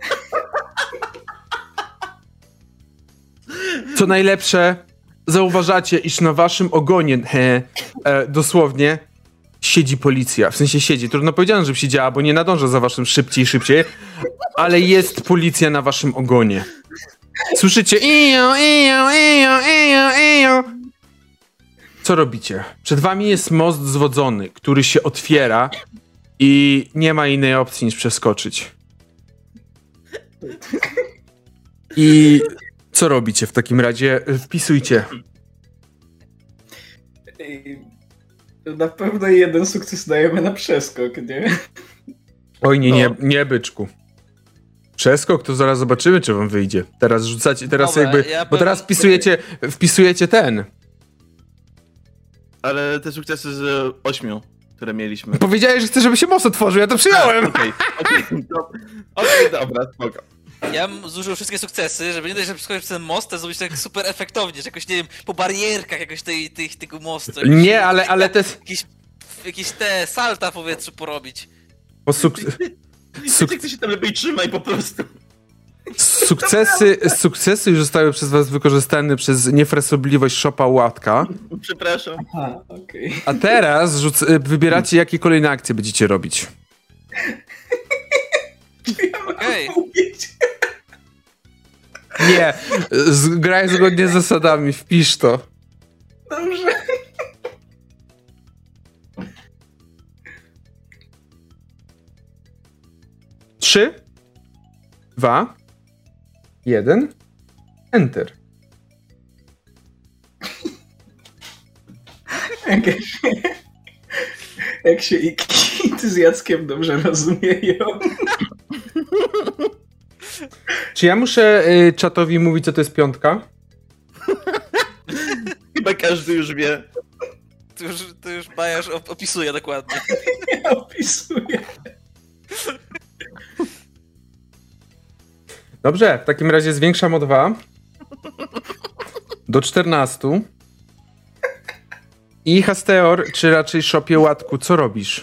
Speaker 1: Co najlepsze, zauważacie, iż na waszym ogonie, he, e, dosłownie, siedzi policja. W sensie siedzi. Trudno powiedziane, żeby siedziała, bo nie nadąża za waszym szybciej, szybciej, ale jest policja na waszym ogonie. Słyszycie? Ijo, ijo, ijo, ijo, ijo. Co robicie? Przed wami jest most zwodzony, który się otwiera i nie ma innej opcji niż przeskoczyć. I co robicie w takim razie? Wpisujcie.
Speaker 3: Na pewno jeden sukces dajemy na przeskok, nie?
Speaker 1: Oj, nie,
Speaker 2: No.
Speaker 1: nie, nie, byczku. Przeskok, to zaraz zobaczymy, czy wam wyjdzie. Teraz rzucacie, teraz
Speaker 4: Dobra,
Speaker 1: jakby,
Speaker 4: ja
Speaker 1: bo teraz
Speaker 4: powiem-
Speaker 1: wpisujecie, wpisujecie ten.
Speaker 2: Ale te sukcesy z ośmiu, które mieliśmy.
Speaker 1: Powiedziałeś, że chcesz, żeby się most otworzył, ja to przyjąłem.
Speaker 2: Okej, okej, do- okej, dobra, spoko.
Speaker 4: ja bym zużył wszystkie sukcesy, żeby nie dość, że przeskoczyć przez ten most, to zrobić tak super efektownie, że jakoś, nie wiem, po barierkach jakoś tej, tej, tego mostu. Jakoś,
Speaker 1: Nie, ale, ale to jest...
Speaker 4: Jakieś, jakieś te salta w powietrzu porobić.
Speaker 1: Po suk...
Speaker 2: Suk... Jak ty się tam lepiej trzymaj po prostu.
Speaker 1: Sukcesy, sukcesy już zostały przez was wykorzystane przez niefrasobliwość Szopa Łatka.
Speaker 2: Przepraszam.
Speaker 3: Aha, okej. Okay.
Speaker 1: A teraz rzuc... wybieracie, jakie kolejne akcje będziecie robić.
Speaker 4: Okej.
Speaker 1: Nie, z... graj zgodnie z zasadami, wpisz to.
Speaker 3: Dobrze.
Speaker 1: Trzy, dwa, jeden, enter.
Speaker 3: Jak się, jak się i Kit z Jackiem dobrze rozumieją.
Speaker 1: Czy ja muszę y, czatowi mówić, co to jest piątka?
Speaker 2: Chyba każdy już wie.
Speaker 4: To już, to już Bajarz opisuje dokładnie.
Speaker 3: Ja opisuję.
Speaker 1: Dobrze, w takim razie zwiększam o dwa do czternastu. I Hasteor, czy raczej Szopie Łatku, co robisz?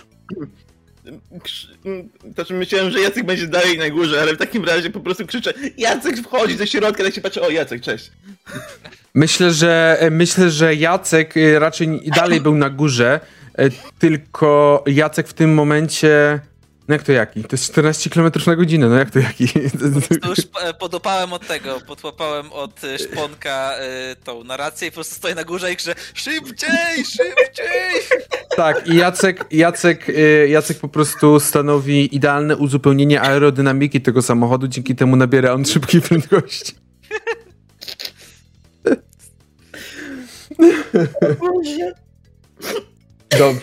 Speaker 2: Znaczy myślałem, że Jacek będzie dalej na górze, ale w takim razie po prostu krzyczę: Jacek wchodzi do środka, tak się patrzy, o Jacek, cześć.
Speaker 1: Myślę, że myślę, że Jacek raczej dalej był na górze, tylko Jacek w tym momencie... No jak to jaki? To jest czternaście kilometrów na godzinę, no jak to jaki?
Speaker 4: To już podopałem od tego, podłapałem od szponka y, tą narrację i po prostu stoję na górze i krzyczę: szybciej, szybciej!
Speaker 1: Tak, i Jacek, Jacek, Jacek po prostu stanowi idealne uzupełnienie aerodynamiki tego samochodu, dzięki temu nabiera on szybkiej prędkości. Dobrze.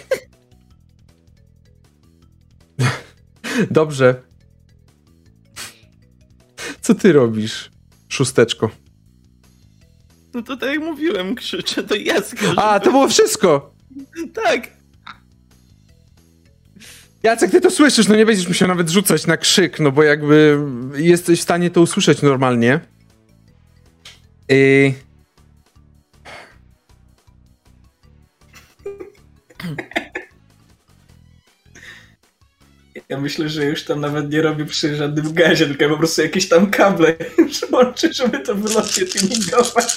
Speaker 1: Dobrze. Co ty robisz, szósteczko?
Speaker 2: No to tak jak mówiłem, krzyczę do Jacka.
Speaker 1: A,
Speaker 2: żeby...
Speaker 1: to było wszystko!
Speaker 2: Tak.
Speaker 1: Jacek, ty to słyszysz, no nie będziesz musiał nawet rzucać na krzyk, no bo jakby jesteś w stanie to usłyszeć normalnie. I...
Speaker 3: Ja myślę, że już tam nawet nie robi przy żadnym gazie, tylko po prostu jakieś tam kable przyłączy, żeby to wylocie tuningować.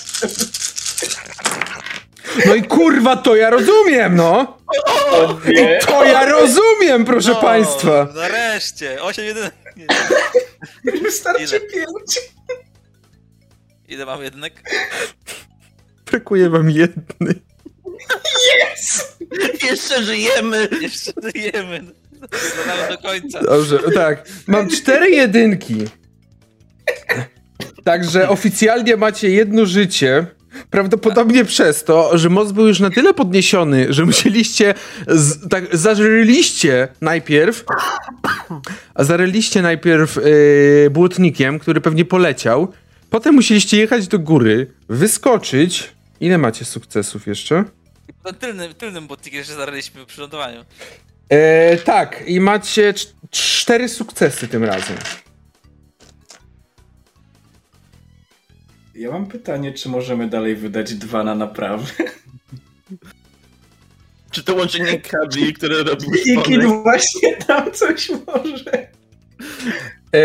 Speaker 1: No i kurwa, to ja rozumiem, no!
Speaker 3: O nie.
Speaker 1: To ja rozumiem, proszę
Speaker 4: No,
Speaker 1: państwa!
Speaker 4: Nareszcie! osiem jeden.
Speaker 3: Wystarczy pięć.
Speaker 4: Ile mam jednek?
Speaker 1: Brakuje wam jednej.
Speaker 3: Yes!
Speaker 2: Jeszcze żyjemy!
Speaker 4: Jeszcze żyjemy. Zadamy do końca.
Speaker 1: Dobrze, tak. Mam cztery jedynki. Także oficjalnie macie jedno życie. Prawdopodobnie przez to, że most był już na tyle podniesiony, że musieliście, z, tak, zaryliście najpierw, a zaryliście najpierw yy, błotnikiem, który pewnie poleciał. Potem musieliście jechać do góry, wyskoczyć. Ile macie sukcesów jeszcze?
Speaker 4: Tylnym, tylnym botnikiem jeszcze zaraliśmy przy lądowaniu.
Speaker 1: E, tak, i macie cz- cztery sukcesy tym razem.
Speaker 3: Ja mam pytanie, czy możemy dalej wydać dwa na naprawę?
Speaker 2: Czy to łączenie kabli, które robił
Speaker 3: I Kid
Speaker 2: Szponek?
Speaker 3: właśnie tam coś może.
Speaker 1: E,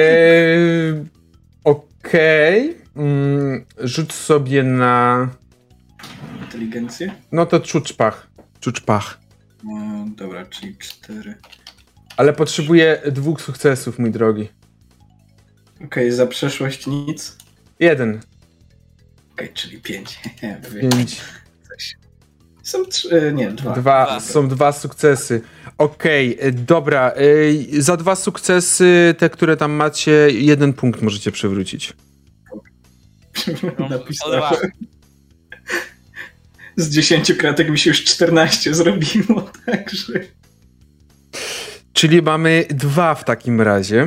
Speaker 1: Okej. Okay. Mm, rzuć sobie na...
Speaker 3: Inteligencję?
Speaker 1: No to czuczpach. Czuczpach.
Speaker 3: No, dobra, czyli cztery.
Speaker 1: Ale potrzebuję dwóch sukcesów, mój drogi.
Speaker 3: Okej, okay, za przeszłość nic.
Speaker 1: Jeden.
Speaker 3: Okej, okay, czyli pięć.
Speaker 1: Pięć.
Speaker 3: Są trzy, nie, dwa.
Speaker 1: Dwa.
Speaker 4: Dwa.
Speaker 1: Są dwa sukcesy. Okej, okay, dobra. Y, za dwa sukcesy, te, które tam macie, jeden punkt możecie przywrócić.
Speaker 3: Napisałem. Z dziesięciu kratek mi się już czternaście zrobiło, także...
Speaker 1: Czyli mamy dwa w takim razie.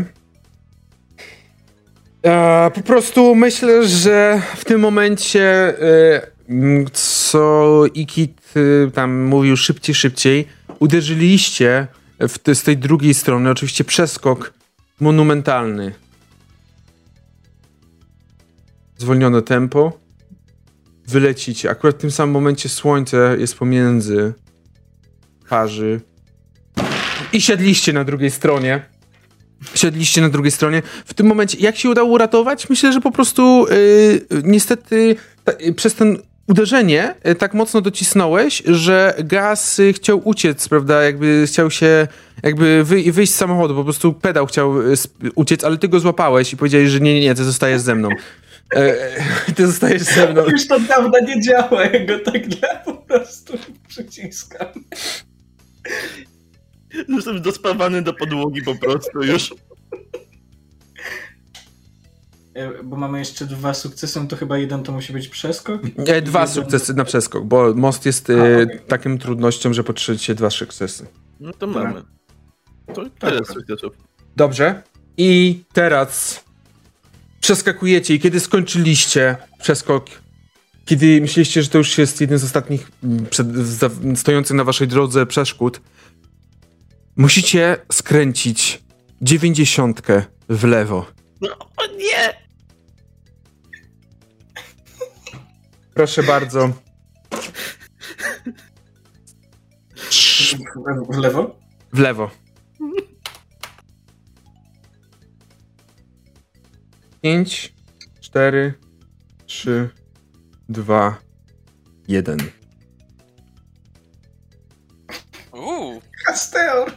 Speaker 1: E, po prostu myślę, że w tym momencie e, co Ikit e, tam mówił szybciej, szybciej, uderzyliście w te, z tej drugiej strony, oczywiście przeskok monumentalny. zwolnione tempo, wylecicie. Akurat w tym samym momencie słońce jest pomiędzy parzy i siedliście na drugiej stronie. Siedliście na drugiej stronie. W tym momencie, jak się udało uratować? Myślę, że po prostu yy, niestety ta, yy, przez ten uderzenie yy, tak mocno docisnąłeś, że gaz yy, chciał uciec, prawda? Jakby chciał się jakby wy, wyjść z samochodu, po prostu pedał chciał yy, uciec, ale ty go złapałeś i powiedziałeś, że nie, nie, nie, ty zostajesz ze mną. Yy, ty zostajesz ze mną.
Speaker 3: Już to dawno nie działa, ja go tak dla po prostu przyciskam.
Speaker 2: Jestem dospawany do podłogi po prostu już.
Speaker 3: Bo mamy jeszcze dwa sukcesy, no to chyba jeden to musi być przeskok?
Speaker 1: Nie, dwa
Speaker 3: jeden...
Speaker 1: sukcesy na przeskok, bo most jest
Speaker 3: A,
Speaker 1: yy,
Speaker 3: okay.
Speaker 1: taką trudnością, że potrzebujecie dwa sukcesy.
Speaker 2: No to mamy. To tyle sukcesów.
Speaker 1: Dobrze. I teraz przeskakujecie i kiedy skończyliście przeskok, kiedy myśleliście, że to już jest jeden z ostatnich przed, za, stojących na waszej drodze przeszkód, musicie skręcić dziewięćdziesiątkę w lewo.
Speaker 2: No, o nie!
Speaker 1: Proszę bardzo.
Speaker 3: W lewo?
Speaker 1: W lewo. Pięć, cztery, trzy, dwa, jeden.
Speaker 4: Uuu.
Speaker 3: Casteor!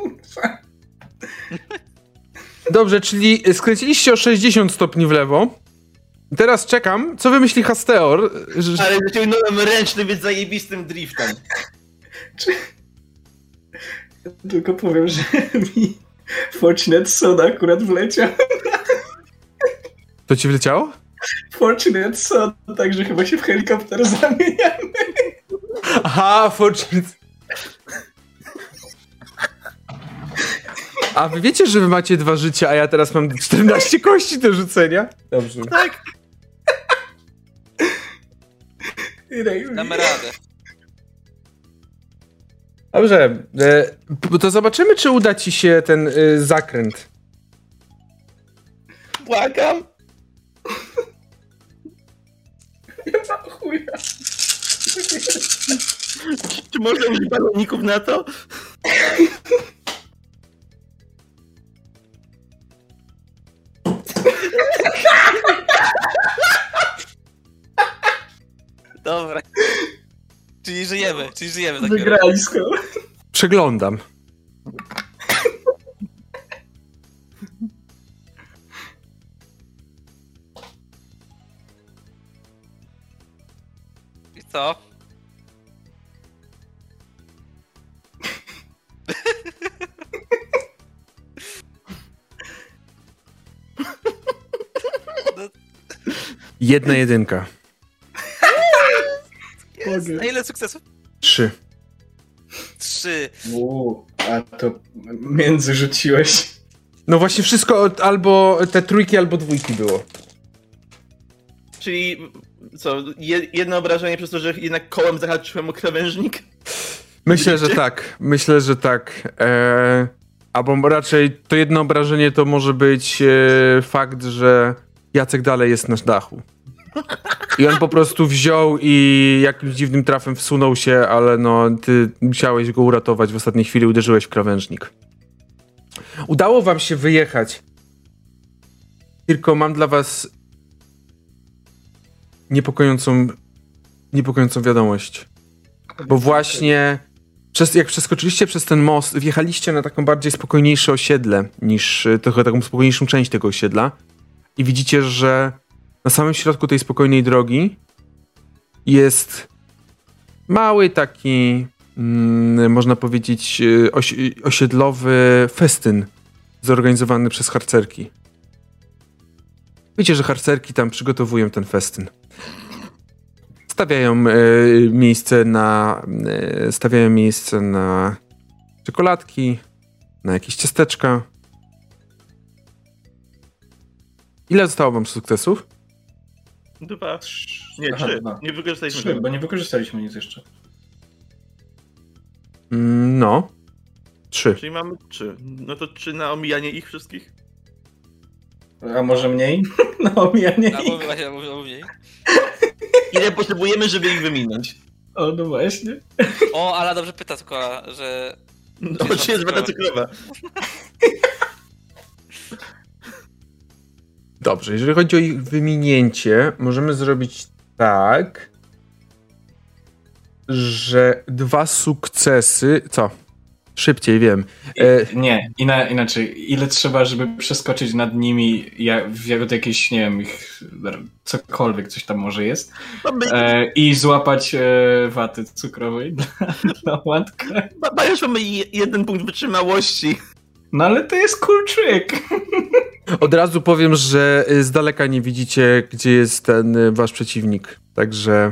Speaker 1: Dobrze, czyli skręciliście o sześćdziesiąt stopni w lewo. Teraz czekam, co wymyśli Hasteor. Że...
Speaker 2: Ale wyciągnąłem ręczny, więc zajebistym driftem.
Speaker 3: Czy... Tylko powiem, że mi Fortunate Son akurat wleciał.
Speaker 1: To ci wleciało?
Speaker 3: Fortunate Son, także chyba się w helikopter zamieniamy.
Speaker 1: Aha, Fortunate... A wy wiecie, że wy macie dwa życia, a ja teraz mam czternaście kości do rzucenia? Dobrze.
Speaker 2: Tak.
Speaker 4: Damy radę.
Speaker 1: Dobrze, e, to zobaczymy, czy uda ci się ten e, zakręt.
Speaker 2: Błagam.
Speaker 3: Nie ma chuja.
Speaker 2: Czy można użyć baloników na to?
Speaker 4: Dobra. Czyli żyjemy, czyli żyjemy. Tak
Speaker 3: Wygralisko.
Speaker 1: Przeglądam.
Speaker 4: I co?
Speaker 1: Jedna jedynka.
Speaker 4: Jest. A ile sukcesów?
Speaker 1: Trzy.
Speaker 4: Trzy.
Speaker 3: Uuu, a to między rzuciłeś.
Speaker 1: No właśnie wszystko od, albo te trójki, albo dwójki było.
Speaker 2: Czyli co, jedno obrażenie przez to, że jednak kołem zahaczyłem o krawężnik?
Speaker 1: Myślę, że tak. Myślę, że tak. E, albo raczej to jedno obrażenie to może być e, fakt, że Jacek dalej jest na dachu. I on po prostu wziął i jakimś dziwnym trafem wsunął się, ale no, ty musiałeś go uratować w ostatniej chwili, uderzyłeś w krawężnik. Udało wam się wyjechać. Tylko mam dla was niepokojącą, niepokojącą wiadomość. Bo właśnie przez, jak przeskoczyliście przez ten most, wjechaliście na taką bardziej spokojniejsze osiedle niż trochę taką spokojniejszą część tego osiedla i widzicie, że na samym środku tej spokojnej drogi jest mały taki, mm, można powiedzieć, osi osiedlowy festyn zorganizowany przez harcerki. Wiecie, że harcerki tam przygotowują ten festyn. Stawiają e, miejsce na e, stawiają miejsce na czekoladki, na jakieś ciasteczka. Ile zostało wam sukcesów?
Speaker 2: Dwa. Nie,
Speaker 3: Aha,
Speaker 2: trzy.
Speaker 3: dwa.
Speaker 2: Nie wykorzystaliśmy
Speaker 3: Trzy,
Speaker 2: tego.
Speaker 3: bo nie wykorzystaliśmy nic jeszcze.
Speaker 1: Mm, no. Trzy.
Speaker 2: Czyli mamy trzy. No to trzy na omijanie ich wszystkich?
Speaker 3: A może mniej? No, mniej.
Speaker 4: Albo właśnie, albo mniej.
Speaker 2: Ile potrzebujemy, żeby ich wyminąć?
Speaker 3: O, no właśnie.
Speaker 4: O, ale dobrze pyta Kola, że...
Speaker 2: No, czy jest wata cukrowa?
Speaker 1: Dobrze, jeżeli chodzi o ich wyminięcie, możemy zrobić tak, że dwa sukcesy... Co? Szybciej, wiem. E...
Speaker 3: Nie, ina, inaczej. Ile trzeba, żeby przeskoczyć nad nimi jak, jak jakieś, nie wiem, ich, cokolwiek, coś tam może jest, e, i złapać e, waty cukrowej dla, dla łatka.
Speaker 2: Chyba już mamy jeden punkt wytrzymałości.
Speaker 3: No ale to jest cool trick.
Speaker 1: Od razu powiem, że z daleka nie widzicie, gdzie jest ten wasz przeciwnik. Także...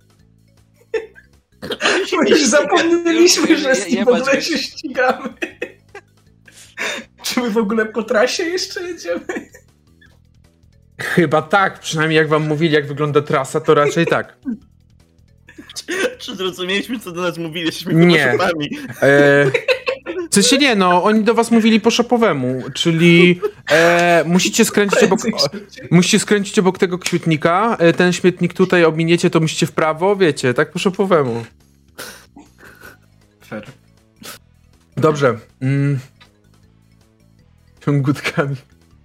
Speaker 3: My już zapomnieliśmy, że z
Speaker 4: Je-
Speaker 3: nim w ogóle
Speaker 4: jebać
Speaker 3: się ścigamy. Czy my w ogóle po trasie jeszcze jedziemy?
Speaker 1: Chyba tak, przynajmniej jak wam mówili, jak wygląda trasa, to raczej tak.
Speaker 2: Czy zrozumieliśmy, co do nas mówili? Jesteśmy
Speaker 1: Nie.
Speaker 2: szopami.
Speaker 1: E, w sensie nie, no, oni do was mówili po szopowemu, czyli e, musicie skręcić obok, musicie skręcić obok tego kwietnika, e, ten śmietnik tutaj ominiecie, to musicie w prawo, wiecie, tak po szopowemu.
Speaker 3: Fair.
Speaker 1: Dobrze. Mm. Ciągutkami.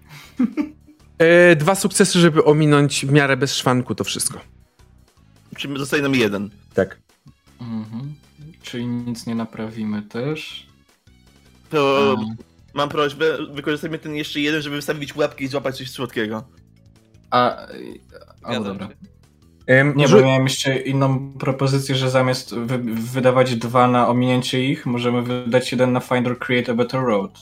Speaker 1: E, dwa sukcesy, żeby ominąć w miarę bez szwanku to wszystko.
Speaker 2: Czyli zostaje nam jeden.
Speaker 1: Tak.
Speaker 3: Mhm. Czyli nic nie naprawimy też.
Speaker 2: To
Speaker 3: A.
Speaker 2: mam prośbę, wykorzystajmy ten jeszcze jeden, żeby wystawić łapki i złapać coś słodkiego.
Speaker 3: A, a
Speaker 4: Ja
Speaker 3: dobra.
Speaker 4: dobrze.
Speaker 1: Em,
Speaker 3: Nie,
Speaker 1: że-
Speaker 3: bo miałem jeszcze inną propozycję, że zamiast wy, wydawać dwa na ominięcie ich, możemy wydać jeden na Find or Create a Better Road.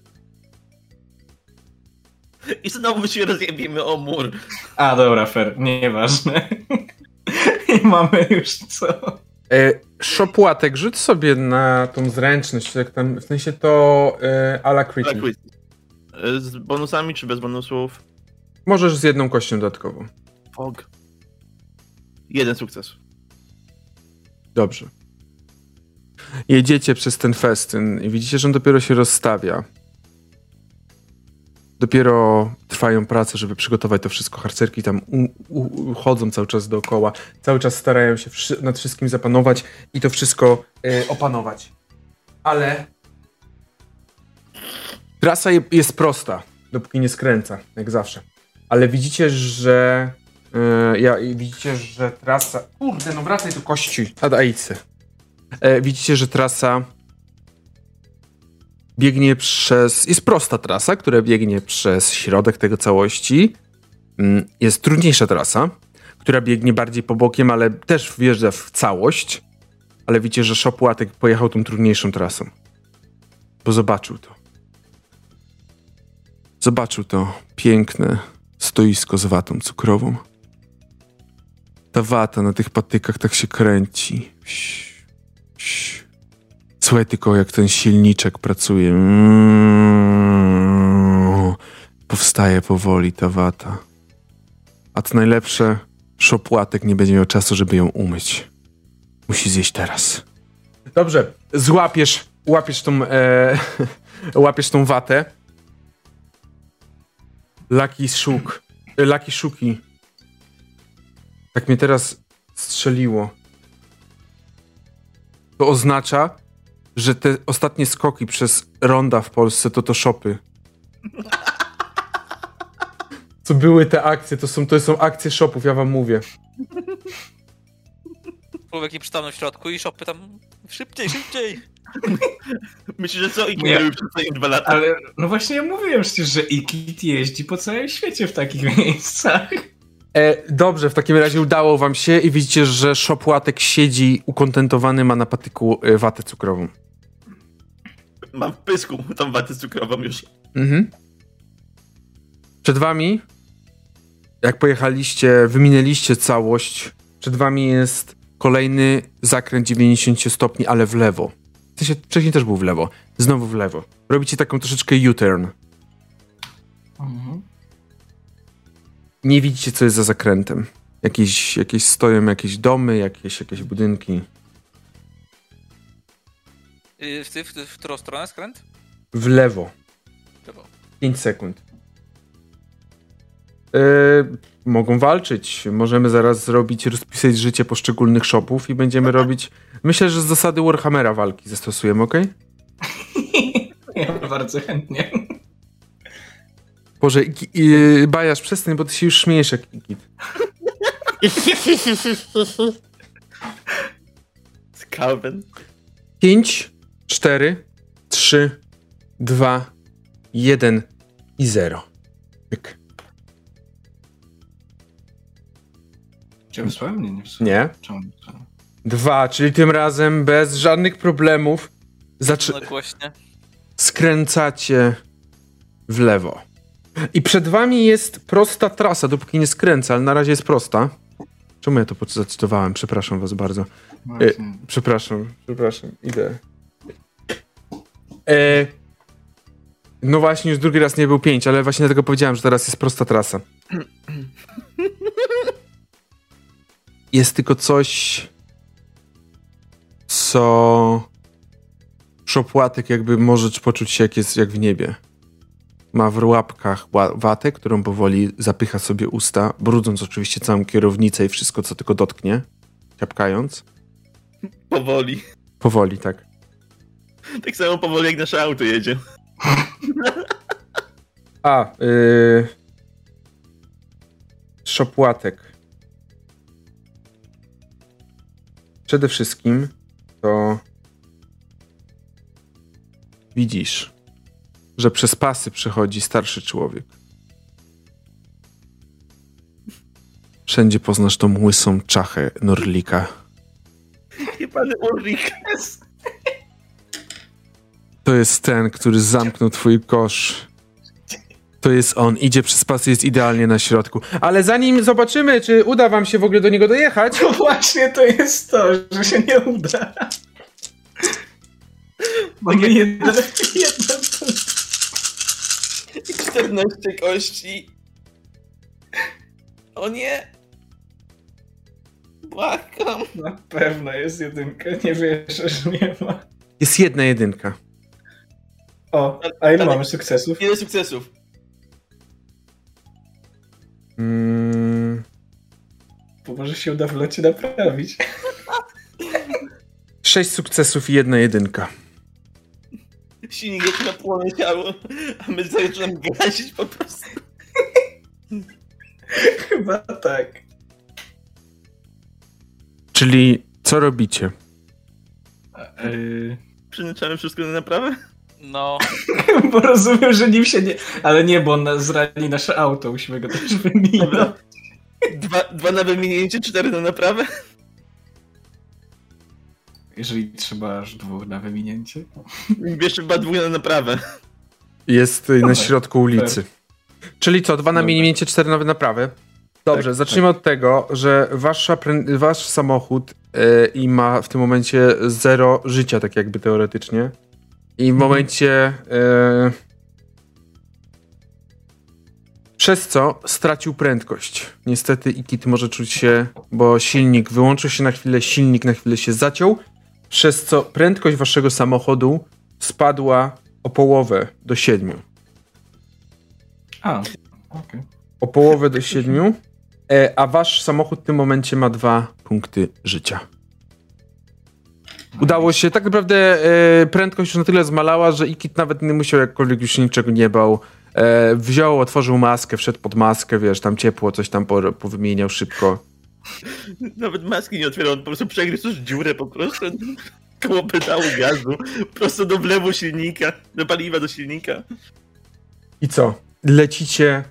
Speaker 2: I znowu się rozjebiemy o mur.
Speaker 3: A, dobra, fair, nieważne. I mamy już co.
Speaker 1: E, Szopłatek, rzuć sobie na tą zręczność, jak tam, w sensie to e, ala
Speaker 2: Tak,
Speaker 1: crit.
Speaker 2: quiz. Z bonusami czy bez bonusów?
Speaker 1: Możesz z jedną kością dodatkową.
Speaker 2: Fog. Jeden sukces.
Speaker 1: Dobrze. Jedziecie przez ten festyn i widzicie, że on dopiero się rozstawia. Dopiero trwają prace, żeby przygotować to wszystko. Harcerki tam u, u, chodzą cały czas dookoła. Cały czas starają się wszy- nad wszystkim zapanować i to wszystko y, opanować. Ale trasa je, jest prosta, dopóki nie skręca, jak zawsze. Ale widzicie, że y, ja, i widzicie, że trasa... Kurde, no wracaj do kości. Adajcy. E, widzicie, że trasa biegnie przez... Jest prosta trasa, która biegnie przez środek tego całości. Mm, Jest trudniejsza trasa, która biegnie bardziej po bokiem, ale też wjeżdża w całość. Ale widzicie, że Szopłatek pojechał tą trudniejszą trasą. Bo zobaczył to. Zobaczył to piękne stoisko z watą cukrową. Ta wata na tych patykach tak się kręci. Ś, ś. Słuchaj tylko, jak ten silniczek pracuje. Mm. Powstaje powoli ta wata. A co najlepsze, Szopłatek nie będzie miał czasu, żeby ją umyć. Musi zjeść teraz. Dobrze, złapiesz, łapiesz tą, e, łapiesz tą watę. Lucky Szuk. e, Lucky Szuki. Tak mnie teraz strzeliło. To oznacza, że te ostatnie skoki przez ronda w Polsce to to shopy. Co były te akcje, to są, to są akcje shopów, ja wam mówię.
Speaker 4: Człowiek nieprzytomny w środku i szopy tam szybciej, szybciej.
Speaker 2: Myślę, że co? I
Speaker 3: Nie.
Speaker 2: kiedy przez ostatnie dwa lata.
Speaker 3: Ale no właśnie ja mówiłem przecież, że Ikit jeździ po całym świecie w takich miejscach.
Speaker 1: E, dobrze, w takim razie udało wam się i widzicie, że Szopłatek siedzi ukontentowany, ma na patyku e, watę cukrową.
Speaker 2: Mam w pysku tą watę cukrową już.
Speaker 1: Mhm. Przed wami, jak pojechaliście, wyminęliście całość, przed wami jest kolejny zakręt dziewięćdziesiąt stopni, ale w lewo. W sensie, wcześniej też był w lewo. Znowu w lewo. Robicie taką troszeczkę U-turn.
Speaker 3: Mhm.
Speaker 1: Nie widzicie, co jest za zakrętem. Jakieś, jakieś stoją jakieś domy, jakieś, jakieś budynki.
Speaker 4: Y, W, ty, w, ty, w którą stronę skręt?
Speaker 1: W lewo.
Speaker 4: Chyba.
Speaker 1: pięć sekund. Yy, mogą walczyć. Możemy zaraz zrobić, rozpisać życie poszczególnych shopów i będziemy robić... Myślę, że z zasady Warhammera walki zastosujemy, okej? Okay?
Speaker 3: Ja bardzo chętnie.
Speaker 1: Boże, yy, Bajasz, przestań, bo ty się już śmiejesz jak Ikit.
Speaker 2: Skalpen.
Speaker 1: pięć, cztery, trzy, dwa, jeden i zero. Pyk.
Speaker 3: Czy wysłałem? Nie, nie wysłałem.
Speaker 1: Nie.
Speaker 3: Czemu nie wysłałem?
Speaker 1: Dwa, czyli tym razem bez żadnych problemów zaczy...
Speaker 4: No głośnie.
Speaker 1: skręcacie w lewo. I przed wami jest prosta trasa, dopóki nie skręca, ale na razie jest prosta. Czemu ja to zacytowałem? Przepraszam was bardzo. E, przepraszam, przepraszam. Idę. E, no właśnie, już drugi raz nie był pięć, ale właśnie dlatego powiedziałem, że teraz jest prosta trasa. Jest tylko coś, co Szopłatek jakby możesz poczuć się jak jest jak w niebie. Ma w łapkach watę, którą powoli zapycha sobie usta, brudząc oczywiście całą kierownicę i wszystko, co tylko dotknie, ciapkając.
Speaker 2: Powoli.
Speaker 1: Powoli, tak.
Speaker 2: Tak samo powoli jak nasze auto jedzie.
Speaker 1: A, yy... Szopłatek. Przede wszystkim to widzisz, że przez pasy przechodzi starszy człowiek. Wszędzie poznasz tą łysą czachę Norlika.
Speaker 2: Jebany Ulrich.
Speaker 1: To jest ten, który zamknął twój kosz. To jest on. Idzie przez pasy, jest idealnie na środku. Ale zanim zobaczymy, czy uda wam się w ogóle do niego dojechać...
Speaker 3: To właśnie to jest to, że się nie uda. Mamy jeden, jeden
Speaker 2: czternaście kości. O nie! Błagam.
Speaker 3: Na pewno jest jedynka, nie wierzę, że nie ma.
Speaker 1: Jest jedna jedynka.
Speaker 3: O, a ile mamy sukcesów?
Speaker 2: Ile sukcesów?
Speaker 1: Mm.
Speaker 3: Bo może się uda w locie naprawić.
Speaker 1: Sześć sukcesów i jedna jedynka.
Speaker 2: Silnik jak na płonę ciało, a my zaczynamy gasić po prostu.
Speaker 3: Chyba tak.
Speaker 1: Czyli co robicie?
Speaker 3: Yy...
Speaker 2: Przeznaczamy wszystko na naprawę?
Speaker 4: No.
Speaker 3: Bo rozumiem, że nim się nie... Ale nie, bo on nas zrani nasze auto, musimy go też wymienić.
Speaker 2: Dwa, dwa na wymienięcie, cztery na naprawę?
Speaker 3: Jeżeli trzeba aż dwóch na wyminięcie.
Speaker 2: Wiesz, chyba dwóch na naprawę.
Speaker 1: Jest
Speaker 3: Dobra,
Speaker 1: na środku ulicy.
Speaker 3: fair.
Speaker 1: Czyli co, dwa na minięcie, cztery na naprawę? Dobrze,
Speaker 3: Tak,
Speaker 1: zacznijmy
Speaker 3: tak.
Speaker 1: od tego, że wasza, prę- wasz samochód yy, i ma w tym momencie zero życia, tak jakby teoretycznie. I w momencie... Yy, przez co stracił prędkość. Niestety Ikit może czuć się, bo silnik wyłączył się na chwilę, silnik na chwilę się zaciął, przez co prędkość waszego samochodu spadła o połowę do siedmiu.
Speaker 3: A, okej. Okay.
Speaker 1: O połowę do siedmiu, e, a wasz samochód w tym momencie ma dwa punkty życia. Udało się, tak naprawdę e, prędkość już na tyle zmalała, że Ikit nawet nie musiał jakkolwiek już niczego nie bał. E, wziął, otworzył maskę, wszedł pod maskę, wiesz, tam ciepło, coś tam po, powymieniał szybko.
Speaker 2: Nawet maski nie otwierał, on po prostu przegryzł już dziurę po prostu koło pedału gazu, prosto do wlewu silnika, do paliwa do silnika.
Speaker 1: I co? Lecicie...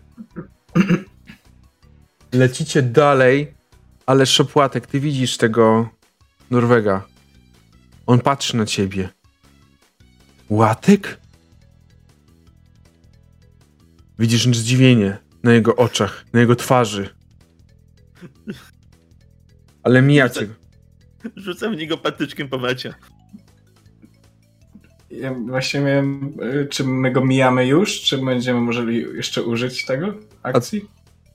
Speaker 1: Lecicie dalej, ale Szopłatek, ty widzisz tego Norwega. On patrzy na ciebie. Łatek? Widzisz zdziwienie na jego oczach, na jego twarzy. Ale mijacie go.
Speaker 2: Rzucam w niego patyczkiem po macie.
Speaker 3: Ja właśnie miałem, czy my go mijamy już, czy będziemy możeli jeszcze użyć tego akcji?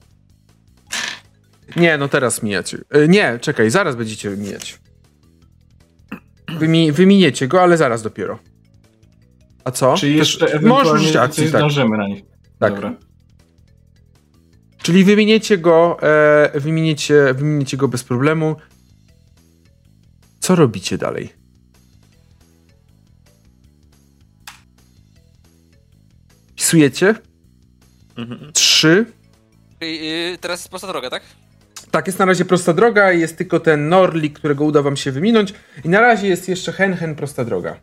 Speaker 1: Nie, no teraz mijacie. E, nie, czekaj, zaraz będziecie mijać. Wymi- wyminiecie go, ale zaraz dopiero. A co?
Speaker 3: Czyli jeszcze
Speaker 1: Też,
Speaker 3: ewentualnie
Speaker 1: możesz użyć akcji,
Speaker 3: coś
Speaker 1: tak.
Speaker 3: zdążymy na nich.
Speaker 1: Tak.
Speaker 3: Dobra.
Speaker 1: Czyli wymieniecie go, e, wymieniecie, wymieniecie go bez problemu. Co robicie dalej? Wpisujecie?
Speaker 2: Mhm.
Speaker 1: Trzy.
Speaker 4: I, y, teraz jest prosta droga, tak?
Speaker 1: Tak, jest na razie prosta droga i jest tylko ten Norli, którego uda wam się wyminąć. I na razie jest jeszcze hen, hen, prosta droga.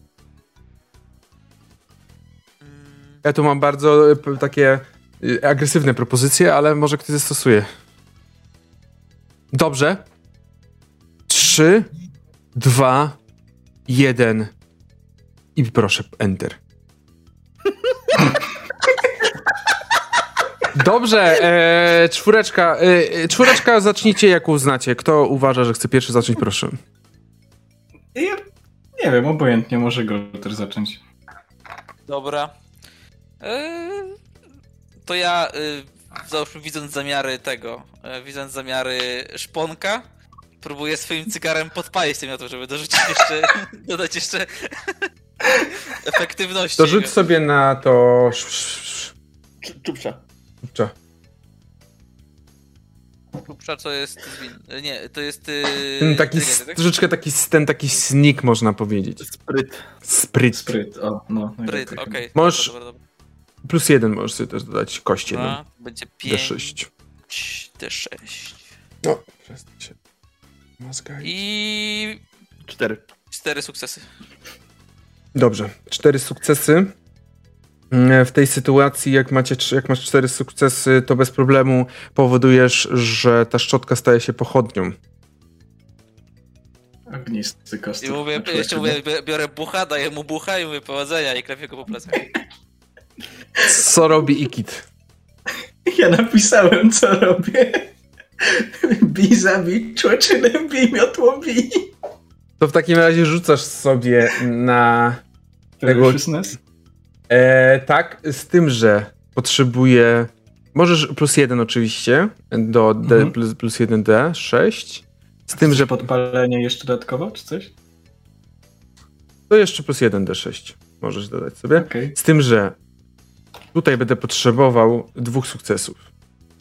Speaker 1: Ja tu mam bardzo e, takie e, agresywne propozycje, ale może ktoś zastosuje. Dobrze. Trzy, dwa, jeden i proszę, enter. Dobrze, e, czwóreczka. E, czwóreczka, zacznijcie jak uznacie. Kto uważa, że chce pierwszy zacząć, proszę.
Speaker 3: Ja nie wiem, obojętnie, może Golter zacząć.
Speaker 4: Dobra. Eee, to ja, y, załóżmy, widząc zamiary tego, e, widząc zamiary szponka, próbuję swoim cygarem podpalić tym na to, żeby dorzucić jeszcze, dodać jeszcze efektywności.
Speaker 1: To rzuć sobie na to... sz- sz- sz-
Speaker 2: Czupcza.
Speaker 1: Czupcza.
Speaker 4: Lubsza to jest zwin... Nie, to jest... Yy,
Speaker 1: Ten taki,
Speaker 4: inteligentny, tak?
Speaker 1: troszeczkę taki, ten taki sneak, można powiedzieć.
Speaker 2: Spryt.
Speaker 1: Spryt.
Speaker 3: Spryt, o, no.
Speaker 4: Spryt,
Speaker 3: najlepiej.
Speaker 4: okej.
Speaker 1: Możesz-
Speaker 4: Dobra, dobra, dobra.
Speaker 1: Plus jeden możesz sobie też dodać kość jedną.
Speaker 4: Dobra, będzie
Speaker 1: D
Speaker 4: pięć,
Speaker 1: sześć.
Speaker 4: D sześć.
Speaker 1: No, przestań się. Mózga.
Speaker 4: I
Speaker 2: Cztery.
Speaker 4: cztery sukcesy.
Speaker 1: Dobrze, cztery sukcesy. W tej sytuacji, jak, macie, jak masz cztery sukcesy, to bez problemu powodujesz, że ta szczotka staje się pochodnią.
Speaker 3: Ognisty kostek.
Speaker 4: I mówię,
Speaker 3: na
Speaker 4: jeszcze
Speaker 3: człowieka.
Speaker 4: mówię, biorę bucha, daję mu bucha i mówię powodzenia i klepię go po plecach.
Speaker 1: Co robi Ikit?
Speaker 3: Ja napisałem, co robię. Bij, zabij, człoczynę, bij, miotło, bij.
Speaker 1: To w takim razie rzucasz sobie na... Tego-
Speaker 3: Ferociousness?
Speaker 1: E, tak, z tym, że potrzebuję... Możesz plus jeden oczywiście, do D,
Speaker 3: Mhm.
Speaker 1: plus, plus jeden D, sześć. Z tym, że
Speaker 3: Podpalenie jeszcze dodatkowo, czy coś?
Speaker 1: to jeszcze plus jeden D sześć możesz dodać sobie.
Speaker 3: Okej.
Speaker 1: Z tym, że tutaj będę potrzebował dwóch sukcesów.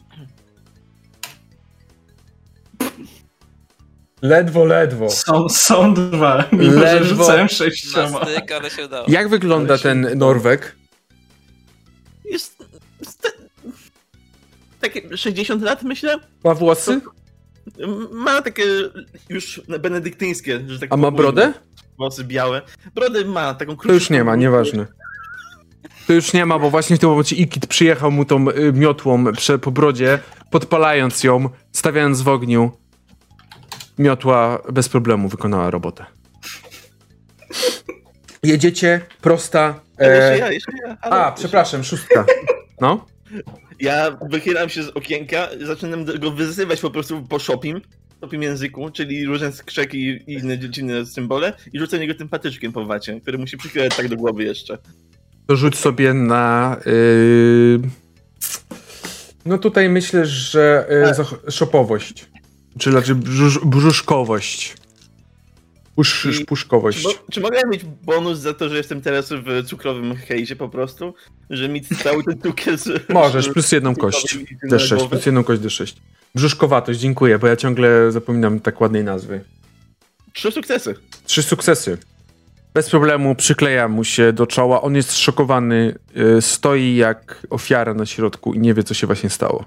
Speaker 1: Ledwo, ledwo.
Speaker 3: Są, są dwa, mimo że
Speaker 1: Ledwo
Speaker 3: rzucałem
Speaker 4: Na
Speaker 3: sześcioma.
Speaker 4: styk, ale się udało.
Speaker 1: Jak wygląda
Speaker 3: Ale się
Speaker 1: ten
Speaker 3: udało.
Speaker 1: Norweg?
Speaker 2: Jest... jest takie sześćdziesiąt lat, myślę.
Speaker 1: Ma włosy?
Speaker 2: Ma takie już benedyktyńskie, że tak
Speaker 1: A ma
Speaker 2: powiem,
Speaker 1: brodę?
Speaker 2: Włosy białe. Brodę ma, taką
Speaker 1: To
Speaker 2: krótką.
Speaker 1: już nie ma, nieważne. To już nie ma, bo właśnie w tym momencie Ikit przyjechał mu tą y, miotłą prze, po brodzie, podpalając ją, stawiając w ogniu. Miotła bez problemu wykonała robotę. Jedziecie, prosta...
Speaker 2: Ale jeszcze
Speaker 1: E...
Speaker 2: ja, jeszcze ja. ale
Speaker 1: A,
Speaker 2: jeszcze-
Speaker 1: przepraszam, szóstka. No?
Speaker 2: Ja wychylam się z okienka, zaczynam go wyzywać po prostu po shopim, shopim języku, czyli różne skrzeki i inne dziecinne symbole i rzucę niego tym patyczkiem po wacie, który musi przyklejać tak do głowy jeszcze.
Speaker 1: To rzuć sobie na... Yy... No tutaj myślę, że yy, zach- szopowość. Czy znaczy brzusz, brzuszkowość. Pusz,
Speaker 2: I-
Speaker 1: puszkowość.
Speaker 2: Czy, mo- czy mogę mieć bonus za to, że jestem teraz w cukrowym hejzie po prostu? Że mi cały ten cukier... z-
Speaker 1: Możesz, plus jedną kość.
Speaker 2: i- i-
Speaker 1: D sześć, plus jedną kość D sześć. Brzuszkowatość, dziękuję, bo ja ciągle zapominam tak ładnej nazwy.
Speaker 2: Trzy sukcesy.
Speaker 1: Trzy sukcesy. Bez problemu przykleja mu się do czoła. On jest szokowany, yy, stoi jak ofiara na środku i nie wie, co się właśnie stało.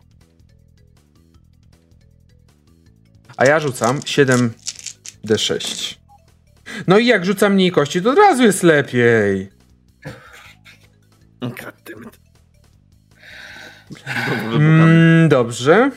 Speaker 1: A ja rzucam siedem D sześć. No i jak rzucam mniej kości, to od razu jest lepiej.
Speaker 2: Goddammit.
Speaker 1: Mm, dobrze.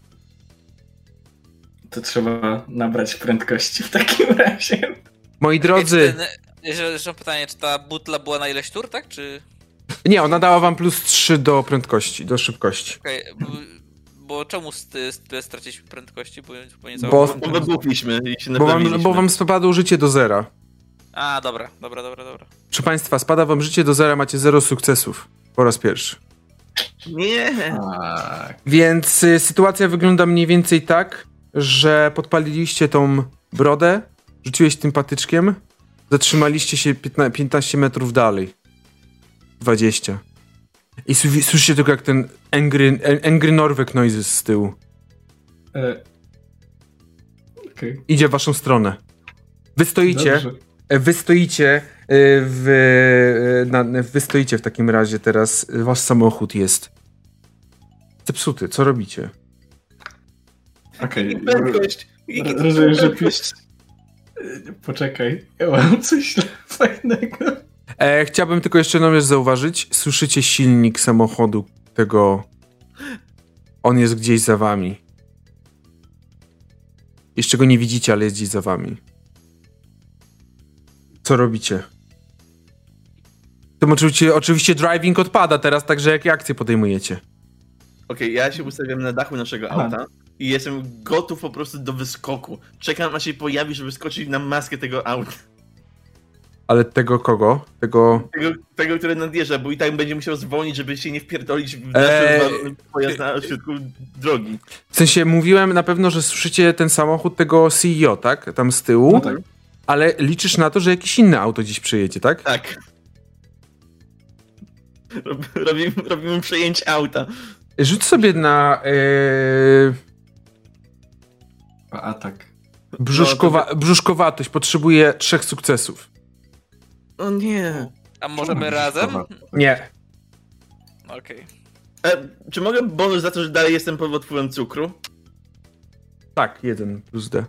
Speaker 3: To trzeba nabrać prędkości w takim razie.
Speaker 1: Moi drodzy,
Speaker 4: Ten, jeszcze jeszcze mam pytanie, czy ta butla była na ileś tur, tak? Czy...
Speaker 1: nie, ona dała wam plus trzy do prędkości, do szybkości.
Speaker 4: Okej, bo, bo czemu st- st- straciliśmy prędkości? Bo, bo nie
Speaker 1: Bo-
Speaker 4: zauważyłem.
Speaker 2: Bo wybuchliśmy i się
Speaker 1: Bo wam,
Speaker 2: naprawiliśmy.
Speaker 1: bo wam spadło życie do zera.
Speaker 4: A, dobra, dobra, dobra, dobra.
Speaker 1: Proszę państwa, spada wam życie do zera, macie zero sukcesów. Po raz pierwszy.
Speaker 2: Nie!
Speaker 3: Tak.
Speaker 1: Więc y, sytuacja wygląda mniej więcej tak, że podpaliliście tą brodę, rzuciłeś tym patyczkiem, zatrzymaliście się piętnaście metrów dalej. dwadzieścia. I sły- słyszycie tylko jak ten angry, angry Norweg noises z tyłu.
Speaker 3: E... Okay.
Speaker 1: Idzie w waszą stronę. Wy stoicie,
Speaker 3: Dobrze.
Speaker 1: wy stoicie w, na, wy stoicie w takim razie teraz, wasz samochód jest zepsuty. Co robicie?
Speaker 3: Okej.
Speaker 2: I prędkość. I
Speaker 3: Ro- rozumiem, że
Speaker 2: prędkość.
Speaker 3: Poczekaj, ja mam coś fajnego.
Speaker 1: E, chciałbym tylko jeszcze jedną rzecz zauważyć. Słyszycie silnik samochodu tego... On jest gdzieś za wami. Jeszcze go nie widzicie, ale jest gdzieś za wami. Co robicie? To oczywiście, oczywiście driving odpada teraz, także jakie akcje podejmujecie?
Speaker 2: Okej, okay, ja się ustawiam na dachu naszego
Speaker 3: Aha.
Speaker 2: auta i jestem gotów po prostu do wyskoku. Czekam, aż się pojawi, żeby skoczyć na maskę tego auta.
Speaker 1: Ale tego kogo? Tego...
Speaker 2: Tego, tego który nadjeżdża, bo i tak będzie musiał zwolnić, żeby się nie wpierdolić w
Speaker 1: Eee,
Speaker 2: nasz pojazd na środku drogi.
Speaker 1: W sensie mówiłem na pewno, że słyszycie ten samochód tego C E O, tak? Tam z tyłu.
Speaker 3: No tak.
Speaker 1: Ale liczysz na to, że jakieś inne auto dziś przyjedzie, tak?
Speaker 2: Tak. Rob, robimy, robimy przejęcie auta.
Speaker 1: Rzuć sobie na yy,
Speaker 3: A atak.
Speaker 1: brzuszkowa-
Speaker 2: No,
Speaker 1: brzuszkowatość. Potrzebuję trzech sukcesów.
Speaker 2: O nie.
Speaker 4: A możemy
Speaker 3: Czemu
Speaker 4: razem?
Speaker 3: brzuszkowa?
Speaker 1: Nie.
Speaker 4: Okej.
Speaker 2: E, czy mogę bonus za to, że dalej jestem pod wpływem cukru?
Speaker 1: Tak, jeden plus D.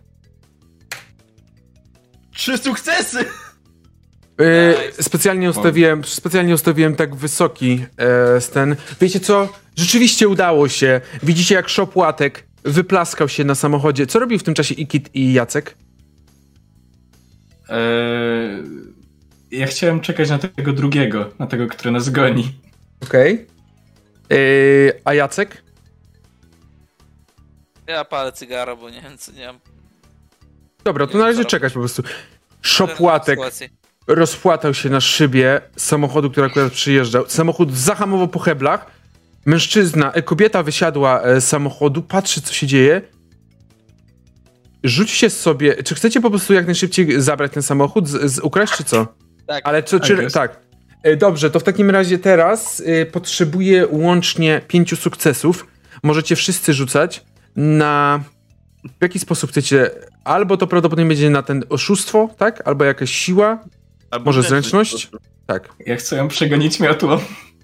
Speaker 2: Trzy sukcesy!
Speaker 1: Yy,
Speaker 4: Nice.
Speaker 1: specjalnie ustawiłem, specjalnie ustawiłem tak wysoki e, ten. Wiecie co? Rzeczywiście udało się. Widzicie jak szopłatek wyplaskał się na samochodzie. Co robił w tym czasie Ikit i Jacek?
Speaker 3: Eee, ja chciałem czekać na tego drugiego, na tego, który nas goni.
Speaker 1: Okej. Okay. Yy, a Jacek?
Speaker 4: Ja palę cygaro, bo nie wiem, co nie mam.
Speaker 1: Dobra, to
Speaker 4: Nie
Speaker 1: na
Speaker 4: wiem,
Speaker 1: razie
Speaker 4: co
Speaker 1: czekać po prostu. Szopłatek
Speaker 4: sytuacji.
Speaker 1: rozpłatał się na szybie samochodu, który akurat przyjeżdżał. Samochód zahamował po heblach. Mężczyzna, e, kobieta wysiadła e, z samochodu, patrzy co się dzieje. Rzućcie sobie, czy chcecie po prostu jak najszybciej zabrać ten samochód, z, z ukraść czy co?
Speaker 4: Tak.
Speaker 1: Ale co, czy,
Speaker 3: guess.
Speaker 1: tak. E, Dobrze, to w takim razie teraz e, potrzebuję łącznie pięciu sukcesów. Możecie wszyscy rzucać na... W jaki sposób chcecie? Albo to prawdopodobnie będzie na ten oszustwo, tak? Albo jakaś siła.
Speaker 2: Albo
Speaker 1: Może
Speaker 2: zręczność
Speaker 1: zręczność?
Speaker 2: po prostu.
Speaker 1: Tak.
Speaker 3: Ja chcę ją przegonić miotłą.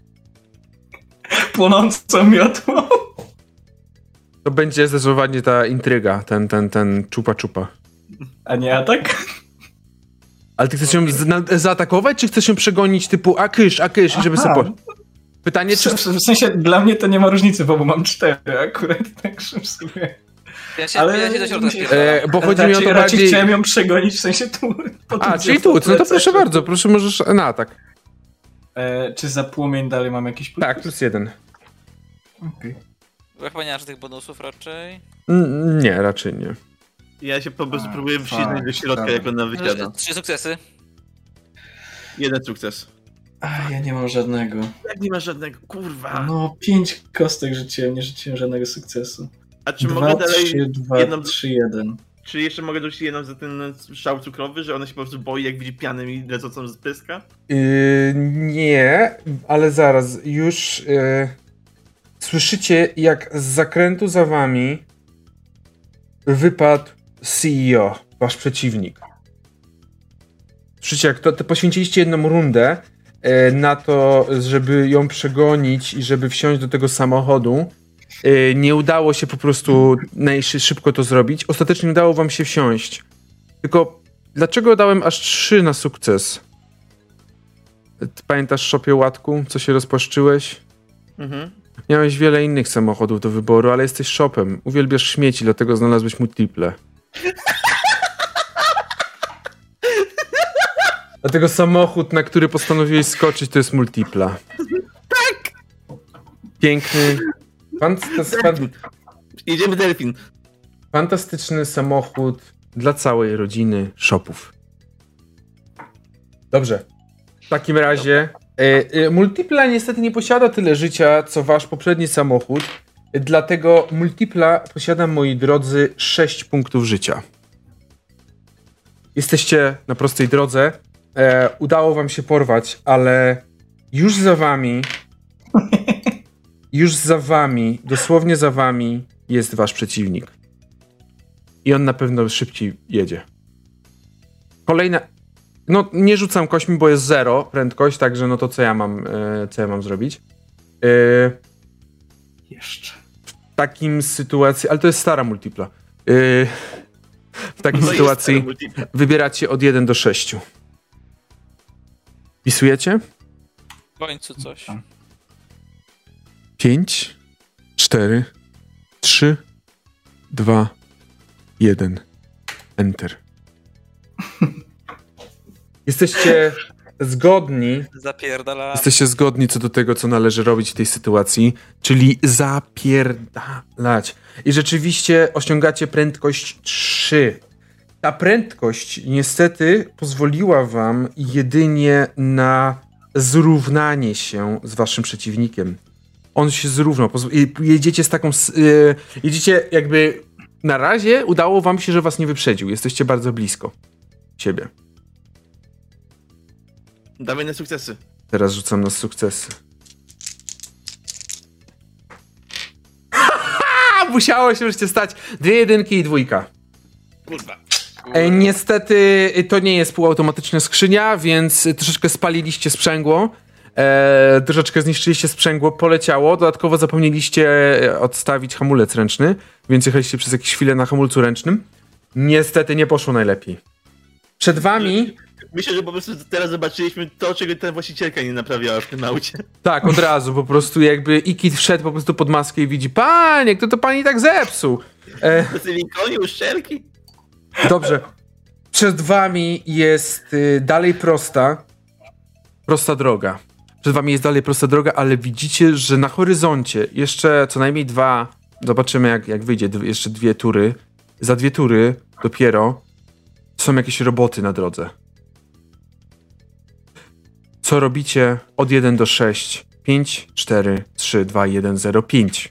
Speaker 3: Płonącą miotłą.
Speaker 1: To będzie zdecydowanie ta intryga, ten, ten, ten czupa-czupa.
Speaker 3: A nie atak?
Speaker 1: Ale ty chcesz ją z- na- zaatakować, czy chcesz ją przegonić typu a kysz, a kysz, i żeby
Speaker 3: Aha.
Speaker 1: sobie... Po... Pytanie,
Speaker 3: W,
Speaker 1: czy...
Speaker 3: w, w sensie dla mnie to nie ma różnicy, bo mam cztery akurat, także w sumie.
Speaker 4: Ja się,
Speaker 3: Ale-
Speaker 4: ja się do środka
Speaker 3: E,
Speaker 4: spieszę.
Speaker 1: E, bo chodzi mi o
Speaker 3: raczej,
Speaker 1: to
Speaker 3: raczej
Speaker 1: bardziej...
Speaker 3: chciałem ją przegonić, w sensie tu. po tym,
Speaker 1: A,
Speaker 3: co
Speaker 1: czyli
Speaker 3: w
Speaker 1: tu, no to
Speaker 3: plecach.
Speaker 1: proszę bardzo, proszę, możesz na atak.
Speaker 3: E, czy za płomień dalej mam jakiś plus?
Speaker 1: Tak, plus jeden.
Speaker 3: Okej.
Speaker 4: Bo ja chyba nie mam tych bonusów raczej.
Speaker 1: Mm, Nie, raczej nie.
Speaker 2: Ja się po prostu
Speaker 3: A,
Speaker 2: próbuję
Speaker 3: fuck,
Speaker 2: wcisnąć do środka,
Speaker 3: dobra.
Speaker 2: jak ona wysiada.
Speaker 4: Trzy sukcesy.
Speaker 2: Jeden sukces.
Speaker 3: A, ja nie mam żadnego.
Speaker 2: Jak nie ma żadnego, kurwa.
Speaker 3: No, pięć kostek rzuciłem, nie rzuciłem żadnego sukcesu.
Speaker 2: A czy
Speaker 3: Dwa,
Speaker 2: mogę dalej
Speaker 3: trzy, dwa,
Speaker 2: jedną...
Speaker 3: trzy, jeden.
Speaker 2: Czy jeszcze mogę dorzucić jedną za ten szał cukrowy, że ona się po prostu boi, jak widzi pianę i lecącą z pyska?
Speaker 1: Yy, nie, ale zaraz, już yy, słyszycie jak z zakrętu za wami wypadł C E O, wasz przeciwnik. Słyszycie, jak to, to poświęciliście jedną rundę yy, na to, żeby ją przegonić i żeby wsiąść do tego samochodu. Yy, nie udało się po prostu najszy- szybko to zrobić. Ostatecznie udało wam się wsiąść. Tylko dlaczego dałem aż trzy na sukces? Ty pamiętasz, Szopie Łatku, co się rozpłaszczyłeś?
Speaker 2: Mhm.
Speaker 1: Miałeś wiele innych samochodów do wyboru, ale jesteś Shopem. Uwielbiasz śmieci, dlatego znalazłeś multiple. Dlatego samochód, na który postanowiłeś skoczyć, to jest multipla.
Speaker 2: Tak!
Speaker 1: Piękny, fantas- fan-
Speaker 2: Jedziemy delfin.
Speaker 1: fantastyczny samochód dla całej rodziny Shopów. Dobrze. W takim razie e, e, Multipla niestety nie posiada tyle życia, co wasz poprzedni samochód. E, dlatego Multipla posiada, moi drodzy, sześć punktów życia. Jesteście na prostej drodze. E, udało wam się porwać, ale już za wami już za wami, dosłownie za wami jest wasz przeciwnik. I on na pewno szybciej jedzie. Kolejna... No, nie rzucam kośćmi, bo jest zero prędkość, także no to co ja mam, yy, co ja mam zrobić? Yy,
Speaker 3: Jeszcze.
Speaker 1: w takim sytuacji... Ale to jest stara multipla. Yy, w takiej
Speaker 2: To
Speaker 1: sytuacji wybieracie od jeden do sześciu. Wpisujecie?
Speaker 4: W końcu coś.
Speaker 1: pięć, cztery, trzy, dwa, jeden. Enter. Jesteście zgodni.
Speaker 4: Zapierdala.
Speaker 1: Jesteście zgodni co do tego, co należy robić w tej sytuacji, czyli zapierdalać. I rzeczywiście osiągacie prędkość trzy. Ta prędkość niestety pozwoliła wam jedynie na zrównanie się z waszym przeciwnikiem. On się zrównał. Jedziecie z taką... Yy, jedziecie jakby... Na razie udało wam się, że was nie wyprzedził. Jesteście bardzo blisko siebie.
Speaker 2: Dawaj na sukcesy.
Speaker 1: Teraz rzucam na sukcesy. Musiało się wreszcie stać. Dwie jedynki i dwójka.
Speaker 2: Kurwa.
Speaker 1: E, niestety to nie jest półautomatyczna skrzynia, więc troszeczkę spaliliście sprzęgło. E, troszeczkę zniszczyliście sprzęgło, poleciało. Dodatkowo zapomnieliście odstawić hamulec ręczny, więc jechaliście przez jakieś chwilę na hamulcu ręcznym. Niestety nie poszło najlepiej. Przed wami...
Speaker 2: Myślę, że po prostu teraz zobaczyliśmy to, czego ta właścicielka nie naprawiała w tym aucie.
Speaker 1: Tak, od razu po prostu jakby Ikit wszedł po prostu pod maskę i widzi: panie, kto to pani tak zepsuł? E,
Speaker 2: To silikoni, uszczelki.
Speaker 1: dobrze. Przed wami jest y, dalej prosta, prosta droga. Przed wami jest dalej prosta droga, ale widzicie, że na horyzoncie jeszcze co najmniej dwa, zobaczymy jak, jak wyjdzie, d- jeszcze dwie tury. Za dwie tury dopiero są jakieś roboty na drodze. Co robicie od jeden do sześciu? pięć, cztery, trzy, dwa, jeden, zero, pięć.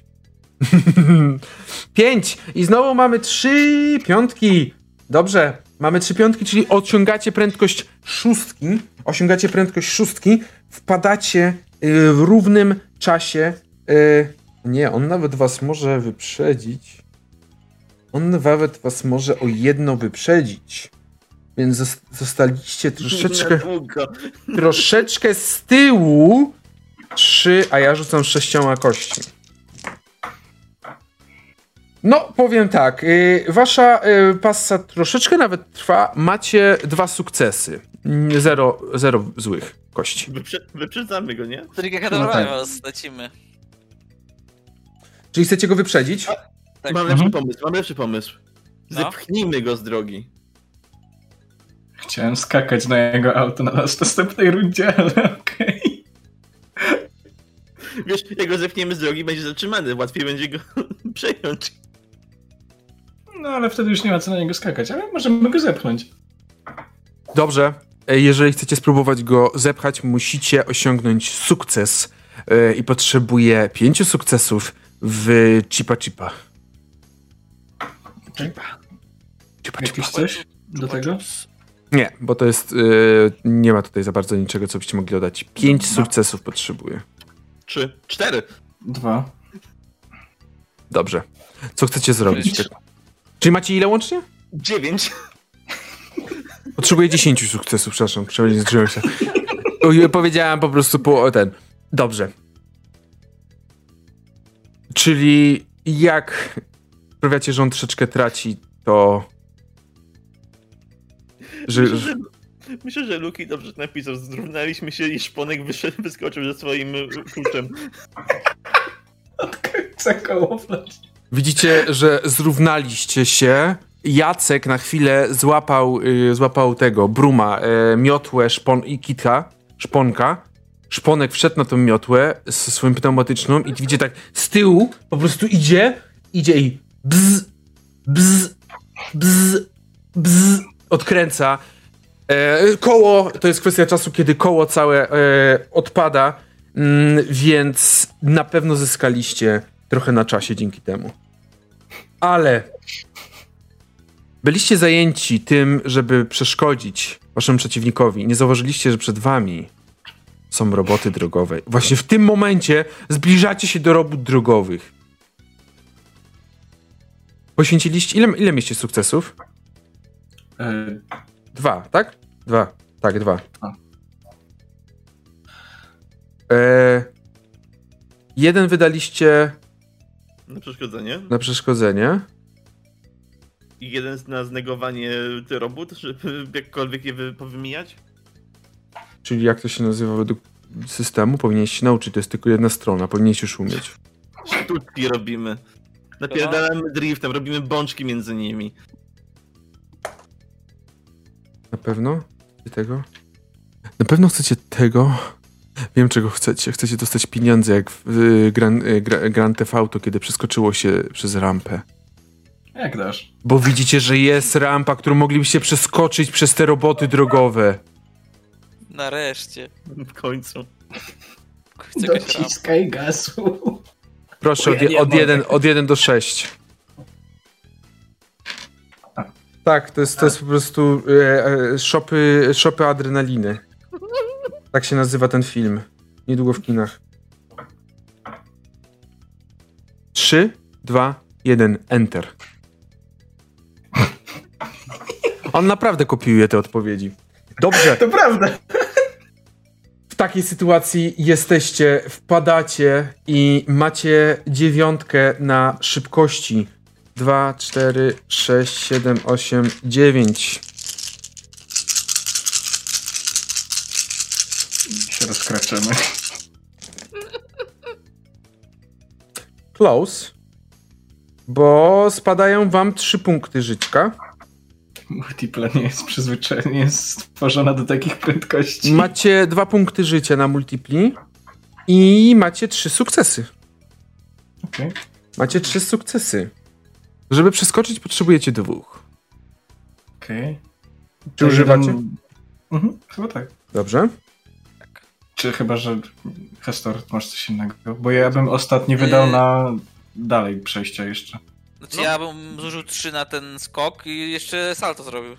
Speaker 1: pięć! I znowu mamy trzy piątki. Dobrze, mamy trzy piątki, czyli osiągacie prędkość szóstki. Osiągacie prędkość szóstki. Wpadacie y, w równym czasie. Y, nie, on nawet was może wyprzedzić. On nawet was może o jedno wyprzedzić. Więc zos- zostaliście troszeczkę...
Speaker 2: Na długo.
Speaker 1: troszeczkę z tyłu. Trzy, a ja rzucam sześcioma kości. No, powiem tak. Yy, wasza yy, passa troszeczkę nawet trwa. Macie dwa sukcesy. Mm, Zero, zero złych kości.
Speaker 2: Wyprze- wyprzedzamy go, nie?
Speaker 4: Triggerowałem was, lecimy.
Speaker 1: Czyli chcecie go wyprzedzić?
Speaker 4: Tak.
Speaker 2: Mam
Speaker 3: Mhm.
Speaker 2: lepszy pomysł, mam lepszy pomysł.
Speaker 4: No.
Speaker 2: Zepchnijmy go z drogi.
Speaker 3: Chciałem skakać na jego auto na następnej rundzie, ale okej.
Speaker 2: Wiesz, jak go zepchniemy z drogi, będzie zatrzymany. Łatwiej będzie go przejąć.
Speaker 3: No ale wtedy już nie ma co na niego skakać, ale możemy go zepchnąć.
Speaker 1: Dobrze. E, Jeżeli chcecie spróbować go zepchać, musicie osiągnąć sukces. E, I potrzebuję pięciu sukcesów w Chipa Chipa. Chipa Chipa.
Speaker 3: Jakieś coś do tego?
Speaker 1: Nie, bo to jest... Yy, nie ma tutaj za bardzo niczego, co byście mogli dodać. Pięć
Speaker 3: Dobra.
Speaker 1: sukcesów potrzebuję.
Speaker 2: Trzy, cztery.
Speaker 3: Dwa.
Speaker 1: Dobrze. Co chcecie zrobić?
Speaker 4: Pięć.
Speaker 1: Tak. Czyli macie ile łącznie?
Speaker 2: Dziewięć.
Speaker 1: Potrzebuję dziesięciu sukcesów, przepraszam. Przepraszam się. Oj, powiedziałem po prostu po ten. Dobrze. Czyli jak sprawiacie, że on troszeczkę traci, to... Że,
Speaker 2: Myślę,
Speaker 1: że...
Speaker 2: że, myślę, że Luki dobrze napisał. Zrównaliśmy się i szponek wyszedł, wyskoczył ze swoim kluczem.
Speaker 3: Odkręca koło flać.
Speaker 1: Widzicie, że zrównaliście się. Jacek na chwilę złapał, y, złapał tego, Bruma, y, miotłę szpon i kitka, szponka. Szponek wszedł na tą miotłę ze swoją pneumatyczną i widzicie tak z tyłu po prostu idzie, idzie i bzz, bzz, bzz, bzz, odkręca. E, koło, to jest kwestia czasu, kiedy koło całe e, odpada, mm, więc na pewno zyskaliście trochę na czasie dzięki temu. Ale byliście zajęci tym, żeby przeszkodzić waszemu przeciwnikowi. Nie zauważyliście, że przed wami są roboty drogowe. Właśnie w tym momencie zbliżacie się do robót drogowych. Poświęciliście... Ile, ile mieliście sukcesów?
Speaker 3: E...
Speaker 1: Dwa, tak? Dwa. Tak, dwa.
Speaker 3: A.
Speaker 1: E... Jeden wydaliście...
Speaker 2: Na przeszkodzenie.
Speaker 1: Na przeszkodzenie.
Speaker 2: I jeden na znegowanie tych robót, żeby jakkolwiek je wy, powymijać.
Speaker 1: Czyli jak to się nazywa według systemu? Powinieneś się nauczyć, to jest tylko jedna strona, powinieneś już umieć.
Speaker 2: Sztuczki robimy. Napierdalamy driftem, robimy bączki między nimi.
Speaker 1: Na pewno? Chcecie tego? Na pewno chcecie tego? Wiem, czego chcecie. Chcecie dostać pieniądze, jak w y, Grand, y, Grand Theft Auto, kiedy przeskoczyło się przez rampę.
Speaker 3: Jak dasz?
Speaker 1: Bo widzicie, że jest rampa, którą moglibyście przeskoczyć przez te roboty drogowe.
Speaker 4: Nareszcie.
Speaker 2: W końcu.
Speaker 3: Dociskaj gazu.
Speaker 1: Proszę,
Speaker 3: Ja
Speaker 1: od,
Speaker 3: nie
Speaker 1: od,
Speaker 3: mogę.
Speaker 1: jeden, od jeden do sześć. Tak, to jest, to jest po prostu e, e, szopy, szopy adrenaliny. Tak się nazywa ten film. Niedługo w kinach. Trzy, dwa, jeden, enter. On naprawdę kopiuje te odpowiedzi. Dobrze.
Speaker 3: To prawda.
Speaker 1: W takiej sytuacji jesteście, wpadacie i macie dziewiątkę na szybkości. dwa, cztery, sześć, siedem, osiem, dziewięć.
Speaker 3: Się rozkraczamy.
Speaker 1: Close. Bo spadają wam trzy punkty żyćka.
Speaker 3: Multipla nie jest przyzwyczajona, nie jest stworzona do takich prędkości.
Speaker 1: Macie dwa punkty życia na multipli i macie trzy sukcesy.
Speaker 3: Okej.
Speaker 1: Macie trzy sukcesy. Żeby przeskoczyć, potrzebujecie dwóch.
Speaker 3: Okej.
Speaker 1: Czy
Speaker 3: To
Speaker 1: używacie?
Speaker 3: jeden- Mhm, chyba tak.
Speaker 1: Dobrze.
Speaker 3: Czy chyba, że Hestor, masz coś innego? Bo ja bym ostatni wydał
Speaker 4: Yy.
Speaker 3: na dalej przejścia jeszcze.
Speaker 4: Znaczy
Speaker 2: No.
Speaker 4: ja bym zużył trzy na ten skok i jeszcze salto zrobił.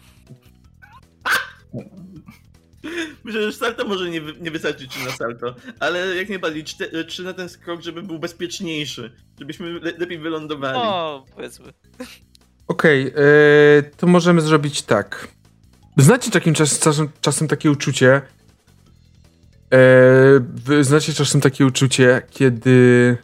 Speaker 2: Myślę, że salto może nie, wy, nie wystarczy trzy na salto, ale jak najbardziej trzy na ten skok, żeby był bezpieczniejszy, żebyśmy le, lepiej wylądowali.
Speaker 4: No, powiedzmy.
Speaker 1: Okej, okay, to możemy zrobić tak. Znacie takim czas, czasem, czasem takie uczucie, e, wy znacie czasem takie uczucie, kiedy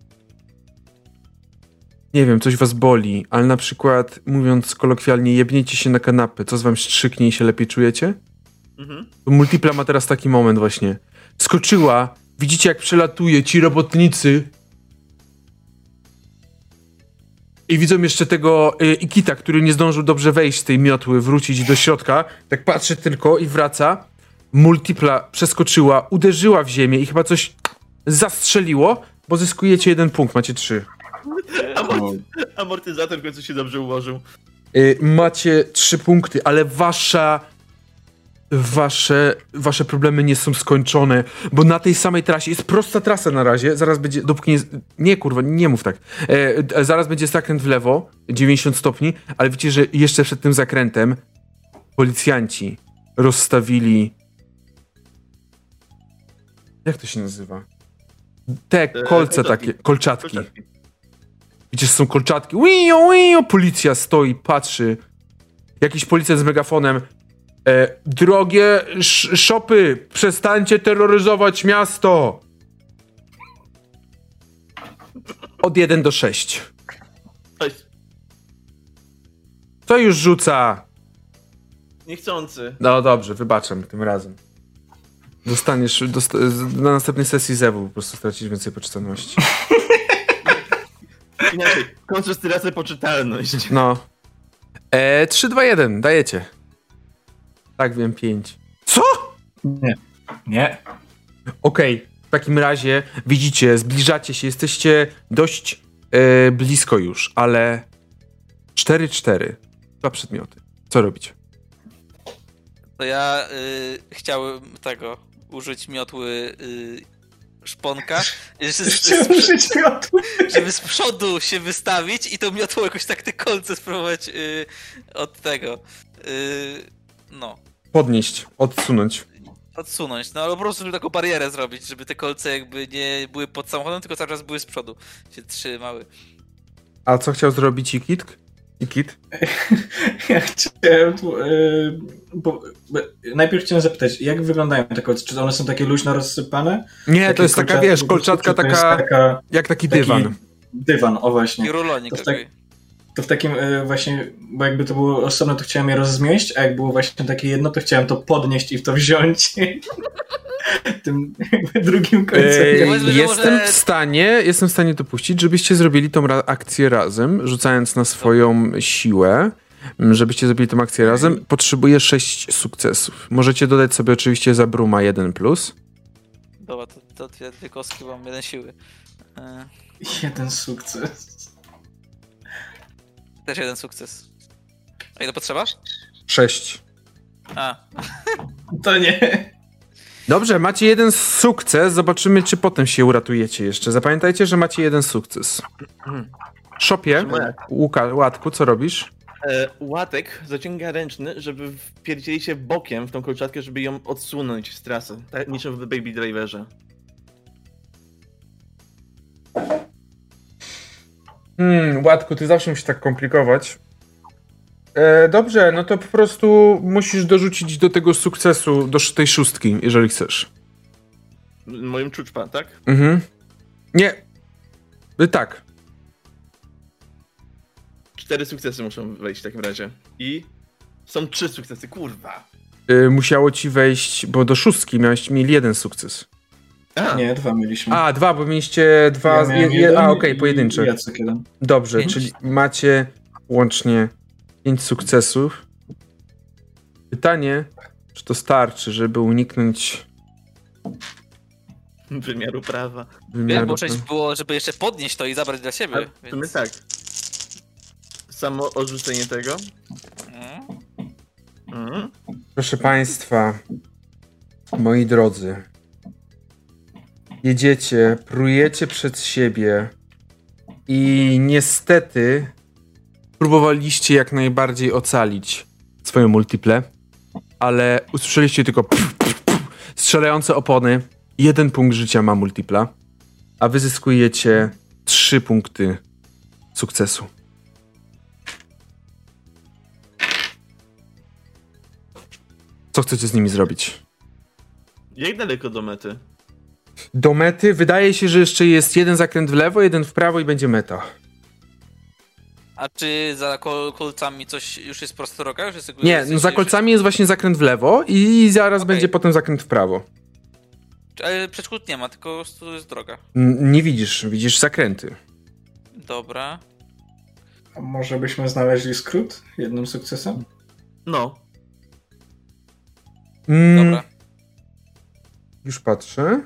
Speaker 1: nie wiem, coś was boli, ale na przykład, mówiąc kolokwialnie, jebniecie się na kanapę, co z wam strzyknie i się lepiej czujecie?
Speaker 2: Mhm.
Speaker 1: To Multipla ma teraz taki moment właśnie. Skoczyła, widzicie jak przelatuje ci robotnicy i widzą jeszcze tego y, Ikita, który nie zdążył dobrze wejść z tej miotły, wrócić do środka, tak patrzy tylko i wraca. Multipla przeskoczyła, uderzyła w ziemię i chyba coś zastrzeliło, bo zyskujecie jeden punkt, macie trzy.
Speaker 2: Amorty amortyzator w końcu się dobrze ułożył.
Speaker 1: Y, macie trzy punkty, ale wasza Wasze, wasze problemy nie są skończone, bo na tej samej trasie jest prosta trasa na razie, zaraz będzie, dopóki nie, nie kurwa, nie mów tak, e, zaraz będzie zakręt w lewo, dziewięćdziesiąt stopni, ale widzicie, że jeszcze przed tym zakrętem policjanci rozstawili, jak to się nazywa? Te kolce
Speaker 2: kolczatki.
Speaker 1: takie, kolczatki.
Speaker 2: Kolczatki.
Speaker 1: Widzicie, że są kolczatki, uiu, uiu, policja stoi, patrzy, jakiś policjant z megafonem. E, drogie sz szopy, przestańcie terroryzować miasto. Od jeden do sześć.
Speaker 2: Oj,
Speaker 1: To już rzuca.
Speaker 2: niechcący.
Speaker 1: No dobrze, wybaczam tym razem. Dostaniesz, dost na następnej sesji zewu po prostu stracisz więcej poczytalności.
Speaker 2: Inaczej, w końcu stracę poczytalność.
Speaker 1: No. E, trzy, dwa, jeden, dajecie. Tak, wiem, pięć. Co?
Speaker 3: Nie. Nie.
Speaker 1: Okej, okay. W takim razie widzicie, zbliżacie się, jesteście dość e, blisko już, ale cztery cztery. Dwa przedmioty. Co robicie?
Speaker 4: To ja y, chciałem tego, użyć miotły y, szponka, żeby,
Speaker 3: Chciałem użyć miotły.
Speaker 4: żeby z przodu się wystawić i tą miotłą jakoś tak te kolce spróbować y, od tego. Y, no.
Speaker 1: Podnieść, odsunąć.
Speaker 4: odsunąć, no albo po prostu żeby taką barierę zrobić, żeby te kolce jakby nie były pod samochodem, tylko cały czas były z przodu, się trzymały.
Speaker 1: A co chciał zrobić Ikit? Ikit?
Speaker 3: Ja chciałem... Yy, bo, bo, najpierw chciałem zapytać, jak wyglądają te kolce? Czy one są takie luźno rozsypane?
Speaker 1: Nie,
Speaker 3: takie
Speaker 1: to jest taka, wiesz, kolczatka taka, taka, jak taki dywan.
Speaker 3: Taki dywan, o właśnie.
Speaker 4: I rulonik
Speaker 3: to, w tak, to w takim yy, właśnie, bo jakby to było osobno, to chciałem je rozmieść, a jak było właśnie takie jedno, to chciałem to podnieść i w to wziąć. Tym jakby drugim końcem.
Speaker 1: Eee, jestem może... w stanie, jestem w stanie dopuścić, żebyście zrobili tą ra- akcję razem, rzucając na swoją siłę, żebyście zrobili tą akcję razem. Potrzebuję sześć sukcesów. Możecie dodać sobie oczywiście za Bruma jeden plus.
Speaker 4: Dobra, to, to dwie, dwie kostki, mam jeden siły. E...
Speaker 3: Jeden sukces.
Speaker 4: Też jeden sukces. A ile potrzebasz?
Speaker 1: Sześć.
Speaker 4: A.
Speaker 3: To nie.
Speaker 1: Dobrze, macie jeden sukces. Zobaczymy, czy potem się uratujecie jeszcze. Zapamiętajcie, że macie jeden sukces. Szopie, Łuka, Łatku, co robisz?
Speaker 2: E, Łatek zaciąga ręczny, żeby wpierdzieli się bokiem w tą kolczatkę, żeby ją odsunąć z trasy. Tak niczym w Baby Driverze.
Speaker 1: Hmm, Łatku, ty zawsze musisz tak komplikować. E, dobrze, no to po prostu musisz dorzucić do tego sukcesu, do tej szóstki, jeżeli chcesz.
Speaker 2: Moim czuczpa, tak?
Speaker 1: Mhm. Nie. E, tak.
Speaker 2: Cztery sukcesy muszą wejść w takim razie. I są trzy sukcesy, kurwa.
Speaker 1: E, musiało ci wejść, bo do szóstki miałeś mieli jeden sukces.
Speaker 2: A.
Speaker 3: Nie, dwa mieliśmy.
Speaker 1: A, dwa, bo mieliście dwa...
Speaker 3: Ja
Speaker 1: je, je, a, okej, okay, pojedyncze.
Speaker 3: Jacek jeden.
Speaker 1: Dobrze,
Speaker 4: Pięć.
Speaker 1: czyli macie łącznie pięć sukcesów. Pytanie, czy to starczy, żeby uniknąć
Speaker 2: Wymiaru prawa.
Speaker 1: wymiaru...
Speaker 4: Bo przecież było, żeby jeszcze podnieść to i zabrać dla siebie.
Speaker 2: A,
Speaker 4: więc...
Speaker 2: więc... tak. Samo odrzucenie tego.
Speaker 4: Mm.
Speaker 2: Mhm.
Speaker 1: Proszę państwa, moi drodzy, jedziecie, prujecie przed siebie i niestety próbowaliście jak najbardziej ocalić swoje multiple, ale usłyszeliście tylko pf, pf, pf, strzelające opony. Jeden punkt życia ma multipla, a wy zyskujecie trzy punkty sukcesu. Co chcecie z nimi zrobić?
Speaker 2: Jak daleko do mety?
Speaker 1: Do mety wydaje się, że jeszcze jest jeden zakręt w lewo, jeden w prawo i będzie meta.
Speaker 4: A czy za kol- kolcami coś już jest prostoroga? Już jest
Speaker 1: Nie, no za kolcami jest właśnie zakręt w lewo i zaraz
Speaker 4: Okay.
Speaker 1: będzie potem zakręt w prawo.
Speaker 4: Ale przeszkód nie ma, tylko to jest droga.
Speaker 1: N- nie widzisz, widzisz zakręty.
Speaker 4: Dobra.
Speaker 3: A może byśmy znaleźli skrót jednym sukcesem?
Speaker 2: No.
Speaker 1: Mm,
Speaker 4: Dobra.
Speaker 1: Już patrzę.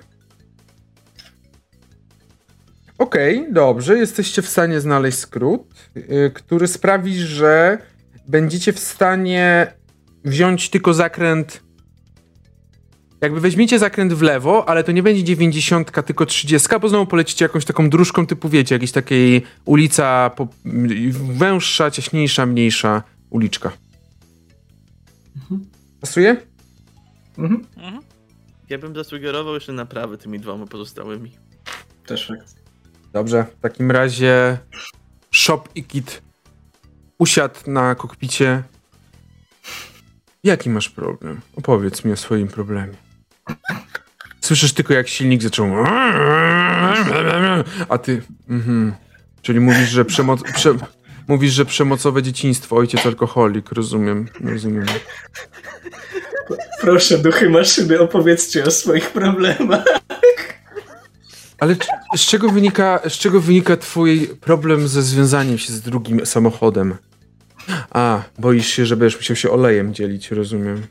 Speaker 1: Okej, okay, dobrze. Jesteście w stanie znaleźć skrót, yy, który sprawi, że będziecie w stanie wziąć tylko zakręt. Jakby weźmiecie zakręt w lewo, ale to nie będzie dziewięćdziesiątka, tylko trzydziestka, bo znowu polecicie jakąś taką dróżką typu, wiecie, jakiejś takiej ulica po, węższa, ciaśniejsza, mniejsza uliczka.
Speaker 3: Mhm.
Speaker 1: Pasuje?
Speaker 3: Mhm.
Speaker 4: Mhm.
Speaker 2: Ja bym zasugerował jeszcze naprawy tymi dwoma pozostałymi.
Speaker 3: Też fakt.
Speaker 1: Dobrze, w takim razie Shop i Kit usiadł na kokpicie. Jaki masz problem? Opowiedz mi o swoim problemie. Słyszysz tylko, jak silnik zaczął... A ty... Mhm. Czyli mówisz, że przemoc... Prze... Mówisz, że przemocowe dzieciństwo, ojciec alkoholik. Rozumiem, rozumiem.
Speaker 3: Proszę, duchy maszyny, opowiedzcie o swoich problemach.
Speaker 1: Ale z czego wynika, z czego wynika twój problem ze związaniem się z drugim samochodem? A, boisz się, że będziesz musiał się olejem dzielić, rozumiem.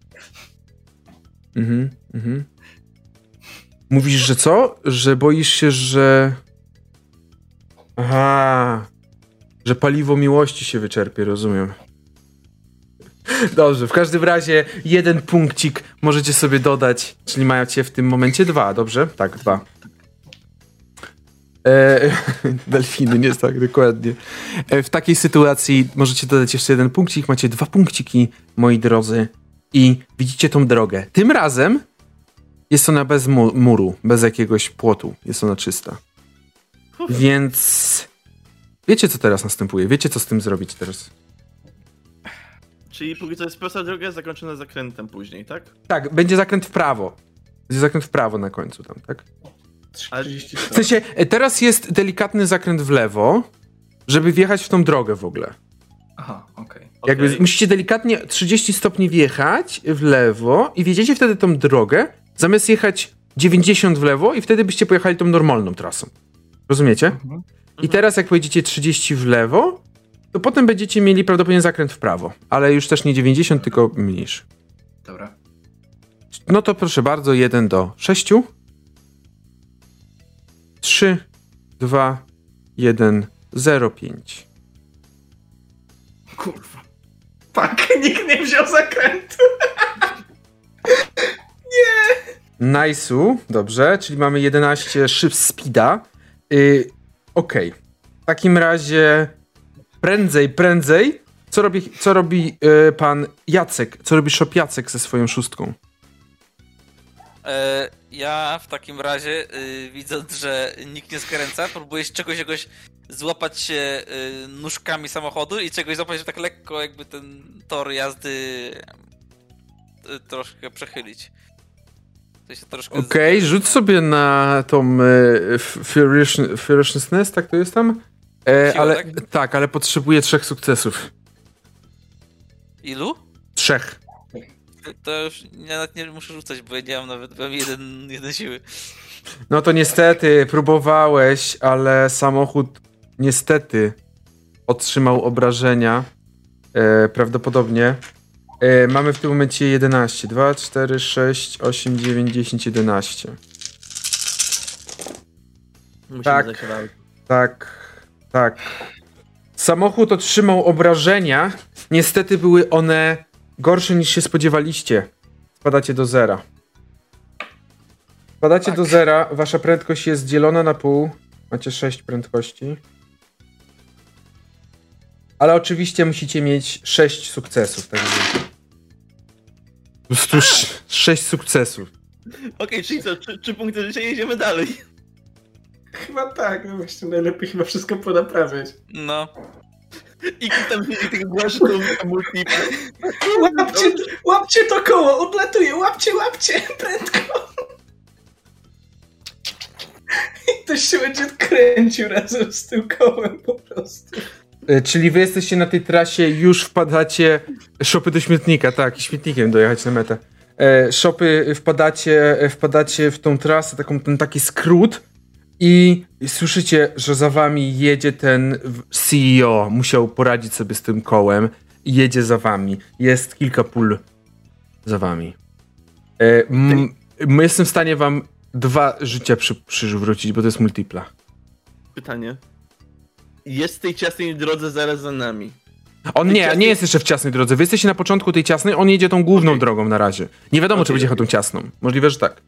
Speaker 1: Mhm, mhm. Mówisz, że co? Że boisz się, że... Aha, że paliwo miłości się wyczerpie, rozumiem. Dobrze, w każdym razie jeden punkcik możecie sobie dodać, czyli macie w tym momencie dwa, dobrze? Tak, dwa. E, delfiny, nie jest tak, dokładnie. E, w takiej sytuacji możecie dodać jeszcze jeden punkcik, macie dwa punkciki, moi drodzy, i widzicie tą drogę. Tym razem jest ona bez mu- muru, bez jakiegoś płotu. Jest ona czysta. Więc wiecie, co teraz następuje. Wiecie, co z tym zrobić teraz.
Speaker 2: Czyli póki co jest prosta droga, zakończona zakrętem później, tak?
Speaker 1: Tak, będzie zakręt w prawo. Będzie zakręt w prawo na końcu tam, tak?
Speaker 3: trzydzieści
Speaker 1: W sensie, teraz jest delikatny zakręt w lewo, żeby wjechać w tą drogę w ogóle.
Speaker 3: Aha, okej. Okay.
Speaker 1: Jakby
Speaker 2: Okay.
Speaker 1: musicie delikatnie trzydzieści stopni wjechać w lewo i wjedziecie wtedy tą drogę, zamiast jechać dziewięćdziesiąt w lewo i wtedy byście pojechali tą normalną trasą. Rozumiecie?
Speaker 3: Mhm.
Speaker 1: I teraz jak pojedziecie trzydzieści w lewo, to potem będziecie mieli prawdopodobnie zakręt w prawo. Ale już też nie dziewięćdziesiąt, tylko mniejszy.
Speaker 3: Dobra.
Speaker 1: No to proszę bardzo, jeden do sześciu. trzy, dwa, jeden, zero, pięć.
Speaker 3: Kurwa. Pak, nikt nie wziął zakrętu.
Speaker 1: Nice'u, dobrze, czyli mamy jedenaście shift speeda. Yy, Okej. Okay. W takim razie prędzej, prędzej. Co robi, co robi yy, pan Jacek? Co robi Shop Jacek ze swoją szóstką?
Speaker 4: E, ja w takim razie, y, widząc, że nikt nie skręca, próbuję czegoś jakoś złapać się y, nóżkami samochodu i czegoś złapać, żeby tak lekko jakby ten tor jazdy y, troszkę przechylić. To się troszkę
Speaker 1: Okej, okay, rzuć sobie na tą e, Furiousness, tak to jest tam? E,
Speaker 4: Siła,
Speaker 1: ale,
Speaker 4: tak?
Speaker 1: tak, ale potrzebuję trzech sukcesów.
Speaker 4: Ilu?
Speaker 1: Trzech.
Speaker 4: To już ja nawet nie muszę rzucać, bo ja nie mam nawet mam jeden, jeden siły.
Speaker 1: No to niestety, próbowałeś, ale samochód niestety otrzymał obrażenia. E, prawdopodobnie. E, mamy w tym momencie jedenaście. dwa, cztery, sześć, osiem, dziewięć, dziesięć, jedenaście.
Speaker 2: Musimy
Speaker 1: Tak.
Speaker 2: zasiadać.
Speaker 1: Tak, tak. Samochód otrzymał obrażenia. Niestety były one gorsze niż się spodziewaliście. Spadacie do zera. Spadacie
Speaker 3: Tak.
Speaker 1: do zera. Wasza prędkość jest dzielona na pół. Macie sześć prędkości. Ale oczywiście musicie mieć sześć sukcesów. Tak więc. Po prostu sz- sześć sukcesów.
Speaker 2: Okej, okay, czyli co, trzy, trzy punkty życia i jedziemy dalej.
Speaker 3: Chyba tak, no właśnie najlepiej chyba wszystko ponaprawiać.
Speaker 4: No.
Speaker 2: I tam mieli tych głaszków multiple.
Speaker 3: Łapcie, łapcie to koło, odlatuje, łapcie, łapcie, prędko. I ktoś się będzie kręcił razem z tym kołem po prostu.
Speaker 1: E, Czyli wy jesteście na tej trasie, już wpadacie szopy do śmietnika, tak, i śmietnikiem dojechać na metę. E, szopy wpadacie, wpadacie w tą trasę, taką, ten taki skrót i słyszycie, że za wami jedzie ten C E O. Musiał poradzić sobie z tym kołem i jedzie za wami. Jest kilka pól za wami. E, m, m, jestem w stanie wam dwa życia przy, przywrócić, bo to jest multipla.
Speaker 2: Pytanie. Jest w tej ciasnej drodze zaraz za nami.
Speaker 1: On nie,
Speaker 2: ciasnej-
Speaker 1: nie jest jeszcze w ciasnej drodze. Wy jesteście na początku tej ciasnej, on jedzie tą główną
Speaker 2: Okej.
Speaker 1: drogą na razie. Nie wiadomo, czy
Speaker 2: Okej,
Speaker 1: będzie jechał tą
Speaker 2: okej.
Speaker 1: ciasną. Możliwe, że tak.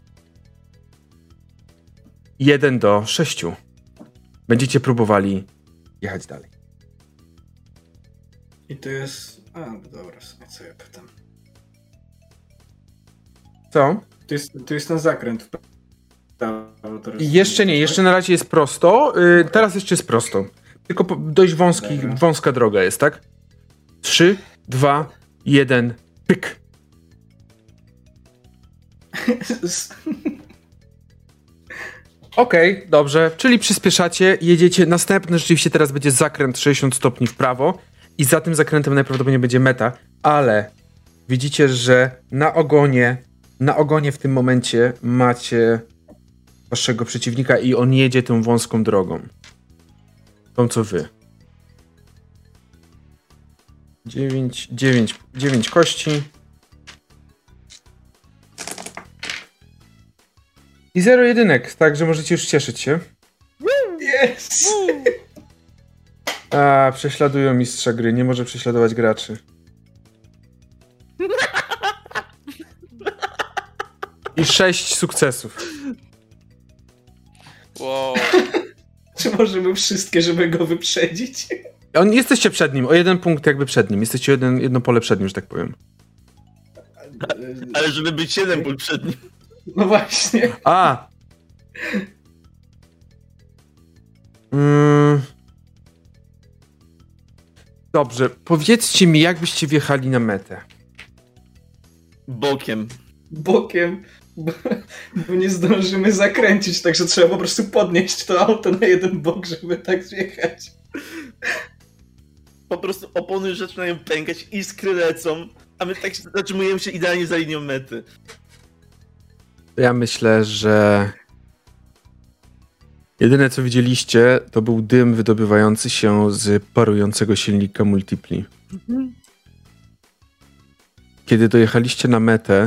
Speaker 1: Jeden do sześciu. Będziecie próbowali jechać dalej.
Speaker 3: I to jest... A, dobra, w sumie co ja pytam.
Speaker 1: Co?
Speaker 3: To jest, to jest ten zakręt w prawo teraz.
Speaker 1: Jeszcze nie, jeszcze na razie jest prosto. Yy, teraz jeszcze jest prosto. Tylko po, dość wąski,
Speaker 3: Dobra.
Speaker 1: wąska droga jest, tak? Trzy, dwa, jeden, pyk. Okej, okay, dobrze. Czyli przyspieszacie, jedziecie. Następny rzeczywiście teraz będzie zakręt sześćdziesiąt stopni w prawo i za tym zakrętem najprawdopodobniej będzie meta, ale widzicie, że na ogonie, na ogonie w tym momencie macie waszego przeciwnika i on jedzie tą wąską drogą. Tą co wy. Dziewięć, dziewięć, dziewięć kości. I zero jedynek, także możecie już cieszyć się.
Speaker 3: Yes!
Speaker 1: A, prześladują mistrza gry, nie może prześladować graczy. I sześć sukcesów.
Speaker 4: Wow.
Speaker 3: Czy możemy wszystkie, żeby go wyprzedzić?
Speaker 1: On, jesteście przed nim, o jeden punkt jakby przed nim. Jesteście jeden, jedno pole przed nim, że tak powiem.
Speaker 2: Ale żeby być jeden pól przed nim.
Speaker 3: No właśnie.
Speaker 1: A! Mm. Dobrze, powiedzcie mi, jak byście wjechali na metę.
Speaker 2: Bokiem.
Speaker 3: Bokiem, bo, bo nie zdążymy zakręcić, także trzeba po prostu podnieść to auto na jeden bok, żeby tak zjechać.
Speaker 2: Po prostu opony już zaczynają pękać, iskry lecą, a my tak zatrzymujemy się idealnie za linią mety.
Speaker 1: Ja myślę, że jedyne co widzieliście, to był dym wydobywający się z parującego silnika Multipli. Mhm. Kiedy dojechaliście na metę,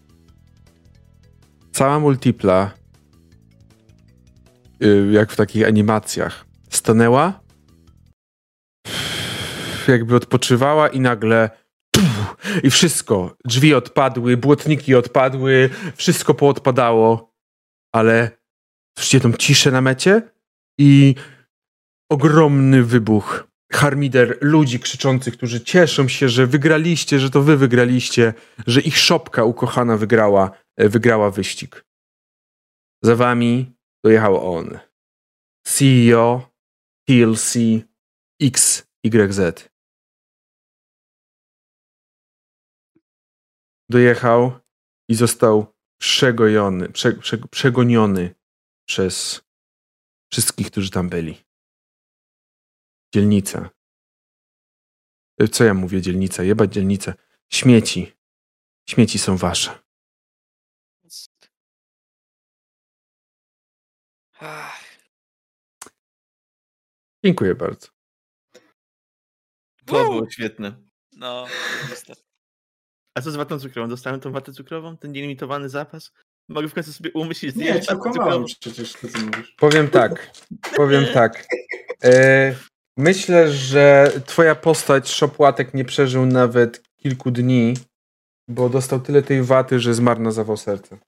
Speaker 1: cała Multipla, jak w takich animacjach, stanęła, jakby odpoczywała i nagle i wszystko, drzwi odpadły, błotniki odpadły, wszystko poodpadało, ale słyszycie tą ciszę na mecie i ogromny wybuch. Harmider, ludzi krzyczących, którzy cieszą się, że wygraliście, że to wy wygraliście, że ich szopka ukochana wygrała, wygrała wyścig. Za wami dojechał on. C E O T L C X Y Z. Dojechał i został przegojony, prze, prze, przegoniony przez wszystkich, którzy tam byli. Dzielnica. Co ja mówię, dzielnica? Jebać dzielnicę. Śmieci. Śmieci są wasze. Dziękuję bardzo.
Speaker 2: To było świetne.
Speaker 4: No, niestety.
Speaker 2: A co z watą cukrową? Dostałem tą watę cukrową? Ten nielimitowany zapas? Mogę w końcu sobie umyślić
Speaker 3: Nie,
Speaker 2: zjeść
Speaker 3: cię
Speaker 2: watę
Speaker 3: kłamałem przecież, to co mówisz.
Speaker 1: Powiem tak. Powiem tak. E, myślę, że twoja postać, Szopłatek, nie przeżył nawet kilku dni, bo dostał tyle tej waty, że zmarnował serce.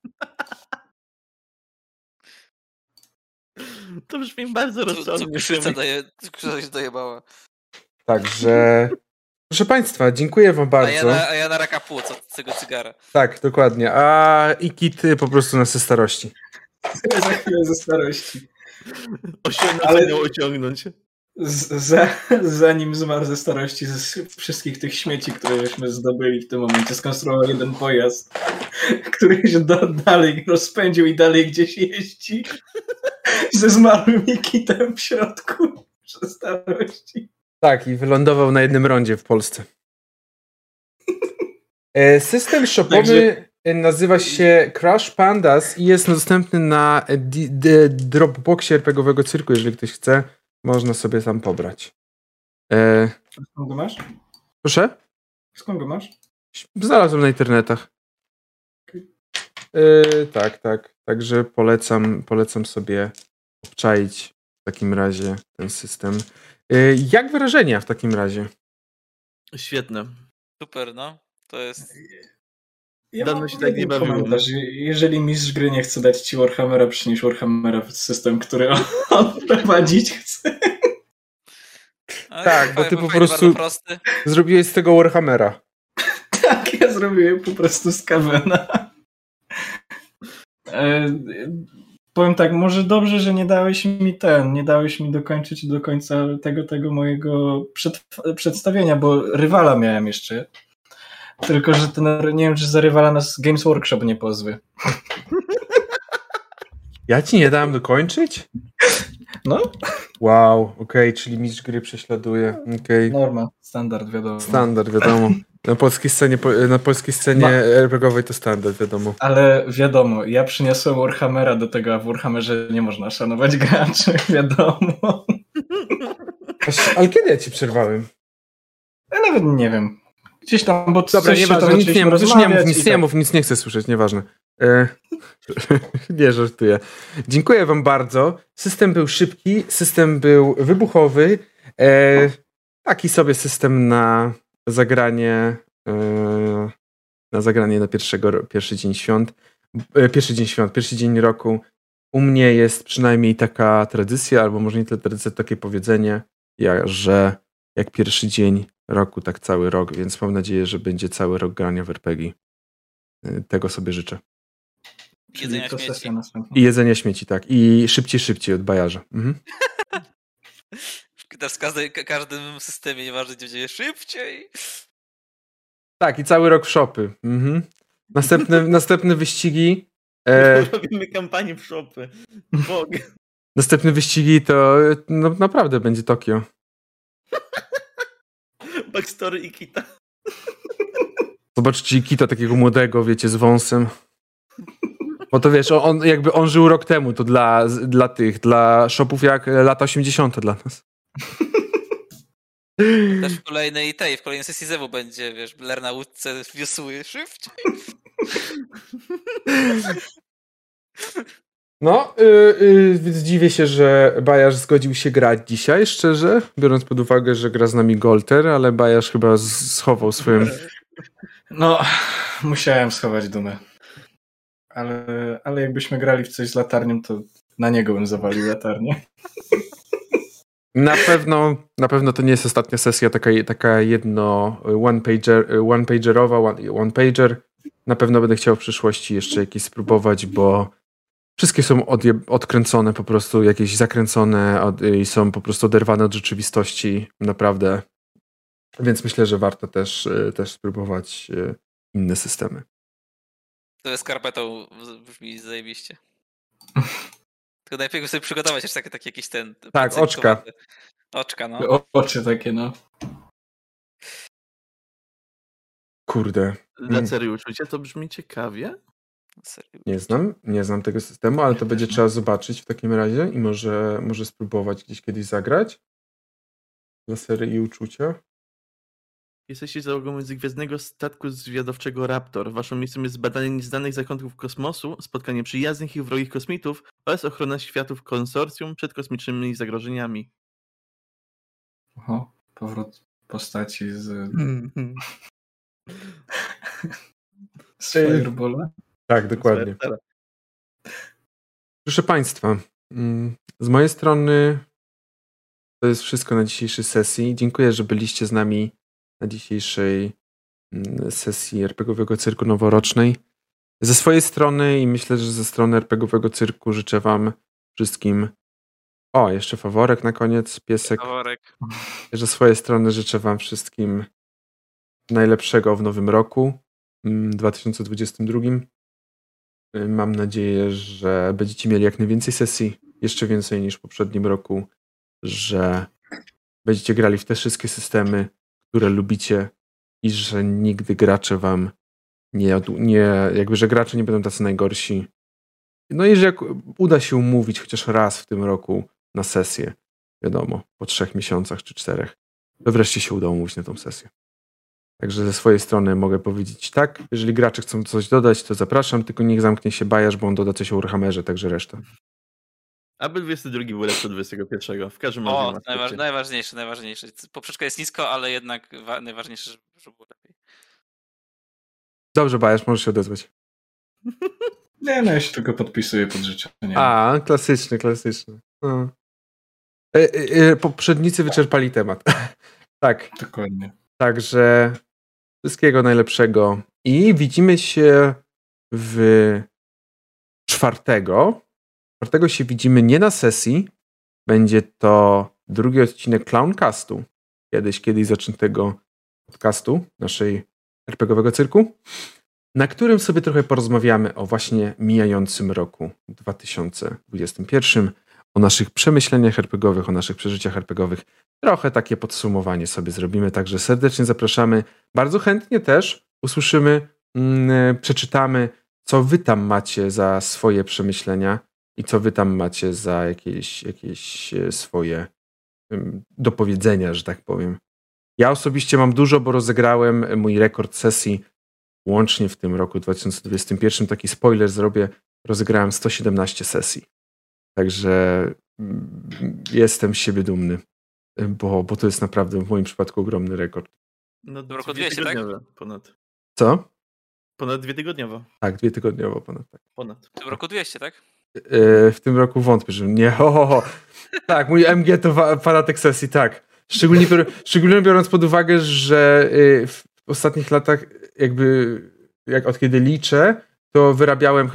Speaker 2: To brzmi bardzo rozsądnie.
Speaker 4: Cukrzyca daje, cukrzyca się dojebała.
Speaker 1: Także... Proszę Państwa, dziękuję Wam bardzo.
Speaker 4: A ja na, a ja na raka płuc od tego cygara.
Speaker 1: Tak, dokładnie. A i kity po prostu na ze starości.
Speaker 3: Za chwilę ze starości.
Speaker 2: Osiągnąć,
Speaker 3: Ale...
Speaker 2: miał ociągnąć.
Speaker 3: Z, za, zanim zmarł ze starości ze wszystkich tych śmieci, któreśmy zdobyli w tym momencie, skonstruował jeden pojazd, który się do, dalej rozpędził i dalej gdzieś jeździ ze zmarłym kitem w środku ze starości.
Speaker 1: Tak, i wylądował na jednym rondzie w Polsce. System shopowy Także... nazywa się Crash Pandas i jest dostępny na d- d- Dropboxie er pe gie owego cyrku, jeżeli ktoś chce. Można sobie tam pobrać. E...
Speaker 3: Skąd go masz?
Speaker 1: Proszę?
Speaker 3: Skąd go masz?
Speaker 1: Znalazłem na internetach.
Speaker 3: Okay.
Speaker 1: E, tak, tak. Także polecam, polecam sobie obczaić w takim razie ten system. E, jak wrażenia w takim razie?
Speaker 2: Świetne.
Speaker 4: Super, no. To jest...
Speaker 3: Ja
Speaker 2: Dawno się tak nie bawiło.
Speaker 3: Jeżeli mistrz gry nie chce dać ci Warhammera, przynieś Warhammera w system, który on, on prowadzić chce.
Speaker 4: Ale
Speaker 1: tak, bo ty po prostu
Speaker 4: prosty.
Speaker 1: zrobiłeś z tego Warhammera.
Speaker 3: Tak, ja zrobiłem po prostu z Kavena. E, powiem tak, może dobrze, że nie dałeś mi ten, nie dałeś mi dokończyć do końca tego, tego mojego przed, przedstawienia, bo rywala miałem jeszcze. Tylko, że ten, nie wiem, czy za rywala nas Games Workshop nie pozwie.
Speaker 1: Ja ci nie dałem dokończyć?
Speaker 3: No.
Speaker 1: Wow, okej, okay, czyli mistrz gry prześladuje. Okay.
Speaker 3: Norma, standard, wiadomo.
Speaker 1: Standard, wiadomo. Na polskiej scenie, na polskiej scenie Ma... er pe gie owej to standard, wiadomo.
Speaker 3: Ale wiadomo, ja przyniosłem Warhammera do tego, a w Warhammerze nie można szanować graczy, wiadomo.
Speaker 1: Ale kiedy ja ci przerwałem?
Speaker 3: Ja nawet nie wiem. Gdzieś tam, bo
Speaker 1: Dobra, nieważne, nic nie mów, już nie mów, nic nie tak. mów, nic nie chcę słyszeć, nieważne. E, nie, żartuję. Dziękuję wam bardzo. System był szybki, system był wybuchowy. E, taki sobie system na zagranie e, na zagranie na pierwszego, pierwszy dzień świąt. E, pierwszy dzień świąt, pierwszy dzień roku. U mnie jest przynajmniej taka tradycja, albo może nie tyle tradycja, takie powiedzenie, ja, że jak pierwszy dzień roku, tak cały rok, więc mam nadzieję, że będzie cały rok grania w er pe gie. Tego sobie życzę.
Speaker 3: Czyli
Speaker 4: Jedzenia
Speaker 3: to
Speaker 4: śmieci.
Speaker 3: sesja następna.
Speaker 1: I jedzenie śmieci, tak. I szybciej, szybciej od bajarza. Mhm.
Speaker 4: Teraz w każdej, każdym systemie, nieważne gdzie będzie szybciej.
Speaker 1: Tak, i cały rok w shopy. Mhm. Następne, następne wyścigi. E,
Speaker 2: Robimy kampanię w shopy. Bog.
Speaker 1: następne wyścigi to no, naprawdę będzie Tokio.
Speaker 2: Backstory i kita.
Speaker 1: Zobaczcie Kita takiego młodego, wiecie, z wąsem. Bo to wiesz, on, on jakby on żył rok temu, to dla, dla tych, dla shopów jak lata osiemdziesiąte dla nas.
Speaker 4: Też w kolejnej tej, w kolejnej sesji Zewu będzie, wiesz, Blair na łódce wiosłuje szybciej.
Speaker 1: No, yy, yy, więc dziwię się, że Bajarz zgodził się grać dzisiaj, szczerze, biorąc pod uwagę, że gra z nami Golter, ale Bajarz chyba z- schował swoją...
Speaker 3: No, musiałem schować dumę. Ale, ale jakbyśmy grali w coś z latarnią, to na niego bym zawalił latarnię.
Speaker 1: Na pewno, na pewno to nie jest ostatnia sesja, taka, taka jedno one-pager, one-pagerowa, one, one-pager. Na pewno będę chciał w przyszłości jeszcze jakieś spróbować, bo wszystkie są odje- odkręcone po prostu, jakieś zakręcone od, i są po prostu oderwane od rzeczywistości, naprawdę. Więc myślę, że warto też, też spróbować inne systemy.
Speaker 4: To z karpetą brzmi zajebiście. Tylko najpierw sobie przygotować jeszcze taki, taki jakiś ten...
Speaker 1: Tak, oczka.
Speaker 4: Oczka, no.
Speaker 3: O, oczy takie, no.
Speaker 1: Kurde.
Speaker 2: Dla serii uczucia to brzmi ciekawie.
Speaker 4: Serio.
Speaker 1: Nie znam, nie znam tego systemu, ale to będzie trzeba zobaczyć w takim razie i może, może spróbować gdzieś kiedyś zagrać. Dla serii i uczucia.
Speaker 2: Jesteście załogą z Gwiezdnego Statku Zwiadowczego Raptor. Waszą misją jest badanie nieznanych zakątków kosmosu, spotkanie przyjaznych i wrogich kosmitów oraz ochrona światów konsorcjum przed kosmicznymi zagrożeniami.
Speaker 3: Oho, powrót postaci z... z Fireballa.
Speaker 1: Tak, dokładnie. Proszę Państwa, z mojej strony to jest wszystko na dzisiejszej sesji. Dziękuję, że byliście z nami na dzisiejszej sesji er pe gie owego Cyrku Noworocznej. Ze swojej strony i myślę, że ze strony er pe gie owego Cyrku życzę Wam wszystkim... O, jeszcze faworek na koniec, piesek.
Speaker 4: Faworek.
Speaker 1: Ze swojej strony życzę Wam wszystkim najlepszego w nowym roku dwa tysiące dwudziestym drugim. Mam nadzieję, że będziecie mieli jak najwięcej sesji, jeszcze więcej niż w poprzednim roku, że będziecie grali w te wszystkie systemy, które lubicie i że nigdy gracze wam nie, nie jakby, że gracze nie będą tacy najgorsi. No i że jak uda się umówić chociaż raz w tym roku na sesję, wiadomo, po trzech miesiącach czy czterech, to wreszcie się uda umówić na tą sesję. Także ze swojej strony mogę powiedzieć tak, jeżeli gracze chcą coś dodać, to zapraszam, tylko niech zamknie się Bajarz, bo on doda coś o Warhammerze, także reszta.
Speaker 2: Aby dwudziesty drugi był lepszy od dwudziestego pierwszego. W każdym razie.
Speaker 4: O, najważ, najważniejsze, najważniejsze. Poprzeczka jest nisko, ale jednak wa- najważniejsze, żeby, żeby było lepiej.
Speaker 1: Dobrze, Bajarz, możesz się odezwać.
Speaker 3: Nie, no ja się tylko podpisuję pod życzenie.
Speaker 1: A, klasyczny, klasyczny. No. E, e, poprzednicy wyczerpali temat. Tak.
Speaker 3: Dokładnie.
Speaker 1: Także wszystkiego najlepszego i widzimy się w czwartego. Czwartego się widzimy nie na sesji. Będzie to drugi odcinek Clowncastu. Kiedyś, kiedyś zaczętego podcastu naszej er pe gie owego Cyrku, na którym sobie trochę porozmawiamy o właśnie mijającym roku dwa tysiące dwudziestym pierwszym, o naszych przemyśleniach er pe gie owych, o naszych przeżyciach er pe gie owych. Trochę takie podsumowanie sobie zrobimy, także serdecznie zapraszamy. Bardzo chętnie też usłyszymy, mm, przeczytamy, co wy tam macie za swoje przemyślenia i co wy tam macie za jakieś, jakieś swoje um, dopowiedzenia, że tak powiem. Ja osobiście mam dużo, bo rozegrałem mój rekord sesji łącznie w tym roku dwa tysiące dwudziestym pierwszym. Taki spoiler zrobię, rozegrałem sto siedemnaście sesji. Także mm, jestem z siebie dumny. Bo, bo to jest naprawdę w moim przypadku ogromny rekord.
Speaker 2: No,
Speaker 4: W roku dwieście, tak?
Speaker 2: Ponad.
Speaker 1: Co?
Speaker 2: Ponad dwie tygodniowo.
Speaker 1: Tak, dwie tygodniowo ponad. Tak.
Speaker 2: Ponad.
Speaker 4: W tym roku dwieście, tak?
Speaker 1: Yy, w tym roku wątpię, że nie. Ho, ho, ho. Tak, mój em gie to wa- fanatyk sesji, tak. Szczególnie, bior- szczególnie biorąc pod uwagę, że yy, w ostatnich latach jakby, jak od kiedy liczę, to wyrabiałem chyba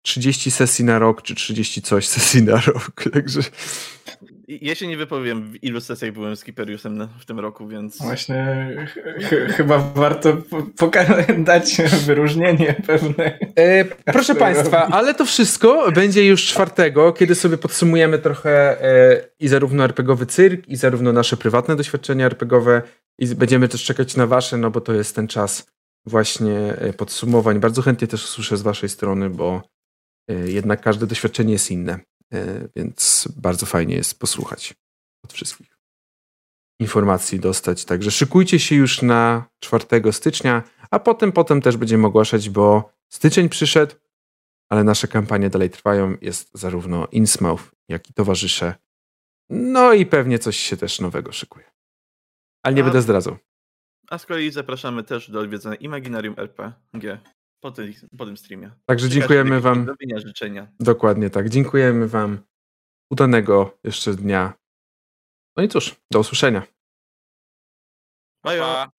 Speaker 1: trzydzieści sesji na rok, czy trzydzieści coś sesji na rok, także...
Speaker 2: Ja się nie wypowiem, w ilu sesjach byłem z Kiperiusem w tym roku, więc...
Speaker 3: Właśnie ch- chyba warto poka- dać wyróżnienie pewne.
Speaker 1: E, proszę Państwa, ale to wszystko będzie już czwartego, kiedy sobie podsumujemy trochę e, i zarówno er pe gie owy cyrk, i zarówno nasze prywatne doświadczenia er pe gie owe, i będziemy też czekać na Wasze, no bo to jest ten czas właśnie podsumowań. Bardzo chętnie też usłyszę z Waszej strony, bo e, jednak każde doświadczenie jest inne. Więc bardzo fajnie jest posłuchać od wszystkich informacji, dostać. Także szykujcie się już na czwartego stycznia, a potem potem też będziemy ogłaszać, bo styczeń przyszedł, ale nasze kampanie dalej trwają. Jest zarówno Innsmouth, jak i towarzysze. No i pewnie coś się też nowego szykuje. Ale nie
Speaker 2: a,
Speaker 1: będę zdradzał.
Speaker 2: A z kolei zapraszamy też do odwiedzenia Imaginarium er pe gie po, ty, po tym streamie.
Speaker 1: Także dziękujemy Wam.
Speaker 2: Życzenia.
Speaker 1: Dokładnie tak. Dziękujemy Wam. Udanego jeszcze dnia. No i cóż, do usłyszenia.
Speaker 2: Bye.